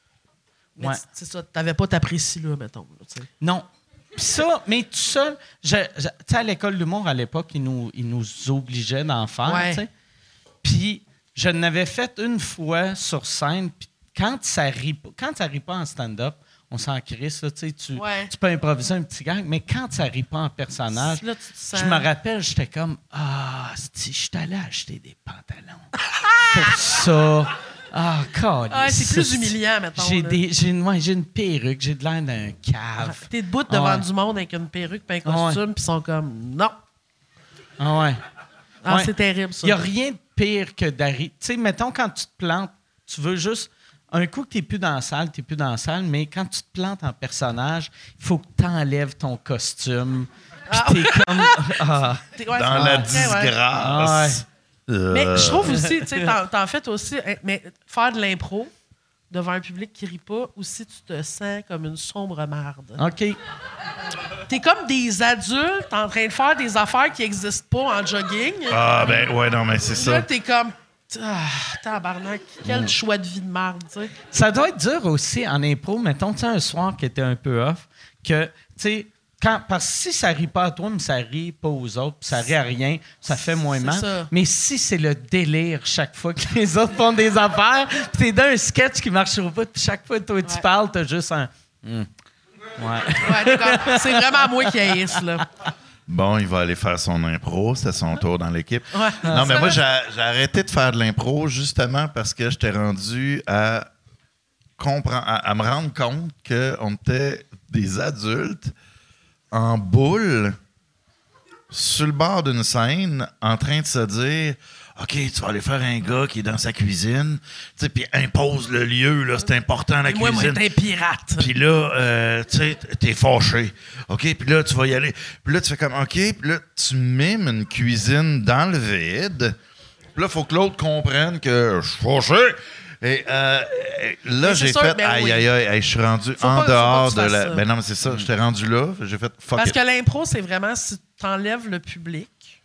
S5: Mais
S1: Ouais.
S5: c'est ça, t'avais pas t'apprécié là, mettons. Là, tu sais.
S1: Non. Puis ça, mais tout seul, tu sais, à l'école d'humour, à l'époque, ils nous obligeaient d'en faire,
S5: Ouais.
S1: tu sais. Puis je n'avais fait une fois sur scène, puis quand ça rit pas en stand-up, on s'en crisse, là, tu sais, tu peux improviser un petit gag, mais quand ça rit pas en personnage,
S5: Là, tu te sens...
S1: je me rappelle, j'étais comme si je suis allé acheter des pantalons pour ça. Ah,
S5: c'est plus humiliant, mettons.
S1: J'ai une perruque, j'ai de l'air d'un cave.
S5: T'es debout devant du monde avec une perruque et un costume, puis ils sont comme non.
S1: Ah ouais. Ouais.
S5: C'est terrible, ça.
S1: Il n'y a rien de pire que d'arriver. Tu sais, mettons, quand tu te plantes, tu veux juste. Un coup que tu n'es plus dans la salle, tu n'es plus dans la salle, mais quand tu te plantes en personnage, il faut que tu enlèves ton costume. Puis t'es comme.
S4: Dans la disgrâce.
S5: Mais je trouve aussi, tu sais, t'en fais aussi, mais faire de l'impro devant un public qui rit pas, aussi tu te sens comme une sombre marde.
S1: OK.
S5: T'es comme des adultes en train de faire des affaires qui n'existent pas en jogging.
S4: Ah, ben, ouais, non, mais c'est
S5: Là,
S4: ça.
S5: t'es comme. Tabarnak, quel choix de vie de marde, tu sais.
S1: Ça doit être dur aussi en impro, mettons, tu sais, un soir qui était un peu off, que, tu sais, parce que si ça rit pas à toi, mais ça rit pas aux autres, puis ça rit à rien, ça fait moins mal.
S5: Ça.
S1: Mais si c'est le délire chaque fois que les autres font des affaires, puis t'es dans un sketch qui marche au bout, puis chaque fois que toi tu parles, t'as juste un. Ouais.
S5: Ouais, d'accord. C'est vraiment moi qui haïsse, là.
S4: Bon, il va aller faire son impro, c'est son tour dans l'équipe.
S5: Ouais.
S4: Non, mais moi, j'ai arrêté de faire de l'impro justement parce que j'étais rendu à me rendre compte qu'on était des adultes en boule sur le bord d'une scène en train de se dire « OK, tu vas aller faire un gars qui est dans sa cuisine, tu sais, puis impose le lieu, là, c'est important la
S5: Moi,
S4: cuisine. »
S5: t'es un pirate.
S4: Puis là, tu sais, t'es fâché. OK, puis là, tu vas y aller. Puis là, tu fais comme OK, puis là, tu mimes une cuisine dans le vide. Puis là, il faut que l'autre comprenne que je suis fâché. Et là, j'ai
S5: sûr,
S4: fait
S5: ben
S4: aïe,
S5: oui.
S4: aïe, aïe, je suis rendu
S5: Faut
S4: en
S5: pas
S4: dehors
S5: que
S4: de
S5: tu fasses
S4: la.
S5: ça.
S4: Ben non, mais c'est ça, j'étais rendu là. J'ai fait fuck
S5: Parce
S4: it.
S5: que l'impro, c'est vraiment, si tu enlèves le public,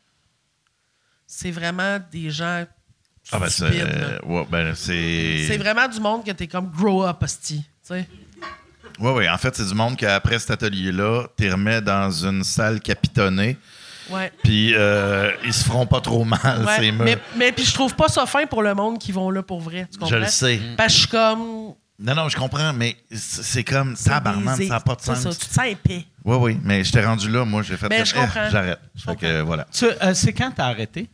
S5: c'est vraiment des gens
S4: Ah, ben,
S5: stupides. Là.
S4: ouais, ben,
S5: C'est vraiment du monde que t'es comme grow up, hostie. Tu sais.
S4: Oui, oui. En fait, c'est du monde qu'après cet atelier-là, t'es remets dans une salle capitonnée.
S5: Ouais.
S4: Puis ils se feront pas trop mal,
S5: Ouais,
S4: ces murs.
S5: mais puis je trouve pas ça fin pour le monde qui vont là pour vrai. Tu comprends?
S4: Je le sais.
S5: Parce que je suis comme.
S4: Non, non, je comprends, mais c'est comme tabarnak, ça n'a pas de
S5: C'est
S4: sens.
S5: ça, tu te sens épais.
S4: Oui, oui, mais j'étais rendu là, moi, j'ai fait
S5: Ben,
S4: que,
S5: je comprends.
S4: j'arrête.
S5: Je
S4: Fait que voilà.
S1: C'est quand t'as arrêté?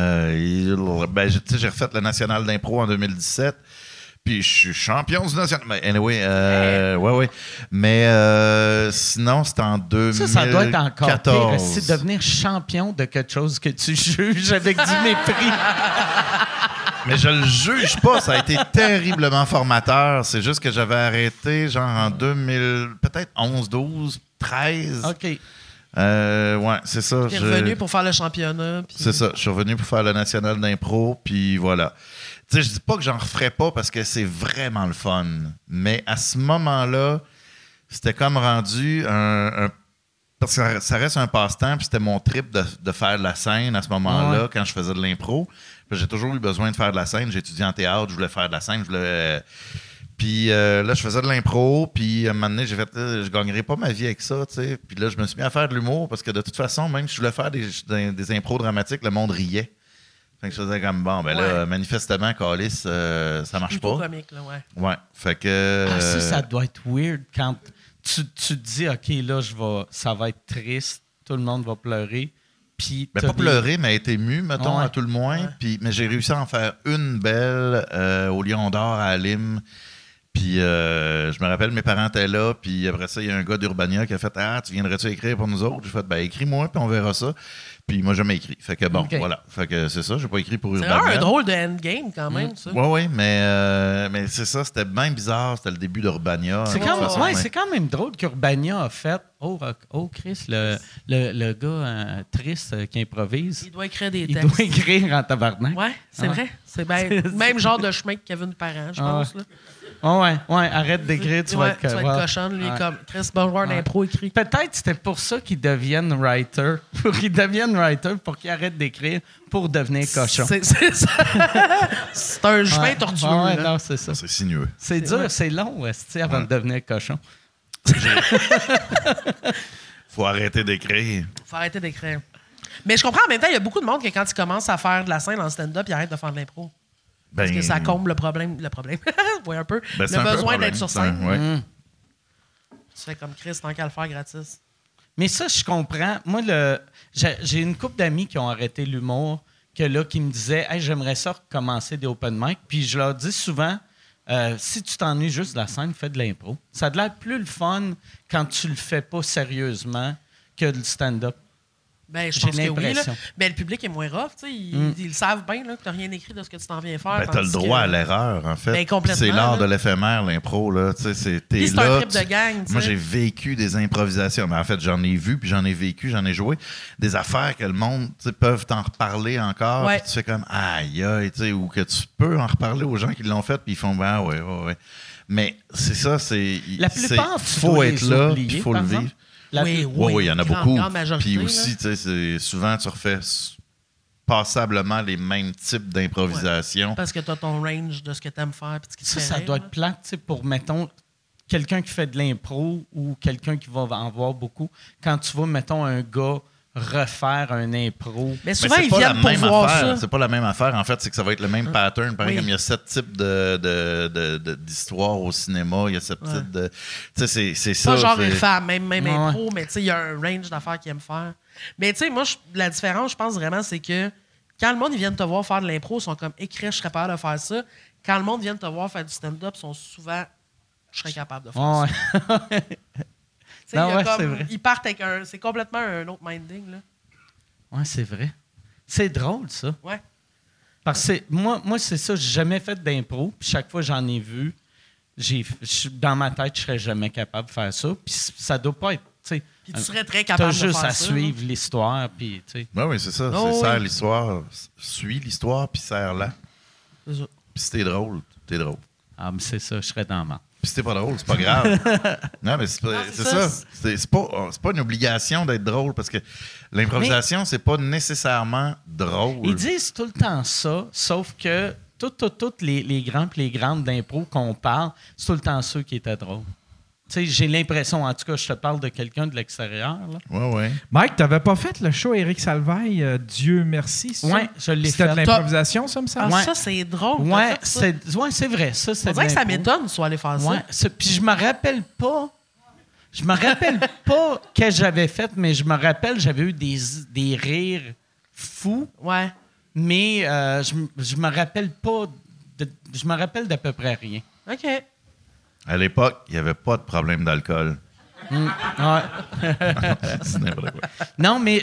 S4: Ben, tu sais, j'ai refait le national d'impro en 2017. Puis je suis champion du national. Mais anyway, ouais, ouais. Mais sinon, c'était en 2014.
S1: Ça doit être encore pire. C'est devenir champion de quelque chose que tu juges avec du mépris.
S4: Mais je le juge pas, ça a été terriblement formateur. C'est juste que j'avais arrêté genre en 2000, peut-être 11, 12, 13.
S1: OK.
S4: Ouais, c'est ça.
S5: T'es revenu pour faire le championnat. Puis...
S4: C'est ça. Je suis revenu pour faire le national d'impro, puis voilà. Tu sais, je dis pas que j'en referais pas parce que c'est vraiment le fun. Mais à ce moment-là, c'était comme rendu parce que ça reste un passe-temps, puis c'était mon trip de faire de la scène à ce moment-là, quand je faisais de l'impro. Puis j'ai toujours eu besoin de faire de la scène. J'ai étudié en théâtre, je voulais faire de la scène, Puis là, je faisais de l'impro, puis à un moment donné, j'ai fait je gagnerais pas ma vie avec ça, tu sais. Puis là, je me suis mis à faire de l'humour parce que de toute façon, même si je voulais faire des impros dramatiques, le monde riait. Fait que je faisais comme bon, ben là, manifestement, Calis, ça marche pas.
S5: comique, là, ouais.
S4: Ouais. Fait que.
S1: Ça doit être weird quand tu te dis, OK, là, ça va être triste, tout le monde va pleurer. Puis
S4: Ben, pas pleurer, mais être ému, mettons,
S1: Ouais.
S4: à tout le moins.
S5: Ouais.
S4: Mais j'ai réussi à en faire une belle au Lion d'Or à Alim. Puis je me rappelle, mes parents étaient là. Puis après ça, il y a un gars d'Urbania qui a fait tu viendrais-tu écrire pour nous autres? J'ai fait écris-moi, puis on verra ça. Puis il m'a jamais écrit. Fait que bon, voilà. Fait que c'est ça, j'ai pas écrit pour
S5: C'est
S4: Urbania.
S5: vraiment un drôle de endgame, quand même, ça.
S4: Oui, mais c'est ça, c'était bien bizarre, c'était le début d'Urbania.
S1: C'est
S4: de
S1: quand,
S4: toute façon, mais-
S1: c'est quand même drôle qu'Urbania a fait Chris, le gars triste qui improvise.
S5: Il doit écrire des
S1: Il
S5: textes.
S1: doit écrire en tabarnak.
S5: Ouais, c'est vrai. C'est le même genre de chemin que Kevin Parent, je pense. Là.
S1: Arrête d'écrire, tu vas être
S5: cochonne. Lui, comme Chris Bonjour d'impro écrit.
S1: Peut-être c'était pour ça qu'il devienne writer. Pour qu'il arrête d'écrire pour devenir cochon.
S5: C'est ça. C'est un chemin tortueux.
S1: Non, c'est ça.
S4: C'est sinueux.
S1: C'est dur, c'est long avant de devenir cochon.
S4: Faut arrêter d'écrire.
S5: Faut arrêter d'écrire. Mais je comprends en même temps, il y a beaucoup de monde qui, quand ils commencent à faire de la scène en stand-up, ils arrêtent de faire de l'impro. Parce que ça comble le problème. Oui, un peu.
S4: Ben,
S5: le besoin d'être sur scène.
S4: Ouais.
S5: Tu fais comme Chris, tant qu'à le faire gratis.
S1: Mais ça, je comprends. Moi, j'ai une couple d'amis qui ont arrêté l'humour, qui me disaient « Hey, j'aimerais ça recommencer des open mic. » Puis je leur dis souvent si tu t'ennuies juste de la scène, fais de l'impro. Ça a l'air plus le fun quand tu le fais pas sérieusement que le stand-up.
S5: Ben, je pense que oui. Là.
S1: l'impression.
S5: Ben, le public est moins rough. Ils savent bien là, que tu n'as rien écrit de ce que tu t'en viens faire.
S4: Ben, t'as le droit à l'erreur, en fait.
S5: Ben, complètement,
S4: c'est l'art
S5: là.
S4: de l'éphémère, l'impro. Là. T'es
S5: C'est
S4: là,
S5: un trip de gang.
S4: Moi, j'ai vécu des improvisations. Mais en fait, j'en ai vu, puis j'en ai vécu, j'en ai joué. Des affaires que le monde peuvent t'en reparler encore.
S5: Ouais.
S4: Puis tu fais comme aïe, aïe, ou que tu peux en reparler aux gens qui l'ont fait, puis ils font ben ouais. Mais c'est ça, c'est.
S1: La plupart, tu
S4: faut
S1: dois
S4: être
S1: les
S4: là,
S1: oublier,
S4: puis il faut le
S1: par
S4: vivre.
S1: exemple.
S4: Oui, il y en a
S5: grande,
S4: beaucoup.
S5: grande majorité,
S4: Puis aussi, tu sais, souvent, tu refais passablement les mêmes types d'improvisation.
S5: Parce que tu as ton range de ce que tu aimes faire. Puis ce qui te fait
S1: Ça
S5: rire,
S1: doit
S5: là.
S1: être plate, tu sais, pour, mettons, quelqu'un qui fait de l'impro ou quelqu'un qui va en voir beaucoup. Quand tu vois, mettons, un gars refaire un impro.
S5: Mais souvent,
S4: c'est
S5: ils
S4: pas la
S5: viennent pour
S4: même
S5: voir
S4: affaire.
S5: ça.
S4: C'est pas la même affaire. En fait, c'est que ça va être le même pattern. Pareil,
S5: Oui.
S4: comme il y a 7 types d'histoires au cinéma, il y a 7 types de. Tu sais, c'est ça.
S5: Pas genre
S4: c'est-
S5: une femme, même
S1: Ouais.
S5: impro, mais tu sais, il y a un range d'affaires qu'ils aiment faire. Mais tu sais, moi, la différence, je pense vraiment, c'est que quand le monde ils viennent te voir faire de l'impro, ils sont comme écrire, je serais capable de faire ça. Quand le monde vient te voir faire du stand-up, ils sont souvent je serais capable de faire
S1: Ouais.
S5: ça. Tu sais,
S1: Non,
S5: il y a
S1: ouais,
S5: comme-
S1: c'est vrai.
S5: ils partent avec un. C'est complètement un autre minding, là.
S1: Ouais, c'est vrai. C'est drôle, ça.
S5: Ouais.
S1: Parce que moi c'est ça. J'ai jamais fait d'impro. Puis chaque fois que j'en ai vu, dans ma tête, je serais jamais capable de faire ça. Puis ça doit pas être.
S5: Puis tu serais très
S1: T'as
S5: capable de
S1: juste
S5: faire
S1: à
S5: ça.
S1: suivre l'histoire. Puis, tu sais.
S4: Ben oui, c'est ça.
S5: Oh,
S4: c'est serre
S5: oui.
S4: l'histoire, suis l'histoire, puis serre-la.
S5: C'est ça.
S4: Puis si t'es drôle, t'es drôle.
S1: Ah, mais c'est ça, je serais dans la merde.
S4: Puis si t'es pas drôle, c'est pas grave. Non, mais c'est
S5: c'est
S4: ça.
S5: ça.
S4: C'est pas une obligation d'être drôle parce que l'improvisation, c'est pas nécessairement drôle.
S1: Ils disent tout le temps ça, sauf que toutes les grands et les grandes d'impro qu'on parle, c'est tout le temps ceux qui étaient drôles. Tu sais, j'ai l'impression, en tout cas, je te parle de quelqu'un de l'extérieur. Là.
S4: Ouais.
S3: Mike, t'avais pas fait le show Éric Salvaille, Dieu merci, c'est ça?
S1: Ouais, je l'ai
S3: C'était de
S1: fait.
S3: l'improvisation, ça me semble?
S5: Ah,
S1: Ouais.
S5: ça, c'est drôle.
S1: Ouais,
S5: t'as fait ça.
S1: c'est vrai. Ça, c'est
S5: On dirait
S1: de
S5: que ça
S1: l'impro.
S5: m'étonne de soit aller faire ça.
S1: Ouais, puis je me rappelle pas. Je me rappelle pas que j'avais fait, mais je me rappelle, j'avais eu des rires fous,
S5: Ouais.
S1: mais je me rappelle pas. Je me rappelle d'à peu près rien.
S5: OK.
S4: À l'époque, il n'y avait pas de problème d'alcool.
S1: Ouais.
S4: C'est n'importe quoi.
S1: Non, mais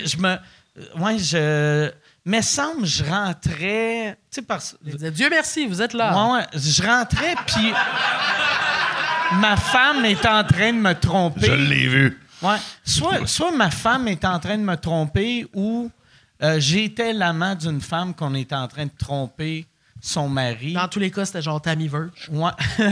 S1: me semble, je rentrais. Tu sais, parce.
S5: Il disait, Dieu merci, vous êtes là.
S1: Ouais, je rentrais, puis ma femme est en train de me tromper.
S4: Je l'ai vu.
S1: Ouais. Soit ma femme est en train de me tromper ou j'étais l'amant d'une femme qu'on était en train de tromper son mari.
S5: Dans tous les cas, c'était genre Tammy Verge.
S1: Ouais.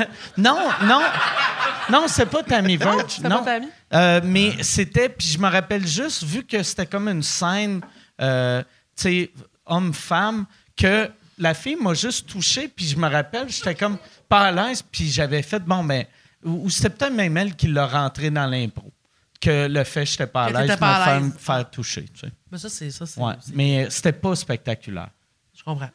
S1: Non, c'est pas Tammy
S5: Non,
S1: Verge.
S5: c'était pas Tammy?
S1: Mais c'était, puis je me rappelle juste, vu que c'était comme une scène, tu sais, homme-femme, que la fille m'a juste touché, puis je me rappelle, j'étais comme pas à l'aise, puis j'avais fait, ou c'était peut-être même elle qui l'a rentré dans l'impro, que le fait que j'étais pas à
S5: Que
S1: l'aise,
S5: t'étais pas à
S1: me
S5: l'aise.
S1: faire toucher, tu sais.
S5: Mais ça, c'est ça.
S1: Ouais, mais c'était pas spectaculaire.
S5: Je comprends.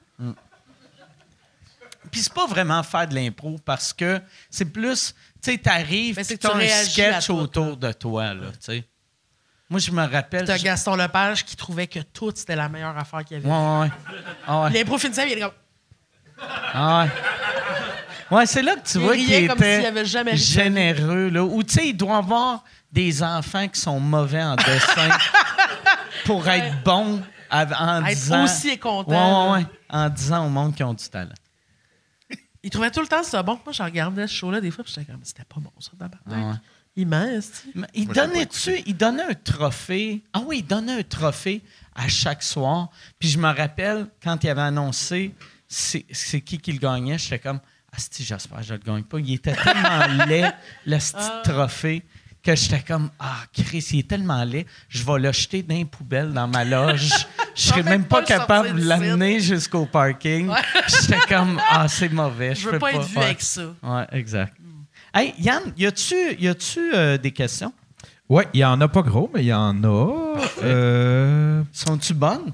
S1: Puis c'est pas vraiment faire de l'impro parce que c'est plus, tu sais, t'arrives,
S5: Mais c'est
S1: puis
S5: que tu
S1: t'as un
S5: réagis à
S1: sketch
S5: tout,
S1: autour de toi, là, tu sais. Moi, je me rappelle...
S5: T'as Gaston Lepage qui trouvait que tout, c'était la meilleure affaire qu'il y avait.
S1: Ouais. Ah ouais.
S5: L'impro finissait, il était comme...
S1: Ah ouais. Ouais, c'est là que tu
S5: Il
S1: vois qu'il
S5: riait comme s'il
S1: était
S5: avait jamais ri de sa vie.
S1: généreux, là. Ou, tu sais, il doit avoir des enfants qui sont mauvais en dessin pour être bons en
S5: Être
S1: disant...
S5: aussi content.
S1: Ouais. En disant au monde qu'ils ont du talent.
S5: Il trouvait tout le temps ça bon. Moi, je regardais ce show-là des fois, puis j'étais comme, c'était pas bon, ça, tabarnak.
S1: Ah ouais.
S5: Immense.
S1: Il
S4: Moi, j'ai pas
S1: donnait un trophée. Ah oui, il donnait un trophée à chaque soir. Puis je me rappelle, quand il avait annoncé c'est qui le gagnait, j'étais comme, asti, j'espère que je le gagne pas. Il était tellement laid, le petit trophée, que j'étais comme, Chris, il est tellement laid, je vais le jeter dans les poubelles dans ma loge. Je serais même pas capable de l'amener jusqu'au parking.
S5: Ouais.
S1: Puis j'étais comme, c'est mauvais.
S5: Je veux pas être vu avec ça.
S1: Ouais, exact. Hey, Yann, y a-tu des questions?
S3: Oui, il y en a pas gros, mais il y en a.
S1: Sont-tu bonnes?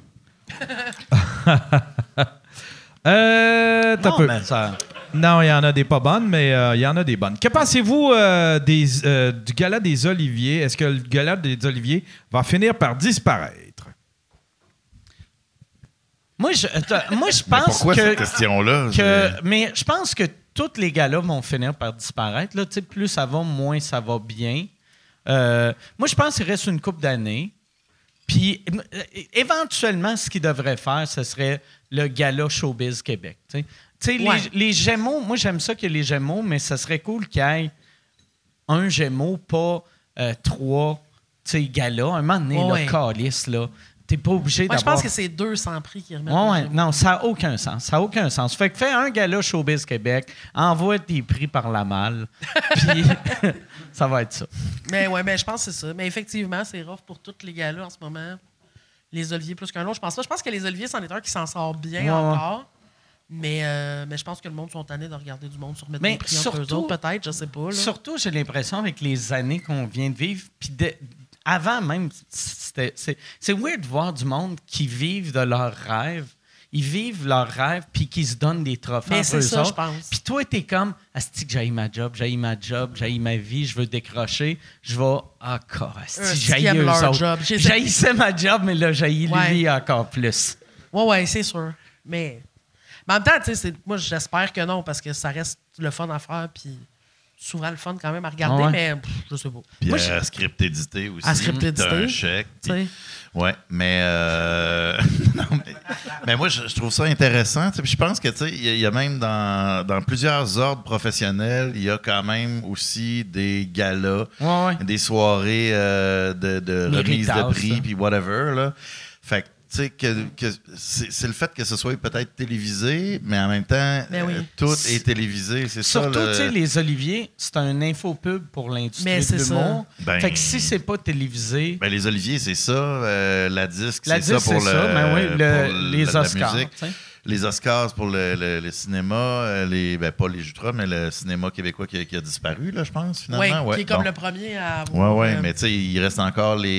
S3: T'as
S1: Non,
S3: peu.
S1: mais ça...
S3: Non, il y en a des pas bonnes, mais il y en a des bonnes. Que pensez-vous du gala des Oliviers? Est-ce que le gala des Oliviers va finir par disparaître?
S1: Moi, je
S4: Mais
S1: pense
S4: pourquoi cette question-là?
S1: mais je pense que tous les gars-là vont finir par disparaître. Là, plus ça va, moins ça va bien. Moi, je pense qu'il reste une couple d'années. Puis, éventuellement, ce qu'ils devraient faire, ce serait le gala Showbiz Québec.
S5: Ouais.
S1: Les Gémeaux, moi, j'aime ça qu'il y ait les Gémeaux, mais ça serait cool qu'il y ait un Gémeaux, pas 3 galas. Un moment donné,
S5: Ouais.
S1: là, calice, là. T'es pas obligé
S5: Moi, je
S1: d'avoir...
S5: pense que c'est 200 prix qui remettent.
S1: Ouais, non, ça n'a aucun sens. Ça n'a aucun sens. Fait que fais un gala Showbiz Québec, envoie tes prix par la malle, puis ça va être ça.
S5: Mais je pense que c'est ça. Mais effectivement, c'est rough pour tous les gars-là en ce moment. Les Oliviers plus qu'un autre, je pense pas. Je pense que les Oliviers, c'en est un qui s'en sort bien
S1: Ouais,
S5: encore. Mais je pense que le monde sont tannés de regarder du monde se remettre des prix entre eux autres, peut-être, je sais pas. Là.
S1: Surtout, j'ai l'impression, avec les années qu'on vient de vivre, puis avant même, c'est weird de voir du monde qui vivent de leurs rêves. Ils vivent leurs rêves, puis qui se donnent des trophées
S5: Mais
S1: entre
S5: c'est
S1: eux
S5: ça,
S1: autres.
S5: je pense.
S1: Puis toi, t'es comme, asti que j'haïs ma job, j'haïs ma vie, je veux décrocher. Je vais, asti,
S5: qui aiment
S1: j'haïs eux
S5: leur
S1: autres.
S5: job.
S1: J'haïssais ma job, mais là, j'haïs
S5: Ouais.
S1: lui encore plus.
S5: Ouais, c'est sûr. Mais en même temps, tu sais, moi, j'espère que non, parce que ça reste le fun à faire, puis souvent le fun quand même à regarder,
S1: Ouais.
S5: mais je sais pas.
S4: Puis
S5: Moi,
S4: à script édité aussi.
S5: À script
S4: T'as un
S5: édité.
S4: chèque.
S5: tu sais,
S4: Ouais, mais, non, mais moi, je trouve ça intéressant. Puis je pense que il y a même dans plusieurs ordres professionnels, il y a quand même aussi des galas,
S1: Ouais.
S4: des soirées de remise de
S1: Méritage,
S4: prix,
S1: ça.
S4: puis whatever. Là. Fait que, tu sais, que c'est le fait que ce soit peut-être télévisé, mais en même temps,
S5: Ben oui.
S4: tout est télévisé. C'est ça.
S1: Surtout, tu sais, les Oliviers, c'est un infopub pour l'industrie
S5: Mais
S1: de
S5: c'est
S1: l'humour.
S4: Ben-
S1: Fait que si c'est pas télévisé,
S4: Ben, les Oliviers, c'est ça. La disque,
S1: la
S4: c'est ça
S1: disque,
S4: pour
S1: c'est
S4: le,
S1: ça. Ben oui,
S4: pour
S1: les
S4: la
S1: Oscars.
S4: musique.
S1: tu sais.
S4: Les Oscars pour le cinéma, pas les Jutras, mais le cinéma québécois qui a disparu, là, je pense, finalement.
S5: qui est comme
S4: bon.
S5: le premier à avoir.
S4: Ouais, mais tu sais, il reste encore les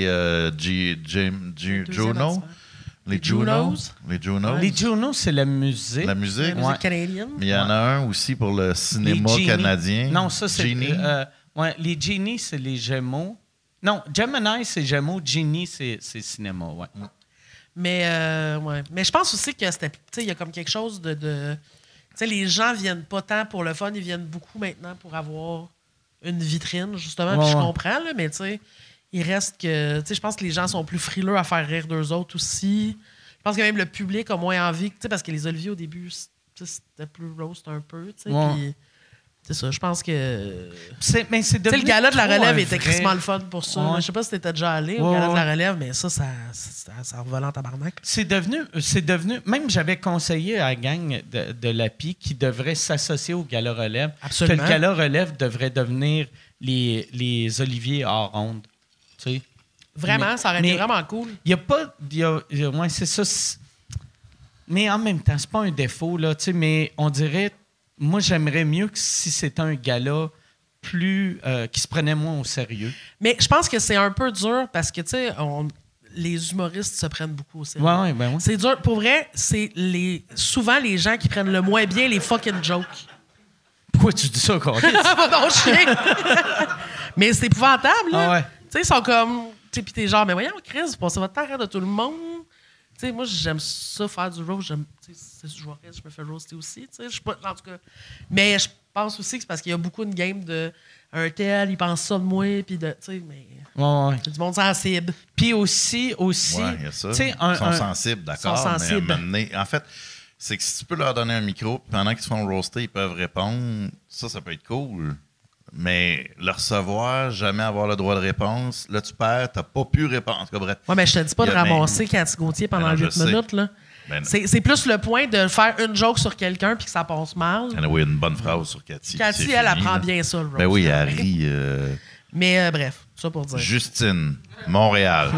S4: Juno. Les
S5: Junos.
S4: Les Junos.
S1: Les Junos, c'est la musique.
S4: La musique.
S5: La musique
S1: Ouais.
S5: canadienne.
S4: Mais il y en a un aussi pour le cinéma
S1: Les Genie.
S4: canadien.
S1: Non, ça, c'est...
S4: Genie.
S1: les Genie, c'est les Gémeaux. Non, Gemini, c'est Gémeaux. Genie, c'est cinéma, ouais.
S5: Mais je pense aussi que c'était. Tu sais, il y a comme quelque chose de. Tu sais, les gens viennent pas tant pour le fun, ils viennent beaucoup maintenant pour avoir une vitrine, justement.
S1: Ouais,
S5: Puis je
S1: ouais.
S5: comprends, là, mais tu sais, il reste que. Tu sais, je pense que les gens sont plus frileux à faire rire d'eux autres aussi. Je pense que même le public a moins envie, tu sais, parce que les Oliviers, au début, c'était plus roast un peu, tu sais.
S1: Ouais.
S5: Puis c'est ça, je pense que.
S1: Mais c'est
S5: Tu sais,
S1: devenu
S5: le gala de la
S1: trop
S5: relève
S1: un
S5: était
S1: vrai-
S5: crissement le fun pour ça.
S1: Ouais.
S5: Je sais pas si t'étais déjà allé au
S1: Ouais,
S5: gala de la
S1: ouais.
S5: relève, mais ça revolant tabarnak.
S1: C'est devenu... Même j'avais conseillé à la gang de l'API qui devrait s'associer au gala relève.
S5: Absolument.
S1: Que le gala relève devrait devenir les Oliviers hors ronde. Tu sais?
S5: Vraiment, ça aurait été vraiment cool.
S1: Il n'y a pas... Ouais, c'est ça. Mais en même temps, c'est pas un défaut, là, tu sais, mais on dirait... Moi, j'aimerais mieux que si c'était un gala plus... qui se prenait moins au sérieux.
S5: Mais je pense que c'est un peu dur parce que, tu sais, les humoristes se prennent beaucoup au sérieux.
S1: Ouais, ben ouais.
S5: C'est dur. Pour vrai, c'est souvent les gens qui prennent le moins bien les fucking jokes.
S1: Pourquoi tu dis ça, Carlis?
S5: Ah, va donc chier! Mais c'est épouvantable, là.
S1: Ah ouais.
S5: Tu sais, ils sont comme... Tu sais, pis t'es genre, mais voyons, Chris, vous passez votre temps à rire de tout le monde. Tu sais, moi, j'aime ça, faire du roast. Tu sais, si je vois je me fais roaster aussi, tu sais. Je suis pas... En tout cas... Mais je pense aussi que c'est parce qu'il y a beaucoup de game de... Un tel, il pense ça de moi, puis de... Tu sais, mais...
S1: Ouais.
S5: C'est du monde sensible.
S1: Puis aussi...
S4: Ouais, il y a ça.
S1: tu sais,
S4: Ils sont sensibles, d'accord.
S5: Ils sont sensibles.
S4: Mais à un moment donné, en fait, c'est que si tu peux leur donner un micro, puis pendant qu'ils se font roaster, ils peuvent répondre, ça peut être cool. Mais le recevoir, jamais avoir le droit de réponse. Là, tu perds, t'as pas pu répondre. En tout cas, bref.
S5: Ouais, mais je te dis pas de ramasser Cathy Gauthier pendant
S4: Ben non,
S5: 8
S4: je sais.
S5: minutes, là.
S4: Ben non.
S5: C'est plus le point de faire une joke sur quelqu'un puis que ça passe mal.
S4: Oui, une bonne phrase sur Cathy.
S5: Cathy,
S4: C'est
S5: elle
S4: fini,
S5: apprend
S4: là.
S5: bien ça, le roast.
S4: Ben oui, elle rit.
S5: Mais bref, ça pour dire.
S4: Justine, Montréal.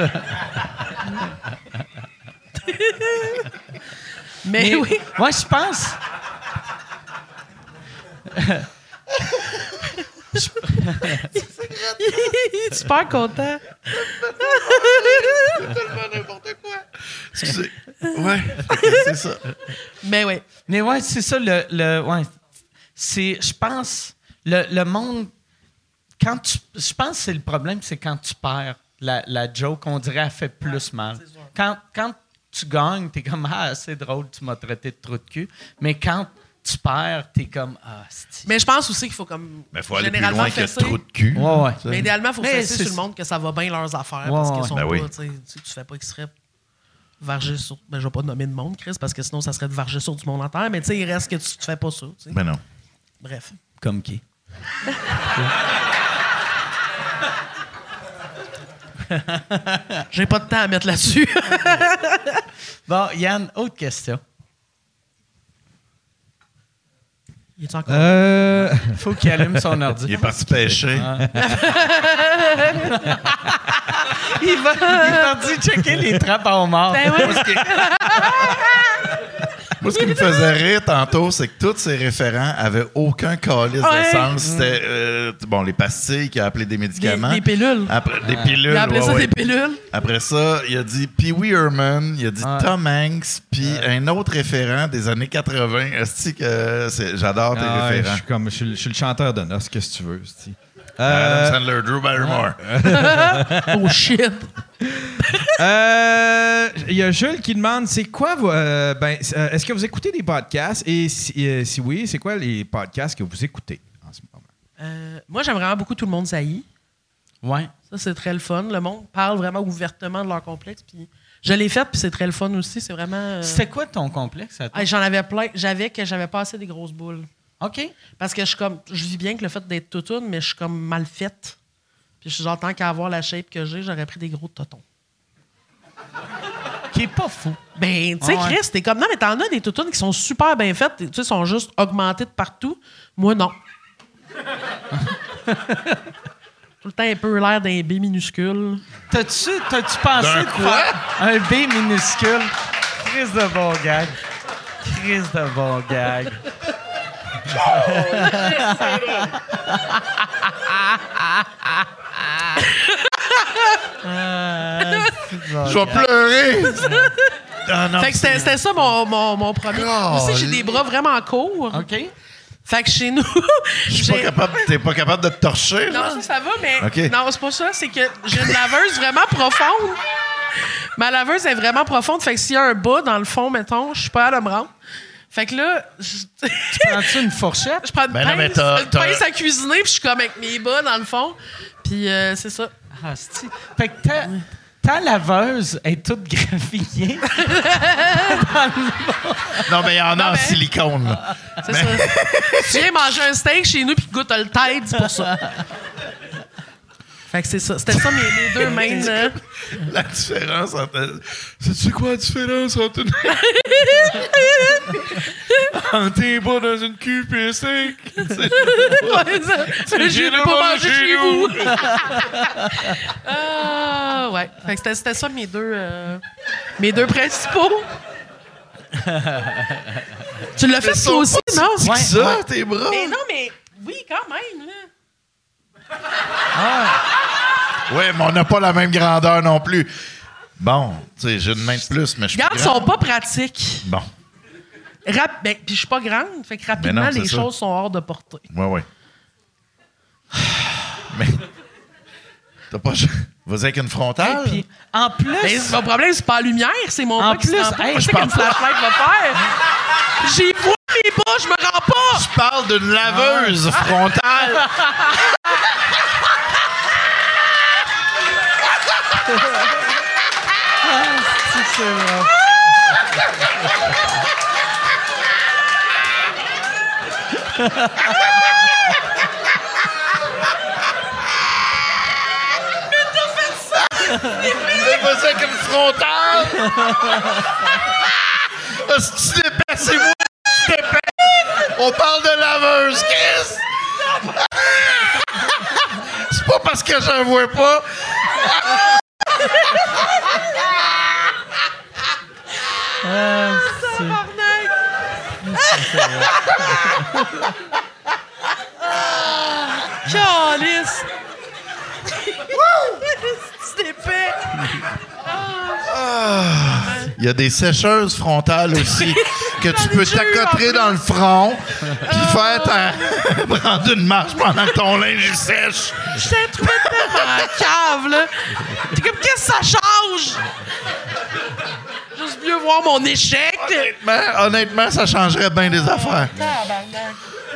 S5: Mais oui.
S1: Moi, je pense.
S5: Il est super content.
S4: Excusez. Ouais, c'est ça.
S5: Mais oui.
S1: Mais ouais, c'est ça, ouais. C'est, je pense, le monde. Je pense que c'est le problème, c'est quand tu perds la joke, on dirait, elle fait plus mal. Quand tu gagnes, t'es comme, ah, c'est drôle, tu m'as traité de trou de cul. Mais quand tu perds, t'es comme, ah, c'est.
S5: Mais je pense aussi qu'il faut comme.
S4: Mais il faut aller plus
S5: généralement
S4: loin que
S5: fesser.
S4: trop de cul.
S1: Ouais.
S5: Mais idéalement, il faut
S1: Mais
S5: fesser
S1: c'est-
S5: sur le monde que ça va bien leurs affaires.
S1: Ouais,
S5: parce qu'ils
S1: ouais.
S5: sont
S4: Ben
S5: pas,
S4: oui.
S5: tu fais pas exprès de varger sur. Ben, je vais pas nommer de monde, Chris, parce que sinon, ça serait de varger sur du monde en terre. Mais tu sais, il reste que tu fais pas ça. Tu sais.
S4: Ben non.
S5: Bref.
S1: Comme qui?
S5: J'ai pas de temps à mettre là-dessus.
S1: Bon, Yann, autre question.
S5: Il est encore.
S1: Faut qu'il allume son ordi.
S4: Il est parti pêcher.
S1: Il est parti checker les trappes à homard.
S5: Ben oui.
S4: Moi, ce qui me faisait rire tantôt, c'est que tous ces référents avaient aucun calice
S5: Ouais.
S4: de sens. C'était, les pastilles qu'il a appelé des médicaments.
S5: Des pilules.
S4: Après, des pilules.
S5: Il a appelé
S4: ouais,
S5: ça
S4: ouais.
S5: des pilules.
S4: Après ça, il a dit Pee Wee Herman, il a dit Tom Hanks, puis un autre référent des années 80. Esti que j'adore tes
S3: Ah, ouais,
S4: référents.
S3: je suis le chanteur de noces, qu'est-ce que tu veux? c'ti.
S4: Adam Sandler, Drew Barrymore.
S5: Oh shit.
S3: Il y a Jules qui demande c'est quoi est-ce que vous écoutez des podcasts et si oui, c'est quoi les podcasts que vous écoutez en ce moment?
S5: Moi, j'aime vraiment beaucoup Tout le monde saillit.
S1: Ouais.
S5: Ça, c'est très le fun. Le monde parle vraiment ouvertement de leur complexe. Puis je l'ai fait, puis c'est très le fun aussi. C'est vraiment.
S1: C'était quoi ton complexe à toi?
S5: J'en avais plein. J'avais pas assez des grosses boules.
S1: OK.
S5: Parce que je vis bien que le fait d'être toutoune, mais je suis comme mal faite. Puis je suis genre, tant qu'à avoir la shape que j'ai, j'aurais pris des gros totons.
S1: Qui est pas fou.
S5: Ben, tu sais,
S1: Ah ouais.
S5: Chris, t'es comme, non, mais t'en as des toutounes qui sont super bien faites. Tu sais, sont juste augmentées de partout. Moi, non. Tout le temps un peu l'air d'un B minuscule.
S1: T'as-tu pensé
S4: D'un
S1: de faire un B minuscule? Crise de bon gag. Crise de bon gag.
S4: Je vais pleurer. Ah, non,
S5: Fait que c'était ça mon premier.
S4: Oh,
S5: Aussi, j'ai des bras vraiment courts.
S1: OK?
S5: Fait que chez nous.
S4: T'es pas capable de te torcher, là?
S5: Non, ça va, mais.
S4: OK.
S5: Non, c'est pas ça. C'est que j'ai une laveuse vraiment profonde. Ma laveuse est vraiment profonde. Fait que s'il y a un bas dans le fond, mettons, je suis pas à me rendre. Fait que là,
S1: Prends-tu une fourchette?
S5: je prends une
S4: Ben non, mais
S5: pince,
S4: t'as-
S5: à cuisiner, puis je suis comme avec mes bas dans le fond. Puis c'est ça.
S1: Ah, c'est-tu- Fait que ta laveuse est toute graphiée.
S4: Non, mais il y en a
S5: Non,
S4: en
S5: mais-
S4: silicone, là.
S5: C'est ça. Tu viens manger un steak chez nous, puis goûte le tête, c'est pour ça. Fait que c'est ça. C'était ça mes deux mains.
S4: La différence entre... Sais-tu quoi la différence entre une... entre tes bras dans une QPC?
S5: Ouais, ça. J'irai pas manger chez vous. Ouais. Fait que c'était ça mes deux principaux. Tu l'as fait toi aussi, non?
S4: C'est
S1: Ouais,
S4: ça,
S1: ouais.
S4: tes bras?
S5: Mais non, mais oui, quand même. Là.
S4: Oui, mais on n'a pas la même grandeur non plus. Bon, tu sais, j'ai une main de plus, mais je suis
S5: Regarde, ils
S4: grand.
S5: sont pas pratiques.
S4: Bon,
S5: Ben, puis je suis pas grande, fait que rapidement,
S4: non, c'est
S5: les
S4: ça.
S5: choses sont hors de portée.
S4: ouais. Mais... T'as pas... Vas-y avec une frontale?
S1: Puis, en plus,
S5: Ben, mon problème, c'est pas la lumière, c'est mon
S1: En
S5: bras qui se
S1: plus,
S5: rend pas.
S1: hey,
S5: Je
S1: je
S5: sais
S1: parle
S5: qu'une flashlight va faire. J'y vois mes bras, je me rends pas.
S4: Je parle d'une laveuse frontale.
S1: c'est vrai.
S4: C'est pas ça comme frontal! Si tu d'épais, c'est moi qui d'épais! On parle de laveuse, Chris! C'est pas parce que j'en vois pas!
S5: Calice! C'est épais!
S4: Il y a des sécheuses frontales aussi que tu peux t'accoter dans le front puis faire prendre une marche pendant que ton linge il sèche.
S5: Je t'ai trouvé tellement cave, là! T'es comme, qu'est-ce que ça change? Juste mieux voir mon échec!
S4: Honnêtement, ça changerait bien des affaires.
S5: Tabarnak.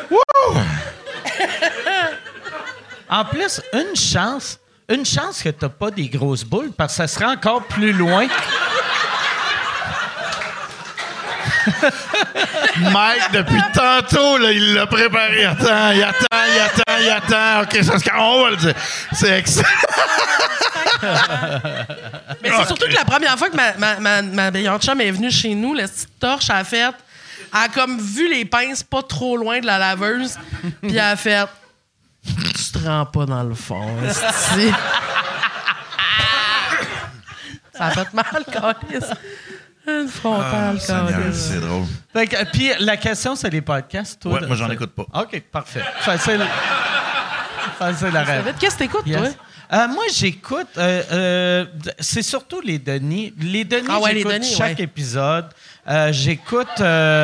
S1: En plus, une chance que t'as pas des grosses boules, parce que ça serait encore plus loin.
S4: Mike, depuis tantôt, là, il l'a préparé. Il attend. OK, on va le dire. C'est excellent.
S5: Mais c'est surtout que la première fois que ma meilleure chum est venue chez nous, la petite torche, elle a fait... Elle a comme vu les pinces pas trop loin de la laveuse, puis elle a fait... Tu te rends pas dans le fond, esti. Ça a fait mal, câlisse. Une frontale, câlisse.
S4: C'est drôle.
S1: Puis la question, c'est les podcasts, toi?
S4: Ouais, moi, j'en écoute pas.
S1: OK, parfait. Facile à rêve.
S5: Qu'est-ce que t'écoutes,
S1: Yes.
S5: toi?
S1: Moi, j'écoute... c'est surtout les Denis. Les Denis,
S5: les
S1: j'écoute
S5: Denis,
S1: chaque
S5: ouais.
S1: épisode. J'écoute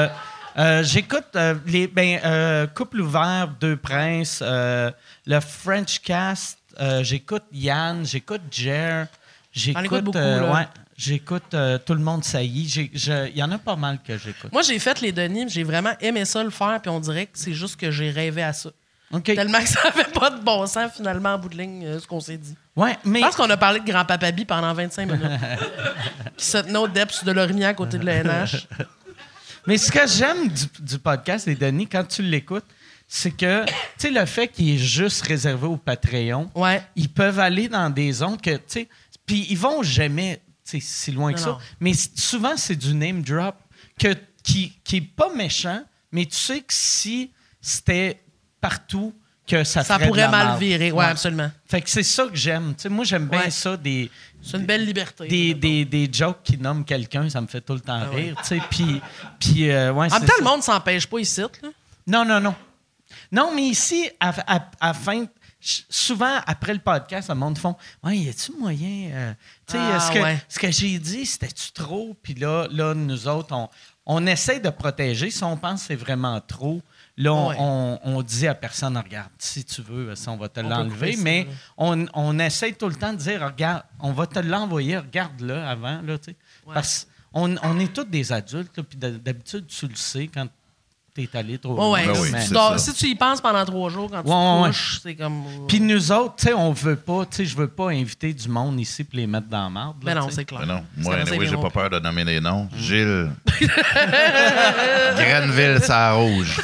S1: Couple ouvert, Deux princes, le French Cast. J'écoute Yann, j'écoute Jer.
S5: écoute beaucoup, là.
S1: J'écoute Tout le monde saillit. Il y en a pas mal que j'écoute.
S5: Moi, j'ai fait les Denis, j'ai vraiment aimé ça le faire, puis on dirait que c'est juste que j'ai rêvé à ça.
S1: OK.
S5: Tellement que ça n'avait pas de bon sens, finalement, en bout de ligne, ce qu'on s'est dit.
S1: Ouais, mais...
S5: Je pense qu'on a parlé de Grand-Papa Bi pendant 25 minutes. Qui se tenait au Depth de Lorimier à côté de l'ENH.
S1: Mais ce que j'aime du podcast, les Denis, quand tu l'écoutes, c'est que, tu sais, le fait qu'il est juste réservé au Patreon,
S5: Ouais.
S1: ils peuvent aller dans des zones que, tu sais, puis ils vont jamais, tu sais, si loin que ça.
S5: Non.
S1: Mais souvent, c'est du name drop qui est pas méchant, mais tu sais que si c'était partout, que ça ferait de
S5: pourrait
S1: la
S5: mal
S1: merde.
S5: virer, ouais, absolument.
S1: Fait que c'est ça que j'aime. Tu sais, moi, j'aime bien
S5: Ouais.
S1: ça,
S5: C'est une belle liberté.
S1: des jokes qui nomment quelqu'un, ça me fait tout le temps rire, tu sais. Puis ouais,
S5: En même
S1: c'est
S5: temps,
S1: ça.
S5: le monde s'empêche pas ici, là.
S1: Non. Non, mais ici, à fin, souvent, après le podcast, le monde font « Ouais, y a-tu moyen... tu sais, ce que j'ai dit, c'était-tu trop? » Puis là, nous autres, on essaie de protéger. Si on pense que c'est vraiment trop, là, on dit à personne « Regarde, si tu veux, ça, on va te l'enlever. » Mais on essaie tout le temps de dire « Regarde, on va te l'envoyer, regarde-le avant. » là, tu sais. Parce qu'on est tous des adultes, là, puis d'habitude, tu le sais quand t'es allé trop loin.
S4: Ben oui,
S1: Mais-
S4: c'est ça.
S5: Si tu y penses pendant 3 jours, quand tu
S1: Ouais.
S5: te couches, c'est comme...
S1: Puis nous autres, tu sais, on veut pas, tu sais, je veux pas inviter du monde ici pour les mettre dans la marde.
S5: Mais
S1: là,
S5: non,
S1: tu sais.
S5: c'est clair.
S4: Mais non,
S5: C'est
S4: moi,
S5: comme ça,
S4: anyway,
S5: ils
S4: j'ai
S5: vont-
S4: pas peur de nommer des noms. Gilles. Grenville, ça rouge.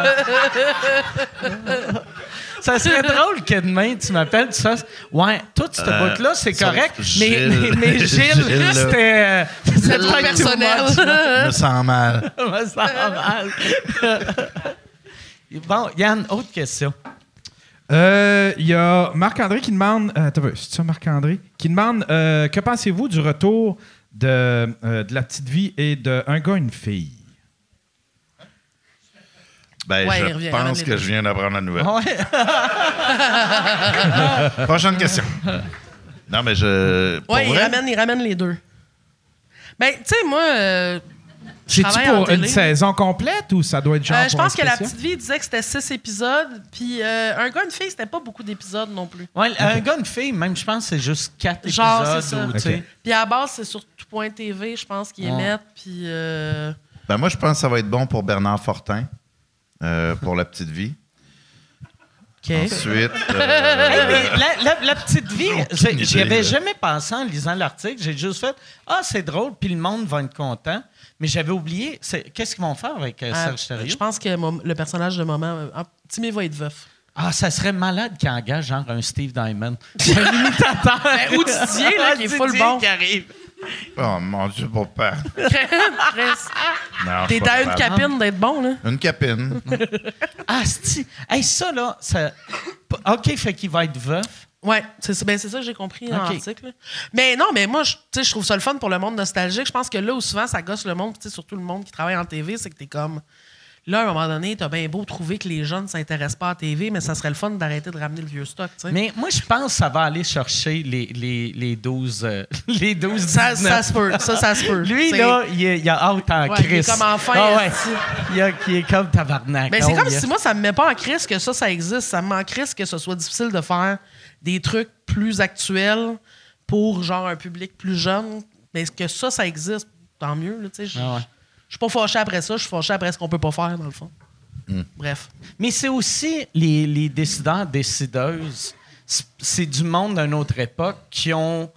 S1: Ça serait drôle que demain, tu m'appelles, tu fasses « Ouais, tout ce bout-là, c'est
S4: ça,
S1: correct,
S4: Gilles.
S1: mais Gilles,
S4: Gilles, là.
S1: c'était
S5: C'est trop
S1: peut-être too
S5: personnel.
S1: much, là.
S4: Je me sens mal.
S1: Je me sens mal. Bon, Yann, autre question.
S3: Il y a Marc-André qui demande... attends, c'est ça, Marc-André? Qui demande que pensez-vous du retour de La Petite Vie et de Un gars, une fille?
S4: Ben,
S5: Ouais, il
S4: je
S5: revient,
S4: pense
S5: ramène les
S4: que
S5: deux.
S4: je viens d'apprendre la nouvelle.
S1: Ouais.
S4: Prochaine question. Non, mais je... pour
S5: Ouais, il
S4: vrai,
S5: ramène les deux. Ben, tu sais, moi...
S3: C'est-tu
S5: travaille en
S3: pour une
S5: télé.
S3: saison complète ou ça doit être genre
S5: je
S3: pour
S5: pense
S3: un
S5: que La
S3: spécial?
S5: Petite Vie disait que c'était 6 épisodes, puis Un gars, une fille, c'était pas beaucoup d'épisodes non plus.
S1: Ouais, un gars, une fille, même, je pense que c'est juste 4
S5: Genre,
S1: épisodes.
S5: c'est ça.
S1: Où, tu sais,
S3: Ok.
S5: Puis à la base, c'est sur tout.tv, je pense, qu'ils
S1: Ouais.
S5: émettent, puis...
S4: ben, moi, je pense que ça va être bon pour Bernard Fortin, pour La Petite Vie.
S5: OK.
S4: Ensuite...
S1: Hey, mais la petite vie,
S4: Aucune
S1: j'y
S4: idée,
S1: avais
S4: là.
S1: jamais pensé en lisant l'article. J'ai juste fait « Ah, c'est drôle, puis le monde va être content. » Mais j'avais oublié, qu'est-ce qu'ils vont faire avec Serge Thériault?
S5: Je pense que le personnage de Maman... Timmy va être veuf.
S1: Ah, ça serait malade qu'il engage genre un Steve Diamond. Un imitateur.
S5: Ou Didier, là, qui est full bon.
S1: qui arrive.
S4: Oh mon Dieu, papa. Non,
S5: T'es
S4: pas
S5: à une
S4: capable.
S5: capine d'être bon, là.
S4: Une capine.
S1: Ah, hey, ça, là, ça... OK, fait qu'il va être veuf.
S5: Ouais, c'est ça que j'ai compris dans
S1: Ok.
S5: l'article. Là. Mais non, mais moi, je trouve ça le fun pour le monde nostalgique. Je pense que là où souvent ça gosse le monde, surtout le monde qui travaille en TV, c'est que t'es comme... Là, à un moment donné, t'as bien beau trouver que les jeunes ne s'intéressent pas à la TV, mais ça serait le fun d'arrêter de ramener le vieux stock, tu sais.
S1: Mais moi, je pense que ça va aller chercher les 12... les 12
S5: Ça
S1: 19.
S5: se peut, ça se peut.
S1: Lui,
S5: C'est-
S1: là, il a hâte en
S5: Ouais,
S1: crise.
S5: il est comme enfin,
S1: Ah ouais.
S5: esti.
S1: Il est comme tabarnak.
S5: Mais c'est
S1: Oh,
S5: comme
S1: yes.
S5: si moi, ça me met pas en crise que ça existe. Ça me met en crise que ce soit difficile de faire des trucs plus actuels pour, genre, un public plus jeune. Mais que ça existe, tant mieux, là, tu sais.
S1: Ah ouais.
S5: Je suis pas fâché après ça, je suis fâché après ce qu'on peut pas faire, dans le fond. Bref.
S1: Mais c'est aussi les décideurs, décideuses. C'est du monde d'une autre époque qui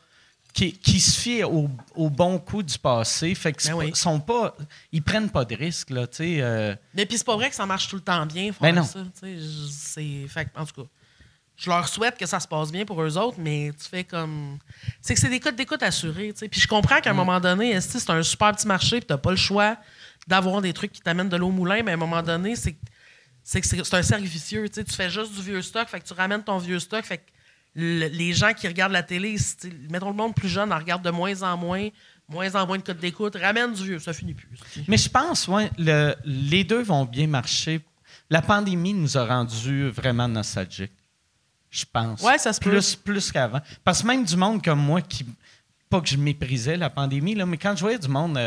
S1: se fient au bon coup du passé. Fait que
S5: Ben oui.
S1: ils prennent pas de risques, là, tu sais.
S5: Mais puis c'est pas vrai que ça marche tout le temps bien, faire
S1: Ben non.
S5: ça. Fait que, en tout cas, je leur souhaite que ça se passe bien pour eux autres, mais tu fais comme... C'est que c'est des codes d'écoute assurés, tu sais. Puis je comprends qu'à un moment donné, esti, c'est un super petit marché, puis t'as pas le choix d'avoir des trucs qui t'amènent de l'eau au moulin, mais à un moment donné, c'est un cercle vicieux, tu sais. Tu fais juste du vieux stock, fait que tu ramènes ton vieux stock, fait que les gens qui regardent la télé, mettons le monde plus jeune, en regarde de moins en moins de codes d'écoute, ramène du vieux, ça finit plus.
S1: Mais je pense, ouais, les deux vont bien marcher. La pandémie nous a rendus vraiment nostalgiques. Je pense.
S5: Ouais, ça se peut.
S1: Plus qu'avant. Parce que même du monde comme moi, pas que je méprisais la pandémie, là, mais quand je voyais du monde,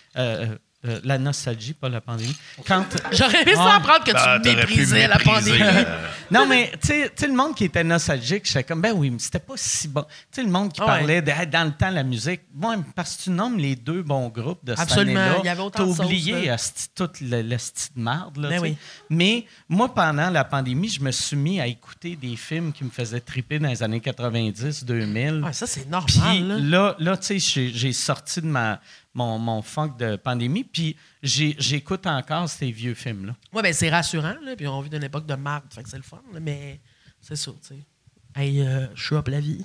S1: la nostalgie, pas la pandémie.
S5: J'aurais aimé ça apprendre que
S4: Ben,
S5: tu
S4: t'aurais pu
S5: méprisais la
S4: mépriser,
S5: pandémie.
S1: Non, mais tu sais, le monde qui était nostalgique, j'étais comme, ben oui, mais c'était pas si bon. Tu sais, le monde qui
S5: Ah ouais.
S1: parlait de, hey, dans le temps, la musique. Bon, parce que tu nommes les deux bons groupes de cette
S5: Absolument.
S1: année-là.
S5: Il y avait autant
S1: T'as
S5: de sauce,
S1: oublié
S5: là.
S1: toute le style de marde, là,
S5: Ben
S1: tu sais.
S5: oui.
S1: Mais moi, pendant la pandémie, je me suis mis à écouter des films qui me faisaient triper dans les années 90, 2000.
S5: Ouais, ça, c'est
S1: Puis
S5: normal. Là.
S1: là tu sais, j'ai sorti de mon funk de pandémie, puis j'écoute encore ces vieux films-là.
S5: Ouais, ben c'est rassurant, là, puis on vit d'une époque de marde, fait que c'est le fun, là, mais c'est ça, tu sais. Hey, je suis up la vie.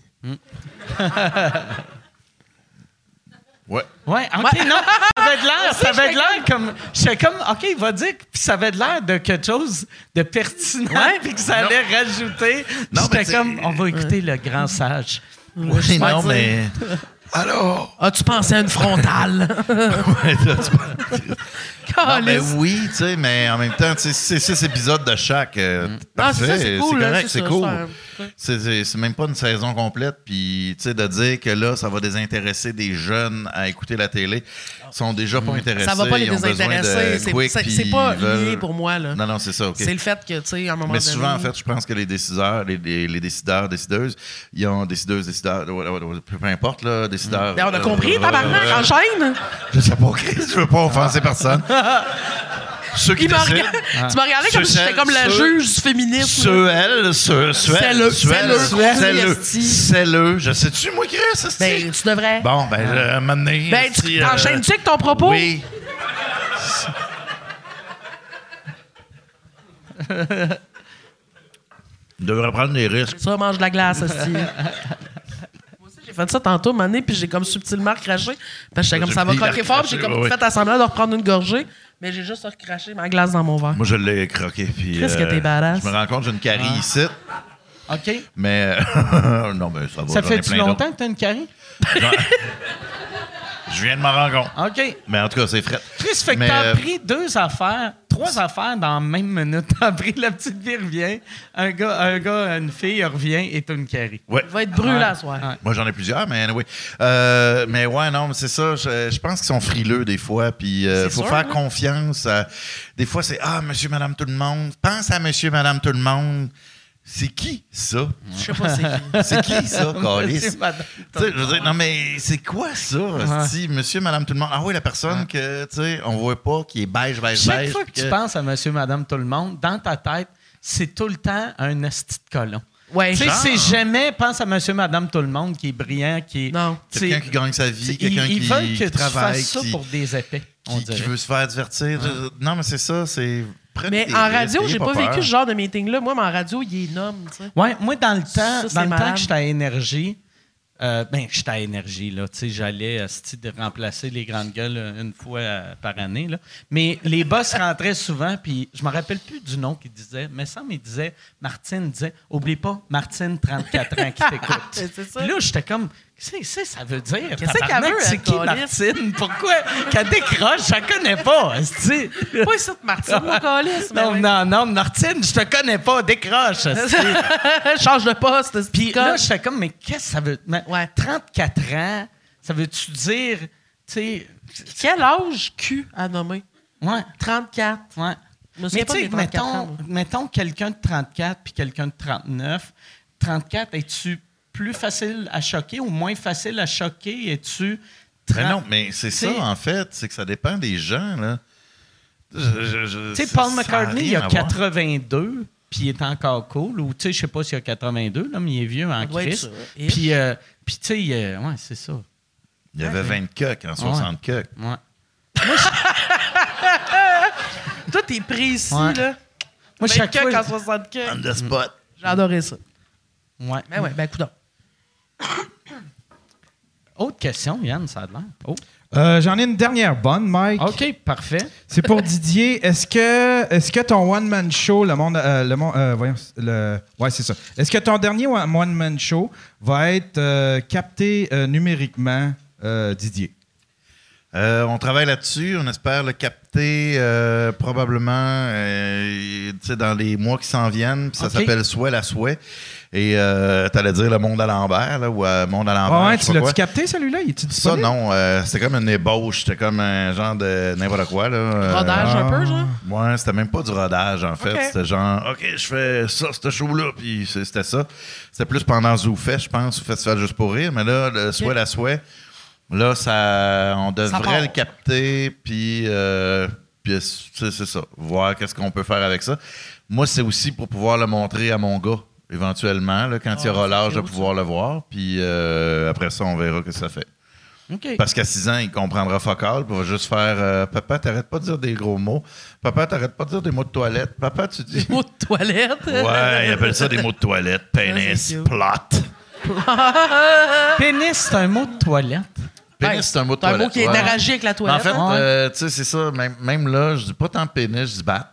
S4: Ouais.
S1: Ouais, OK, non, ça avait de l'air comme... J'étais comme, OK, il va dire, puis ça avait de l'air de quelque chose de pertinent,
S5: Ouais.
S1: puis que ça allait rajouter.
S4: Non,
S1: J'étais
S4: mais
S1: comme, on va écouter le grand sage.
S4: Oui, non, mais. Alors.
S5: As-tu pensé à une frontale?
S4: Ouais, là, non, mais
S5: Calisse.
S4: oui, tu sais, mais en même temps, tu sais, c'est 6 épisodes de chaque. Parfait,
S5: ça, c'est cool, là,
S4: correct, c'est
S5: ça,
S4: cool.
S5: c'est
S4: C'est même pas une saison complète, puis tu sais, de dire que là, ça va désintéresser des jeunes à écouter la télé, ils sont déjà pas intéressés.
S5: Ça va pas les
S4: ils ont besoin de
S5: désintéresser.
S4: quick,
S5: C'est
S4: puis
S5: pas
S4: ils veulent-
S5: lié pour moi, là.
S4: Non, non, c'est ça, OK.
S5: C'est le fait que, tu sais, à un moment
S4: Mais
S5: donné...
S4: souvent, en fait, je pense que les décideurs, les décideurs, décideuses, ils ont décideuses, décideurs, peu importe, là, décideurs.
S5: Ben, on a compris, tabarnak, enchaîne!
S4: Je sais pas, Chris, je veux pas offenser personne. Ceux qui
S5: Il m'a
S4: décident.
S5: regardé- Tu m'as regardé comme si j'étais comme la
S4: Ceux-
S5: juge du féminisme.
S4: Ceux, elles, ceux,
S5: C'est-le,
S4: c'est-le. Je sais-tu, moi, Chris? c'est-tu?
S5: Ben, tu devrais.
S4: Bon, ben, maintenant.
S5: Ben, tu t'enchaînes-tu avec ton propos?
S4: Oui. Il devrait prendre des risques.
S5: Ça, mange de la glace, hostie. Moi aussi, j'ai fait ça tantôt, un moment donné, puis j'ai comme subtilement craché. Parce que j'étais comme ça va
S4: J'ai
S5: croquer fort, puis j'ai
S4: craché,
S5: comme
S4: oui.
S5: fait semblant de reprendre une gorgée, mais j'ai juste recraché ma glace dans mon verre.
S4: Moi, je l'ai croqué. Puis,
S5: Qu'est-ce que t'es badass?
S4: Je me rends compte que j'ai une carie ici.
S1: OK.
S4: Mais. non, mais ça va.
S1: Ça
S4: j'en ai
S1: fait-tu
S4: plein d'autres.
S1: longtemps que tu as une carie?
S4: Je viens de m'en rendre compte.
S1: OK.
S4: Mais en tout cas, c'est frais.
S1: Chris, fait que
S4: Mais,
S1: t'as pris 3 affaires dans la même minute. T'as pris la petite vie revient, un gars, une fille revient et t'as une carie.
S4: Ouais.
S5: Il va être brûlé à soir.
S1: Ouais.
S4: Moi, j'en ai plusieurs, mais anyway. Mais ouais, non, mais c'est ça. Je pense qu'ils sont frileux des fois. Puis
S5: C'est
S4: faut
S5: sûr,
S4: faire
S5: là.
S4: confiance. Des fois, c'est monsieur, madame, tout le monde. Pense à monsieur, madame, tout le monde. C'est qui, ça?
S5: Je sais pas c'est qui.
S4: C'est qui, ça, Calice?
S1: Monsieur, madame,
S4: Tu sais, je veux dire, non, mais c'est quoi ça, hostie? Monsieur, madame, tout le monde? Ah oui, la personne que, tu sais, on voit pas, qui est beige, beige,
S1: Chaque
S4: beige.
S1: fois que
S4: puis
S1: tu penses à monsieur, madame, tout le monde, dans ta tête, c'est tout le temps un esti de colon.
S5: Ouais,
S1: Tu sais,
S4: genre.
S1: c'est jamais pense à monsieur, madame, tout le monde qui est brillant, qui est...
S5: Non.
S1: tu sais,
S4: Quelqu'un qui gagne sa vie,
S1: ils
S4: quelqu'un
S1: ils veulent
S4: qui
S1: que tu
S4: travaille,
S1: fasses ça
S4: qui,
S1: pour des épais, on
S4: qui
S1: dirait.
S4: veut se faire divertir. Non, mais c'est ça, c'est...
S5: Mais en radio, j'ai pas vécu ce genre de meeting-là. Moi, en radio, il est énorme, tu sais.
S1: Ouais, moi, dans le temps,
S5: c'est malade.
S1: que j'étais à Énergie, j'étais à Énergie, là. Tu sais, j'allais de remplacer les grandes gueules une fois par année, là. Mais les boss rentraient souvent, puis je me rappelle plus du nom qu'ils disaient, mais ça, il disait, Martine disait, oublie pas, Martine, 34 ans, qui t'écoute.
S5: C'est ça.
S1: Puis là, j'étais comme, qu'est-ce que ça veut dire?
S5: Qu'est-ce qu'elle
S1: Tabarnak,
S5: veut,
S1: c'est
S5: elle,
S1: qui
S5: câlisse?
S1: Martine? Pourquoi qu'elle décroche? Je la connais pas, esti.
S5: Pas ça, Martine, mon calice.
S1: Non, Martine, je te connais pas, décroche, esti.
S5: Change de poste.
S1: Puis là, j'étais comme, mais qu'est-ce que ça veut...
S5: Ouais.
S1: 34 ans, ça veut-tu dire, tu sais...
S5: Quel âge Q à nommer?
S1: Ouais,
S5: 34.
S1: ouais.
S5: Je me souviens
S1: Mais
S5: pas
S1: tu sais,
S5: des 34 ans, moi.
S1: mettons quelqu'un de 34 puis quelqu'un de 39. 34, es-tu plus facile à choquer ou moins facile à choquer? Es-tu...
S4: Mais non, mais c'est ça, en fait. C'est que ça dépend des gens, là.
S1: Tu sais, Paul
S4: ça
S1: McCartney,
S4: rien
S1: il a
S4: à voir.
S1: 82, puis il est encore cool. Ou, tu sais, je sais pas s'il a 82, là, mais il est vieux en
S5: doit être
S1: Christ.
S5: ça.
S1: Puis tu sais, ouais, c'est ça.
S4: Il y avait 20 coques en 60 coques.
S1: Ouais.
S5: Toi, t'es précis,
S1: Ouais.
S5: là.
S1: Moi, chaque
S5: 20
S1: fois...
S5: en 60 que.
S4: On the spot.
S5: J'ai adoré ça.
S1: Ouais.
S5: Ben ouais, ben coudonc.
S1: Autre question, Yann, ça a l'air. Oh.
S3: J'en ai une dernière bonne, Mike.
S1: OK, parfait.
S3: C'est pour Didier. Est-ce que ton one-man show, ouais, c'est ça. Est-ce que ton dernier one-man show va être capté numériquement, Didier?
S4: On travaille là-dessus. On espère le capter probablement dans les mois qui s'en viennent. Puis ça
S1: OK.
S4: s'appelle Souhait la Souhait. Et t'allais dire le monde à l'envers, là, ou Monde à l'envers.
S3: Ah ouais,
S4: je sais
S3: tu
S4: pas
S3: l'as-tu
S4: quoi.
S3: capté, celui-là? Il est-tu
S4: Ça,
S3: disponible?
S4: non. C'était comme une ébauche. C'était comme un genre de n'importe quoi. Là.
S5: Rodage un peu, genre?
S4: Ouais, c'était même pas du rodage, en fait.
S5: OK.
S4: C'était genre, OK, je fais ça, ce show-là, puis c'était ça. C'était plus pendant ZooFest, je pense, au Festival Juste pour rire. Mais là, le Souhait la Souhait, là, on
S5: part.
S4: devrait le capter, puis c'est ça. Voir qu'est-ce qu'on peut faire avec ça. Moi, c'est aussi pour pouvoir le montrer à mon gars, éventuellement, là, quand il aura l'âge de pouvoir le voir. Puis après ça, on verra ce que ça fait.
S1: OK.
S4: Parce qu'à 6 ans, il comprendra fuck all, puis il va juste faire Papa, t'arrêtes pas de dire des gros mots. Papa, t'arrêtes pas de dire des mots de toilette. Papa, tu dis.
S5: Mot de toilette.
S4: Ouais, il appelle ça des mots de toilette.
S5: Ouais,
S4: Pénis,
S5: c'est cute.
S4: plot.
S1: Pénis, c'est un mot de toilette.
S4: Pénis, c'est un mot de
S5: C'est un
S4: toilette.
S5: mot qui
S4: ouais.
S5: interagit avec la
S4: En
S5: toilette.
S4: fait,
S5: hein?
S4: tu sais, c'est ça. Même là, je dis pas tant pénis, je dis batte.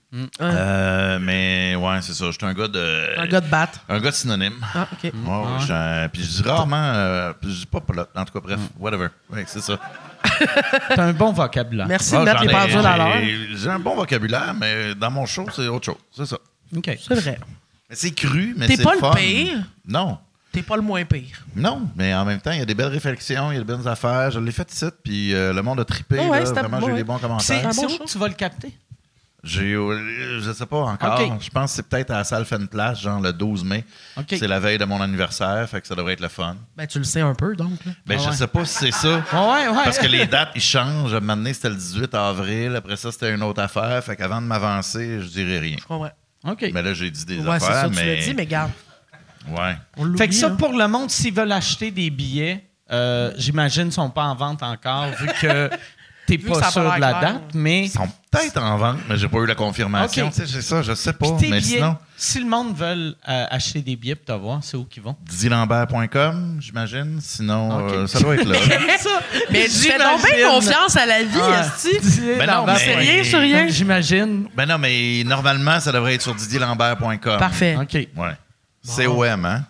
S4: Mais ouais, c'est ça. Je suis un gars de.
S5: Un gars de batte.
S4: Un gars de synonyme.
S5: Ah, OK.
S4: Ouais, puis je dis rarement. Puis je dis pas plot. En tout cas, bref, whatever. Oui, c'est ça.
S1: T'as un bon vocabulaire.
S5: Merci de mettre
S4: j'en
S5: les
S4: ai-
S5: pendules à l'heure.
S4: J'ai un bon vocabulaire, mais dans mon show, c'est autre chose. C'est ça.
S1: OK.
S5: C'est vrai.
S4: Mais c'est cru, mais
S5: T'es
S4: c'est
S5: pas
S4: le
S5: le
S4: fun.
S5: pire.
S4: Non.
S5: T'es pas le moins pire.
S4: Non, mais en même temps, il y a des belles réflexions, il y a des bonnes affaires. Je l'ai fait ici, puis le monde a trippé.
S5: Ouais,
S4: là,
S5: c'était-
S4: vraiment, j'ai eu
S5: ouais.
S4: des bons
S1: C'est
S4: commentaires.
S5: un
S1: c'est
S5: bon
S1: où
S5: show.
S1: que tu vas le capter?
S4: Je sais pas encore.
S1: OK.
S4: Je pense que c'est peut-être à la salle Fenplace, genre le 12 mai.
S1: OK.
S4: C'est la veille de mon anniversaire, fait que ça devrait être le fun.
S5: Ben, tu le sais un peu, donc. Là.
S4: Ben,
S1: Ah
S4: je
S1: ouais.
S4: sais pas si c'est ça.
S1: Ouais.
S4: Parce que les dates, ils changent. À un moment donné, c'était le 18 avril. Après ça, c'était une autre affaire. Fait qu'avant de m'avancer, je dirais rien.
S5: Je comprends.
S1: OK.
S4: Mais là, j'ai dit des
S5: Ouais, c'est
S4: affaires,
S5: ça, tu
S4: mais...
S5: l'as dit, mais garde.
S4: Ouais.
S5: On l'oublie,
S1: Fait que ça,
S5: hein.
S1: pour le monde, s'ils veulent acheter des billets, j'imagine, ne sont pas en vente encore, vu que t'es
S5: Vu que
S1: pas
S5: ça a pas
S1: sûr de la
S5: l'air clair.
S1: date, mais...
S4: Ils sont peut-être en vente, mais j'ai pas eu la confirmation.
S1: OK.
S4: Tu sais, c'est ça, je sais pas.
S1: Puis tes
S4: Mais
S1: billets,
S4: sinon,
S1: si le monde veut acheter des billets pour te voir, c'est où qu'ils vont?
S4: didylambert.com, j'imagine. Sinon,
S1: OK.
S4: ça doit être là.
S5: Mais tu fais donc bien confiance à la vie, esti.
S4: Ben non, mais-
S5: C'est rien sur rien.
S1: J'imagine.
S4: Ben non, mais normalement, ça devrait être sur didylambert.com.
S5: Parfait.
S1: OK.
S4: Ouais. C-O-M, hein?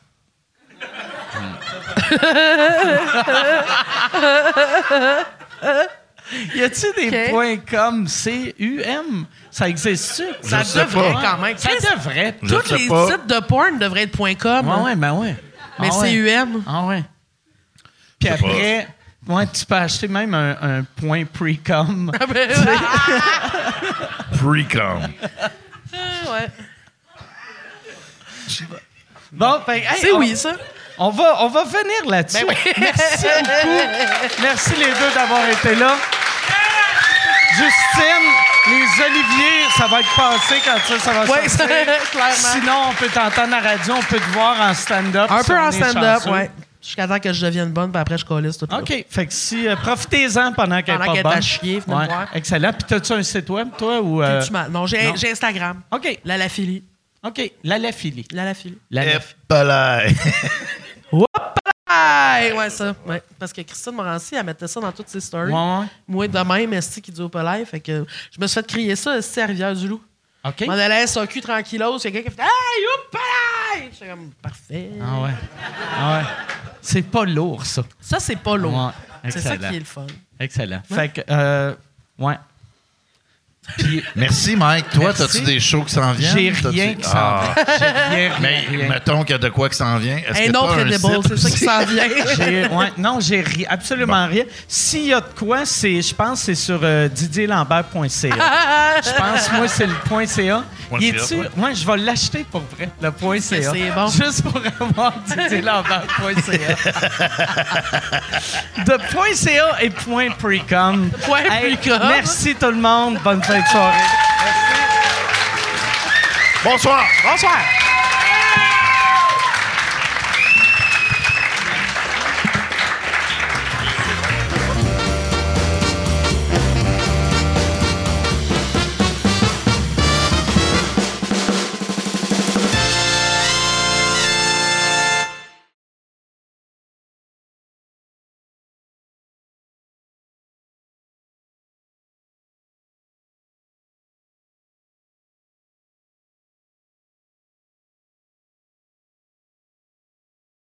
S1: Y a-tu des
S5: OK.
S1: points comme C-U-M? Ça existe-tu?
S5: Ça
S4: Je sais
S5: devrait
S4: pas.
S5: quand même.
S1: Ça devrait.
S4: Je
S5: Tous
S4: sais
S5: les
S4: pas.
S5: sites de porn devraient être .com. hein.
S1: Ouais, ben ouais.
S5: Mais
S1: Ah ouais.
S5: c'est UM.
S1: Ah ouais. Puis
S4: Je sais
S1: après, ouais, tu peux acheter même un point pre-com.
S4: Pre-com.
S5: Ouais.
S1: Bon, ben, hey,
S5: C'est oui, ça.
S1: On va finir là-dessus.
S5: Ben oui.
S1: Merci beaucoup. Merci les deux d'avoir été là. Justine, les oliviers, ça va être passé quand ça va
S5: Oui,
S1: sortir.
S5: clairement.
S1: Sinon, on peut t'entendre à la radio, on peut te voir en stand-up.
S5: Un
S1: si
S5: peu
S1: on
S5: en
S1: est
S5: stand-up,
S1: chanceux.
S5: ouais. Jusqu'à temps que je devienne bonne, puis après, je calisse tout.
S1: OK. Fait que si... profitez-en pendant qu'elle est pas bonne.
S5: à chier, venez me voir.
S1: Excellent. Puis t'as-tu un site web, toi, ou...
S5: T'es-tu mal? Non, j'ai Instagram.
S1: OK.
S5: Lalaphilie.
S1: OK. Lalaphilie.
S5: Lalaphilie.
S4: Epalaï.
S5: Ouais, ça. Ouais. Parce que Christine Morancy, elle mettait ça dans toutes ses stories.
S1: Ouais.
S5: Moi, de même, esti qui dit au Pelay. Fait que je me suis fait crier ça, esti à Rivière-du-Loup.
S1: OK.
S5: Je m'en allais à SAQ tranquillos, il y a quelqu'un qui fait Hey, au Pelay! J'étais comme, parfait.
S1: Ah ouais. Ah ouais. C'est pas lourd, ça.
S5: Ça, c'est pas lourd.
S1: Ouais.
S5: C'est ça
S1: Excellent.
S5: qui est le fun.
S1: Excellent. Fait que, ouais. Puis,
S4: Merci, Mike. Toi,
S1: Merci.
S4: as-tu des shows qui s'en viennent?
S1: j'ai rien qui s'en vient. J'ai
S4: Mais
S1: rien.
S4: mettons qu'il y a de quoi qui s'en vient. Est-ce que
S5: Un
S4: t'as
S5: autre
S4: un
S5: Edible,
S4: site
S5: c'est ça qui
S4: aussi?
S5: s'en vient.
S1: Non, j'ai absolument rien. S'il y a de quoi, je pense que c'est sur didierlambert.ca. Je pense, moi, c'est le .ca. Il est-tu? Moi, je vais l'acheter pour vrai, le .ca.
S5: C'est bon.
S1: Juste pour avoir didierlambert.ca. De .ca et .precom.
S5: .precom.
S1: Merci tout le monde. Bonne fin de soirée.
S4: Bonsoir!
S5: Bonsoir.